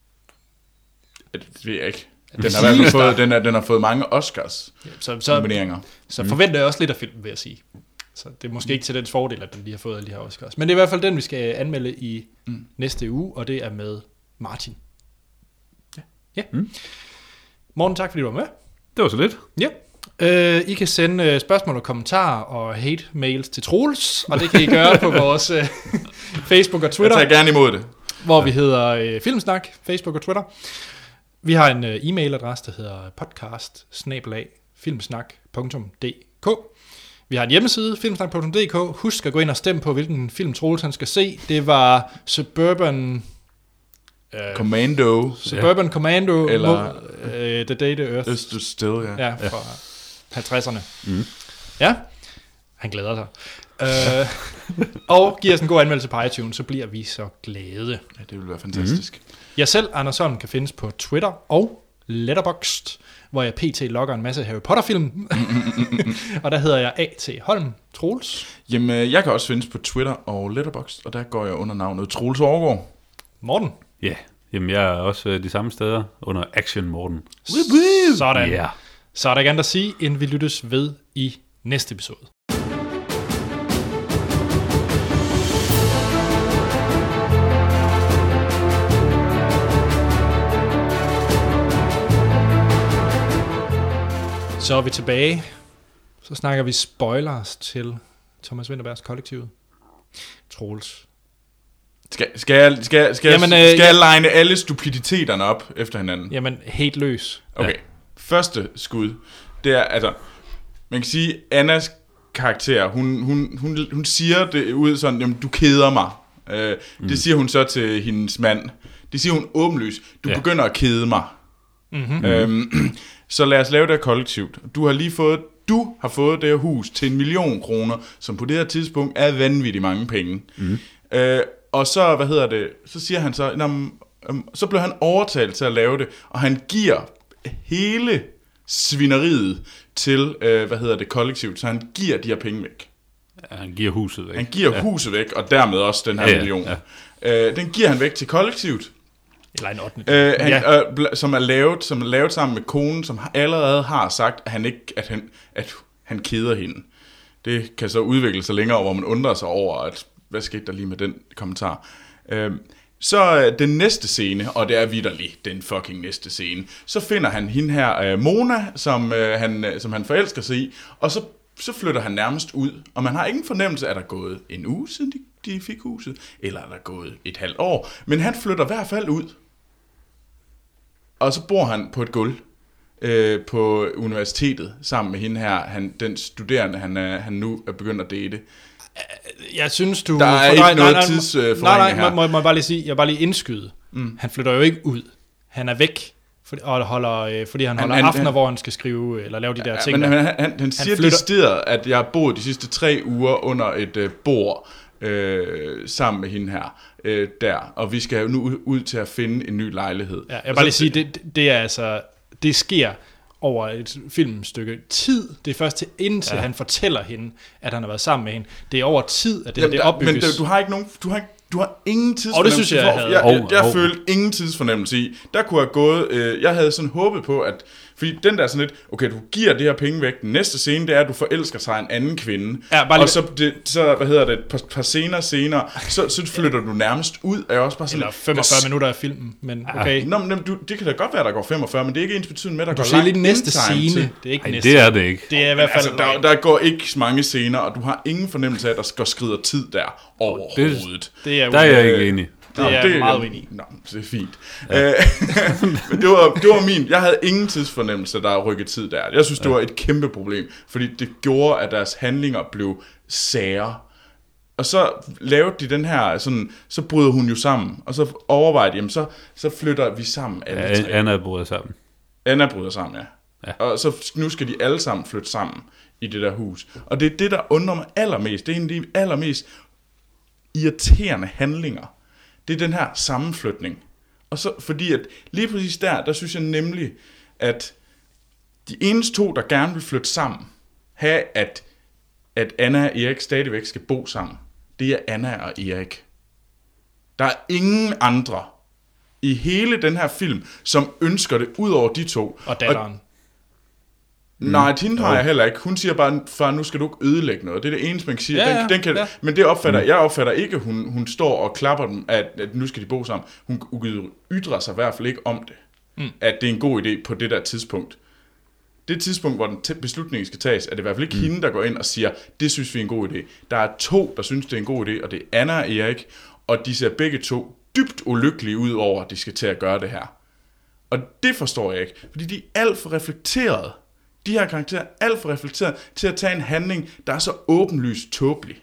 Det ved jeg ikke. Den har, i hvert fald fået, den, er, den har fået mange Oscars ja, så, så, nomineringer. Så mm. forventer jeg også lidt af filmen, vil jeg sige. Så det er måske ikke til dens fordel, at den lige har fået alle de her Oscars. Men det er i hvert fald den, vi skal anmelde i mm. næste uge, og det er med Martin. Ja. ja. Mm. Morten, tak fordi du var med. Det var så lidt. Ja. Uh, I kan sende uh, spørgsmål og kommentarer og hate-mails til Troels, og det kan I gøre på vores uh, Facebook og Twitter. Jeg tager gerne imod det. Hvor ja. vi hedder uh, Filmsnak, Facebook og Twitter. Vi har en uh, e-mailadresse, der hedder podcast bindestreg filmsnak punktum d k. Vi har en hjemmeside, filmsnak punktum d k. Husk at gå ind og stemme på, hvilken film Troels han skal se. Det var Suburban... Uh, Commando. Suburban yeah. Commando. Eller uh, The Day the Earth. Stood Still, ja. Ja, fra ja. halvtredserne. Mm. Ja, han glæder sig. uh, og giver os en god anmeldelse på iTunes, så bliver vi så glade. Ja, det vil være fantastisk. Mm. Jeg selv, Anders Holm, kan findes på Twitter og Letterboxd, hvor jeg pt. logger en masse Harry Potter-film. Og der hedder jeg A T Holm. Troels? Jamen, jeg kan også findes på Twitter og Letterboxd, og der går jeg under navnet Troels Overgaard. Morten? Ja, yeah. Jamen, jeg er også øh, de samme steder under Action Morten. Sådan. Yeah. Så er der ikke andet at sige, end vi lyttes ved i næste episode. Så er vi tilbage. Så snakker vi spoilers til Thomas Vinterbergs Kollektivet. Troels. Skal, skal jeg, skal, jeg- skal, Jamen, jeg, øh, skal jeg jeg- line alle stupiditeterne op efter hinanden? Jamen, helt løs. Okay, ja. Første skud, det er, altså, man kan sige, Annas karakter, hun, hun, hun, hun siger det ud sådan, jamen, du keder mig. Øh, mm. Det siger hun så til hendes mand. Det siger hun åbenlyst. Du Ja. begynder at kede mig. Mm-hmm. Øhm, så lad os lave det kollektivt. Du har lige fået, du har fået det her hus til en million kroner, som på det her tidspunkt er vanvittigt mange penge. Mm. Øh, og så, hvad hedder det, så siger han så, nå, um, så bliver han overtalt til at lave det, og han giver hele svineriet til, øh, hvad hedder det, kollektivt, så han giver de her penge væk. Ja, han giver huset væk. Han giver ja. huset væk, og dermed også den her Ja, ja, million. Ja. Øh, den giver han væk til kollektivt. Eller en ottende. Øh, han, Ja. øh, bl- som er lavet, som er lavet sammen med konen, som har- allerede har sagt, at han ikke, at han, at han keder hende. Det kan så udvikle sig længere, hvor man undrer sig over, at hvad skete der lige med den kommentar. Øh, så øh, den næste scene, og det er vitterligt den fucking næste scene, så finder han hende her, øh, Mona, som, øh, han, øh, som han forelsker sig i, og så, så flytter han nærmest ud, og man har ingen fornemmelse, at der er gået en uge siden de, de fik huset, eller er der gået et halvt år, men han flytter i hvert fald ud. Og så bor han på et gulv øh, på universitetet sammen med hende her, han, den studerende, han, er, han nu er begyndt at date. Jeg synes, du... Der er for- ikke nej, noget nej, nej, tidsforringning Nej, nej, her. må, må, må jeg bare lige sige, jeg vil bare lige indskyde. Mm. Han flytter jo ikke ud. Han er væk, for, og holder, øh, fordi han Han- holder han- aftener, han- hvor han skal skrive, eller lave de der Ja, ting. men der. han, han, han, han siger flytter- decideret, at jeg har boet de sidste tre uger under et øh, bord øh, sammen med hende her, øh, der, og vi skal jo nu ud- ud til at finde en ny lejlighed. Ja, jeg vil Og bare lige så- sige, det, det er altså, det sker over et filmstykke tid. Det er først til, indtil ja. han fortæller hende, at han har været sammen med hende. Det er over tid, at det, Jamen, det der- opbygges. Men der, du har ikke nogen, du har ikke, du har ingen tidsfornemmelse. Og det synes jeg, jeg for- havde. Jeg, jeg, Hov, jeg hov. følte ingen tidsfornemmelse i. Der kunne have gået, øh, jeg havde sådan håbet på, at, fordi den der sådan lidt, okay, du giver det her penge væk. Den næste scene, det er, at du forelsker sig en anden kvinde. Ja, bare lige- og så, det, så, hvad hedder det, et par, par scener senere, så, så flytter du nærmest ud. Er jeg også bare sådan, Eller femogfyrre minutter af filmen, men okay. Nå, men du, det kan da godt være, der går femogfyrre, men det er ikke ens betydende med, at der Du går siger lang lige den næste indtime scene. til. Det er ikke Ej, næste. det er det ikke. Det er i hvert fald... Altså, der, der går ikke mange scener, og du har ingen fornemmelse af, at der går skrider tid der overhovedet. det er, Der er jeg ikke enig. Det er jeg meget uenig i. Nå, det er fint. Ja. Men det var, det var min. Jeg havde ingen tidsfornemmelse, der rykkede tid der. Jeg synes, det var et kæmpe problem, fordi det gjorde, at deres handlinger blev sære. Og så lavede de den her, sådan, så bryder hun jo sammen, og så overvejede, jamen så, så flytter vi sammen alle Ja, tre. Anna bryder sammen. Anna bryder sammen, ja. Ja. Og så nu skal de alle sammen flytte sammen i det der hus. Og det er det, der undrer mig allermest. Det er en af de allermest irriterende handlinger. Det er den her sammenflytning. Og så, fordi at lige præcis der, der synes jeg nemlig, at de eneste to, der gerne vil flytte sammen, have at, at Anna og Erik stadigvæk skal bo sammen, det er Anna og Erik. Der er ingen andre i hele den her film, som ønsker det ud over de to. Og datteren. Mm. Nej, hende har jeg heller ikke. Hun siger bare, far, nu skal du ikke ødelægge noget. Det er det eneste, man kan sige. Ja, den, ja, den kan, ja. Men det opfatter, jeg opfatter ikke, at hun, hun står og klapper dem, at, at nu skal de bo sammen. Hun ytrer sig i hvert fald ikke om det. Mm. At det er en god idé på det der tidspunkt. Det tidspunkt, hvor den t- beslutning skal tages, er det i hvert fald ikke mm. hende, der går ind og siger, det synes vi er en god idé. Der er to, der synes, det er en god idé, og det er Anna og Erik, og de ser begge to dybt ulykkelige ud over, at de skal til at gøre det her. Og det forstår jeg ikke, fordi de er alt for reflekterede. De her karakterer er alt for reflekteret til at tage en handling, der er så åbenlyst tåbelig.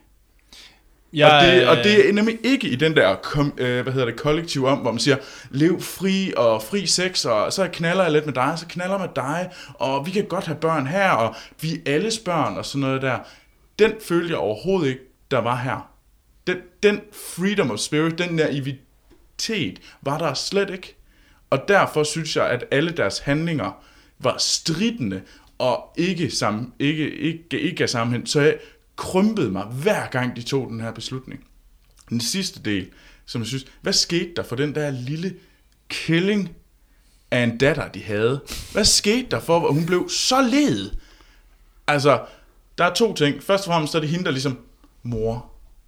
Jeg, og, det, og det er nemlig ikke i den der kom, øh, hvad hedder det, kollektiv om, hvor man siger, lev fri og fri sex, og så knaller jeg lidt med dig, så knaller jeg med dig, og vi kan godt have børn her, og vi er alles børn, og sådan noget der. Den følte jeg overhovedet ikke, der var her. Den, den freedom of spirit, den naivitet, var der slet ikke. Og derfor synes jeg, at alle deres handlinger var stridende, og ikke, sammen, ikke, ikke, ikke af sammenhæng. Så jeg krympede mig hver gang, de tog den her beslutning. Den sidste del, som jeg synes, hvad skete der for den der lille killing af en datter, de havde. Hvad skete der for, at hun blev så led? Altså, der er to ting. Først og fremmest er det hende, der ligesom, mor,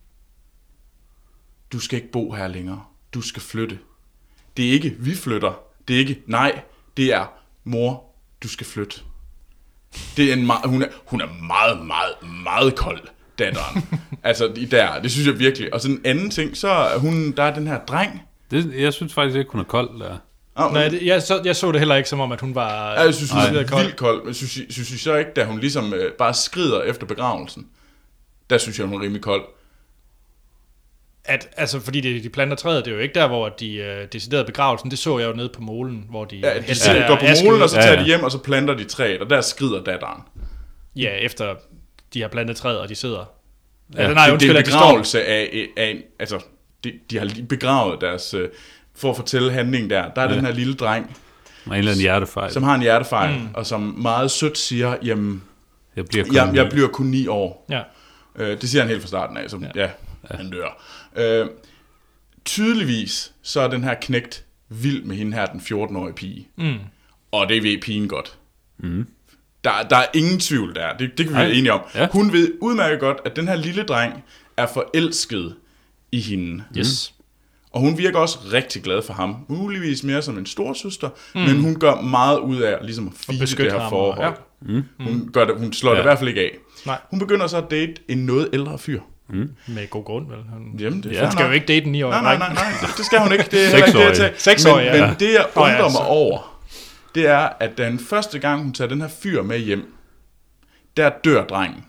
du skal ikke bo her længere. Du skal flytte. Det er ikke, vi flytter. Det er ikke, nej, det er, mor, du skal flytte. Det er en meget, hun, er, hun er meget, meget, meget kold, datteren. Altså, i der, det synes jeg virkelig. Og så en anden ting, så er hun, der er den her dreng. Det, jeg synes faktisk ikke, hun er kold der. Oh, Nej, det, jeg, så, jeg så det heller ikke som om, at hun var... Ja, jeg synes, hun er kold. vildt kold. Men synes, synes I så ikke, da hun ligesom øh, bare skrider efter begravelsen? Der synes jeg, hun er rimelig kold. At, altså, fordi de, de planter træet, det er jo ikke der, hvor de øh, deciderede begravelsen. Det så jeg jo nede på molen, hvor de... Ja, de ja. går på molen, og så tager ja, ja. de hjem, og så planter de træet, og der skrider datteren. Ja, efter de har plantet træet, og de sidder... Ja, ja, nej, det, det er en begravelse af, af en... Altså, de, de har begravet deres... Øh, for at fortælle handlingen der. Der er ja. den her lille dreng... En eller anden hjertefejl. Som har en hjertefejl, mm. og som meget sødt siger, jamen... Jeg bliver kun, jeg, jeg bliver kun ni år. Ja. Øh, det siger han helt fra starten af, som... Ja, ja, ja. han dør. Øh, tydeligvis, så er den her knægt vild med hende her, den fjorten-årige pige. Mm. Og det ved pigen godt. Mm. Der, der er ingen tvivl der. Det, det kan vi være enige om. Ja. Hun ved udmærket godt, at den her lille dreng er forelsket i hende. Yes. Og hun virker også rigtig glad for ham. Muligvis mere som en storsøster, mm. men hun gør meget ud af ligesom at fide det her forhold. Ja. Mm. Hun, gør det, hun slår ja. det i hvert fald ikke af. Nej. Hun begynder så at date en noget ældre fyr. Mm. Med god grund, vel? Hun, Jamen, det ja. skal jo ikke date en ni-årig. Nej, nej, nej, nej, det skal hun ikke. Det er heller ikke det, jeg tager. Seks år, ja. Men det, jeg undrer mig over, det er, at den første gang, hun tager den her fyr med hjem, der dør drengen.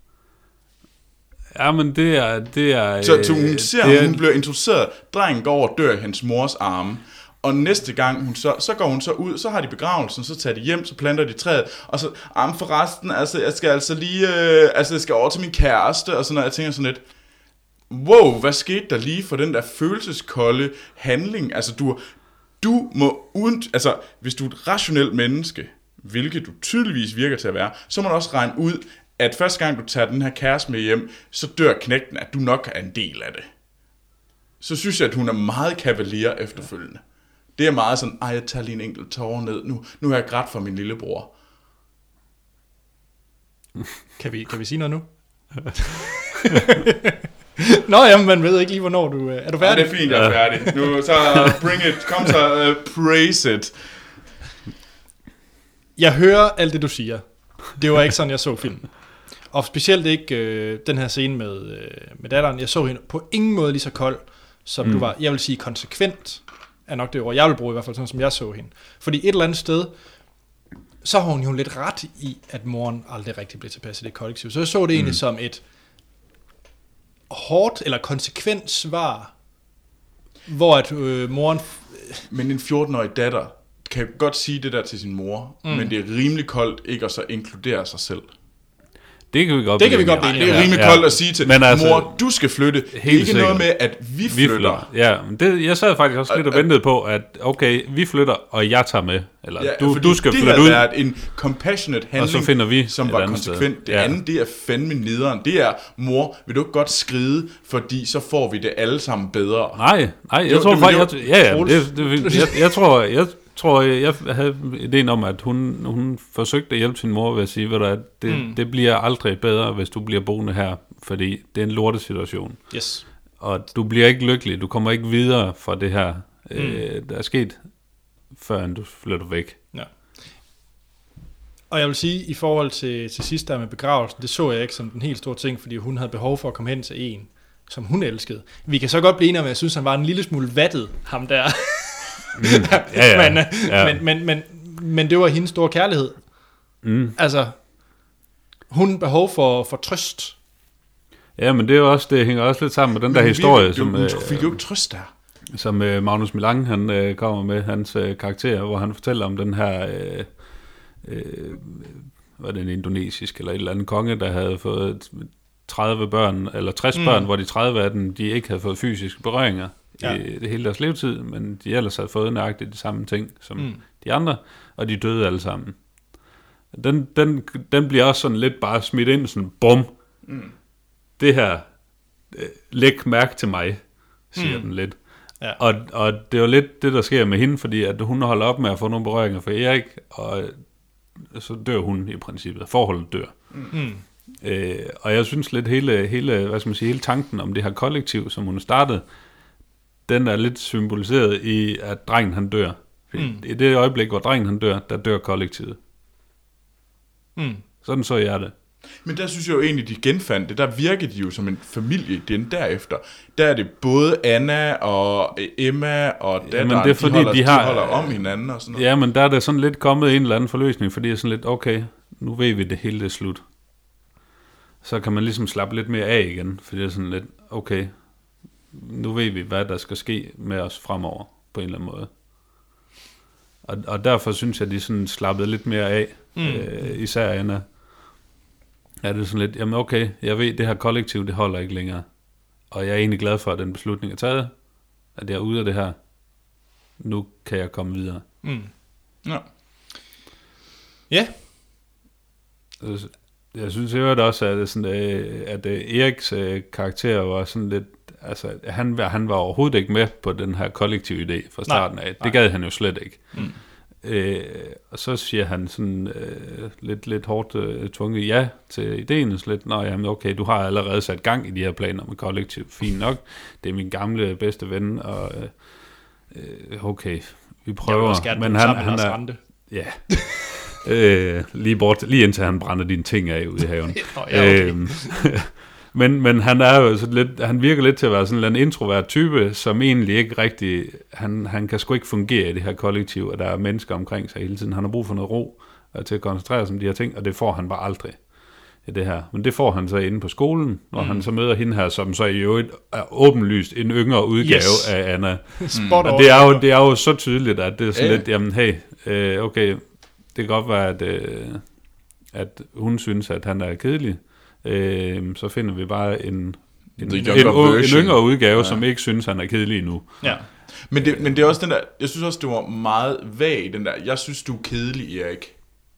Ja, men det er... Det er så, så hun ser, at hun bliver introduceret. Drengen går over og dør i hans mors arme. Og næste gang, hun så, så går hun så ud, så har de begravelsen, så tager de hjem, så planter de træet, og så, ah, forresten, altså, jeg skal altså lige, øh, altså, jeg skal over til min kæreste, og sådan noget, jeg tænker sådan lidt, wow, hvad skete der lige for den der følelseskolde handling? Altså, du, du må uden, altså, hvis du er et rationelt menneske, hvilket du tydeligvis virker til at være, så må du også regne ud, at første gang du tager den her kæreste med hjem, så dør knægten, at du nok er en del af det. Så synes jeg, at hun er meget kavalier efterfølgende. Det er meget sådan, ej, jeg tager lige en enkelt tårer ned. Nu, nu har jeg grædt for min lillebror. Kan vi, kan vi sige noget nu? Nå, jamen, man ved ikke lige, hvornår du... Er du færdig? Ja, det er fint, jeg er færdig. Nu, så bring it, kom så, uh, praise it. Jeg hører alt det, du siger. Det var ikke sådan, jeg så filmen. Og specielt ikke øh, den her scene med, øh, med datteren. Jeg så hende på ingen måde lige så kold, som mm. du var. Jeg vil sige konsekvent, er nok det ord, jeg vil bruge i hvert fald, sådan som jeg så hende. Fordi et eller andet sted, så har hun jo lidt ret i, at moren aldrig rigtig blev tilpasset i det kollektiv. Så jeg så det mm. egentlig som et hårdt eller konsekvent svar, hvor at øh, moren... Men en fjorten-årig datter kan godt sige det der til sin mor, mm. men det er rimelig koldt ikke at så inkludere sig selv. Det kan vi godt det kan vi godt blive. Det er rimelig ja, koldt at sige til men altså, mor, du skal flytte. Det er ikke sikkert. Noget med, at vi flytter. Vi flytter. Ja, det, jeg sad faktisk også lidt og ventede på, at okay, vi flytter, og jeg tager med. Eller ja, du, du skal flytte ud. Det havde været en compassionate handling, og så finder vi som var konsekvent. Sted. Det ja. andet, det er fandme nederen. Det er, mor, vil du ikke godt skride, fordi så får vi det alle sammen bedre. Nej, nej, jeg det, tror faktisk, jeg, ja, ja, det, det, jeg, jeg tror, jeg tror, jeg havde ideen om, at hun, hun forsøgte at hjælpe sin mor ved at sige, ved du, at det, mm. det bliver aldrig bedre, hvis du bliver boende her, fordi det er en lortesituation. Yes. Og du bliver ikke lykkelig, du kommer ikke videre fra det her, mm. øh, der er sket, før du flytter væk. Ja. Og jeg vil sige, i forhold til, til sidst der med begravelsen, det så jeg ikke som den helt store ting, fordi hun havde behov for at komme hen til en, som hun elskede. Vi kan så godt blive enige om, at jeg synes, han var en lille smule vattet, ham der. Mm. ja, ja. men, ja. Men, men, men, men det var hendes store kærlighed. Mm. Altså, hun behov for, for trøst. Ja, men det er også, det hænger også lidt sammen med den der historie, du, som... Du, du fik jo ikke trøst der. Som uh, Magnus Milang, han uh, kommer med, hans uh, karakter, hvor han fortæller om den her... Uh, uh, var det en indonesisk eller et eller andet konge, der havde fået tredive børn, eller tres mm. børn, hvor de tredive af dem, de ikke havde fået fysiske berøringer. Ja. I det hele deres levetid, men de ellers havde fået nøjagtigt de samme ting som mm. de andre, og de døde alle sammen. Den, den, den bliver også sådan lidt bare smidt ind, sådan bum. Mm. Det her, øh, læg mærke til mig, siger mm. den lidt. Ja. Og, og det er jo lidt det, der sker med hende, fordi at hun holder op med at få nogle berøringer for Erik, og så dør hun i princippet. Forholdet dør. Mm. Øh, og jeg synes lidt hele, hele, hvad skal man sige, hele tanken om det her kollektiv, som hun startede, den er lidt symboliseret i, at drengen han dør. Mm. I det øjeblik, hvor drengen han dør, der dør kollektivet. Mm. Sådan så jeg det. Men der synes jeg jo egentlig, de genfandt det. Der virkede de jo som en familie, den derefter. Der er det både Anna og Emma og datteren, ja, det er, fordi, de, holder, de, har, de holder om hinanden og sådan noget. Ja, men der er der sådan lidt kommet en eller anden forløsning, fordi det er sådan lidt, okay, nu ved vi det hele, det er slut. Så kan man ligesom slappe lidt mere af igen, fordi det er sådan lidt, okay, nu ved vi, hvad der skal ske med os fremover, på en eller anden måde. Og, og derfor synes jeg, de sådan slappede lidt mere af, mm. øh, især Anna. Ja, det er sådan lidt, jamen okay, jeg ved, det her kollektiv, det holder ikke længere. Og jeg er egentlig glad for, at den beslutning er taget, at jeg er ude af det her. Nu kan jeg komme videre. Mm. Ja. Ja. Jeg synes jo også, at, sådan, at Eriks karakter var sådan lidt, altså han, han var overhovedet ikke med på den her kollektive idé fra starten af. Nej, det gad han jo slet ikke. Mm. Øh, og så siger han sådan øh, lidt, lidt hårdt øh, tvunget ja til ideen, så lidt, nå jamen okay, du har allerede sat gang i de her planer med kollektiv, fint nok, det er min gamle bedste ven, og øh, okay, vi prøver, jeg men han, han er, ja, øh, lige, bort, lige indtil han brænder dine ting af ude i haven. oh, ja, okay. øh, Men, men han er jo sådan lidt, han virker lidt til at være sådan en introvert type, som egentlig ikke rigtig, han, han kan sgu ikke fungere i det her kollektiv, og der er mennesker omkring sig hele tiden. Han har brug for noget ro uh, til at koncentrere sig om de her ting, og det får han bare aldrig i det her. Men det får han så inde på skolen, når mm. han så møder hende her, som så i øvrigt er åbenlyst en yngre udgave yes. af Anna. Mm. Og det er, jo, det er jo så tydeligt, at det er sådan yeah. lidt, jamen hey, øh, okay, det kan godt være, at, øh, at hun synes, at han er kedelig. Øh, så finder vi bare en, en, en, en, en yngre udgave, ja. Som ikke synes, han er kedelig endnu. Ja. Men det, men det er også den der, jeg synes også, det var meget vag, den der, jeg synes, du er kedelig, Erik.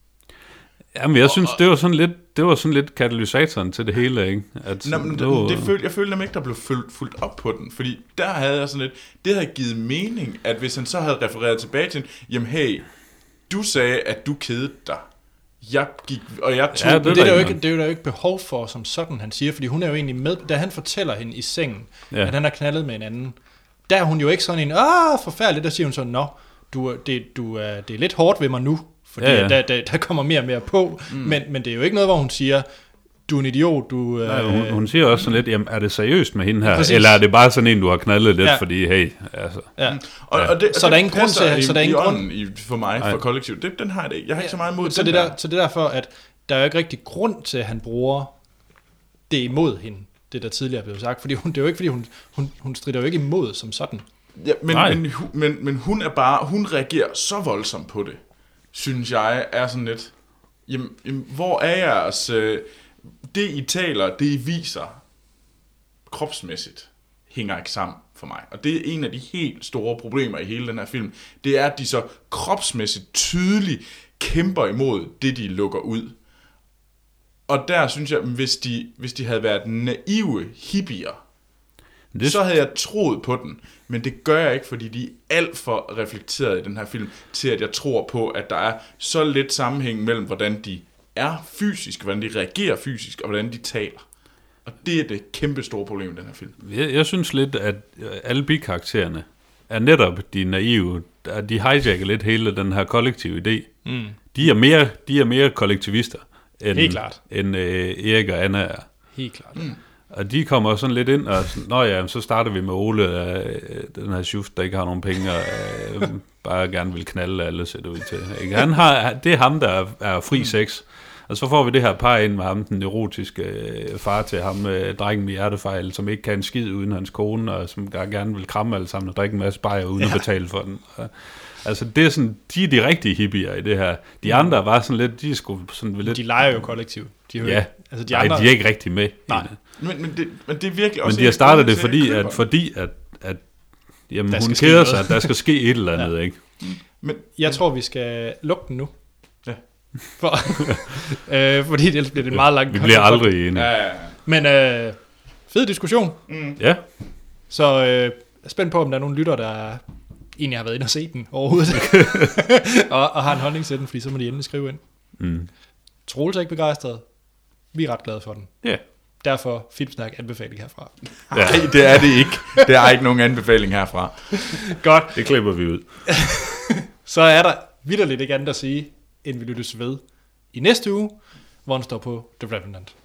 Jamen, jeg og, synes, det var sådan lidt, det var sådan lidt katalysatoren til det hele, ikke? At, nej, men det, var, det følte, jeg følte nemlig ikke, der blev fulgt, fulgt op på den, fordi der havde jeg sådan lidt, det havde givet mening, at hvis han så havde refereret tilbage til, jamen hey, du sagde, at du kedede dig. Jeg gik, og jeg tog... Ja, det, det, er der jo ikke, det er jo der jo ikke behov for, som sådan han siger, fordi hun er jo egentlig med, da han fortæller hende i sengen, ja. At han har knaldet med en anden, der er hun jo ikke sådan en, ah, forfærdeligt, der siger hun sådan, nå, du, det, du, det er lidt hårdt ved mig nu, fordi ja, ja. Der, der, der kommer mere og mere på, mm. men, men det er jo ikke noget, hvor hun siger, du er en idiot, du... Nej, øh, hun, hun siger også sådan lidt, jamen, er det seriøst med hende her, præcis. Eller er det bare sådan en, du har knaldet lidt, ja. Fordi, hey, altså... Ja. Mm. Og, og det, så, der er ingen grund til... I, så der er ingen grund i, for mig, Nej. For kollektiv, det, den har jeg det ikke. Jeg har ikke ja. Så meget imod så den det der. der. Så det er derfor, at der er jo ikke rigtig grund til, at han bruger det imod hende, det der tidligere blev sagt, fordi hun, det er jo ikke, fordi hun, hun, hun strider jo ikke imod som sådan. Ja, men, men, men, men hun er bare, hun reagerer så voldsomt på det, synes jeg, er sådan lidt, jamen, jamen hvor er jeres... Øh, det I taler, det I viser kropsmæssigt, hænger ikke sammen for mig. Og det er en af de helt store problemer i hele den her film. Det er, at de så kropsmæssigt tydeligt kæmper imod det, de lukker ud. Og der synes jeg, hvis de, hvis de havde været naive hippier, det... så havde jeg troet på den. Men det gør jeg ikke, fordi de er alt for reflekteret i den her film, til at jeg tror på, at der er så lidt sammenhæng mellem, hvordan de er fysisk, hvordan de reagerer fysisk, og hvordan de taler. Og det er det kæmpe store problem i den her film. Jeg, jeg synes lidt, at alle bikaraktererne er netop de naive, at de hijacker lidt hele den her kollektive idé. Mm. De, er mere, de er mere kollektivister, end, Helt klart. end uh, Erik og Anna er. Helt klart. Mm. Og de kommer sådan lidt ind, og sådan, nå ja, så starter vi med Ole, uh, den her schuft, der ikke har nogen penge, og uh, bare gerne vil knalde alle, ser det ud til. Ikke? Han har, det er ham, der er, er fri mm. sex. Og så får vi det her par ind med ham, den erotiske øh, far til ham, øh, drengen med hjertefejl, som ikke kan en skid uden hans kone, og som gerne vil kramme alle sammen og drikke en masse bajer uden ja. At betale for den. Og, altså, det er sådan, de er de rigtige hippier i det her. De mm. andre var sådan lidt, de er sgu sådan lidt... De leger jo kollektivt. De ja, ikke, altså, de nej, andre... de er ikke rigtig med. Nej. Men, men, det, men det er virkelig også... Men de har startet det, fordi at, fordi at, at jamen, hun keder sig, at der skal ske et eller andet, ja. Ikke? Men jeg tror, vi skal lukke den nu. For, øh, fordi det bliver en meget lang Vi bliver aldrig enige. Ja, ja, ja. Men øh, fed diskussion. Mm. Ja. Så øh, er spændt på, om der er nogle lytter, der egentlig har været inde og set den overhovedet, og, og har en holdning til den, fordi så må de endelig skrive ind. Mm. Troels er ikke begejstret. Vi er ret glade for den. Ja. Yeah. Derfor Filmsnak anbefaling herfra. Nej, ja. det er det ikke. Det er ikke nogen anbefaling herfra. Godt. Det klipper vi ud. Så er der vitterligt ikke andet at sige, end vi lyttes ved i næste uge, hvor den står på The Revenant.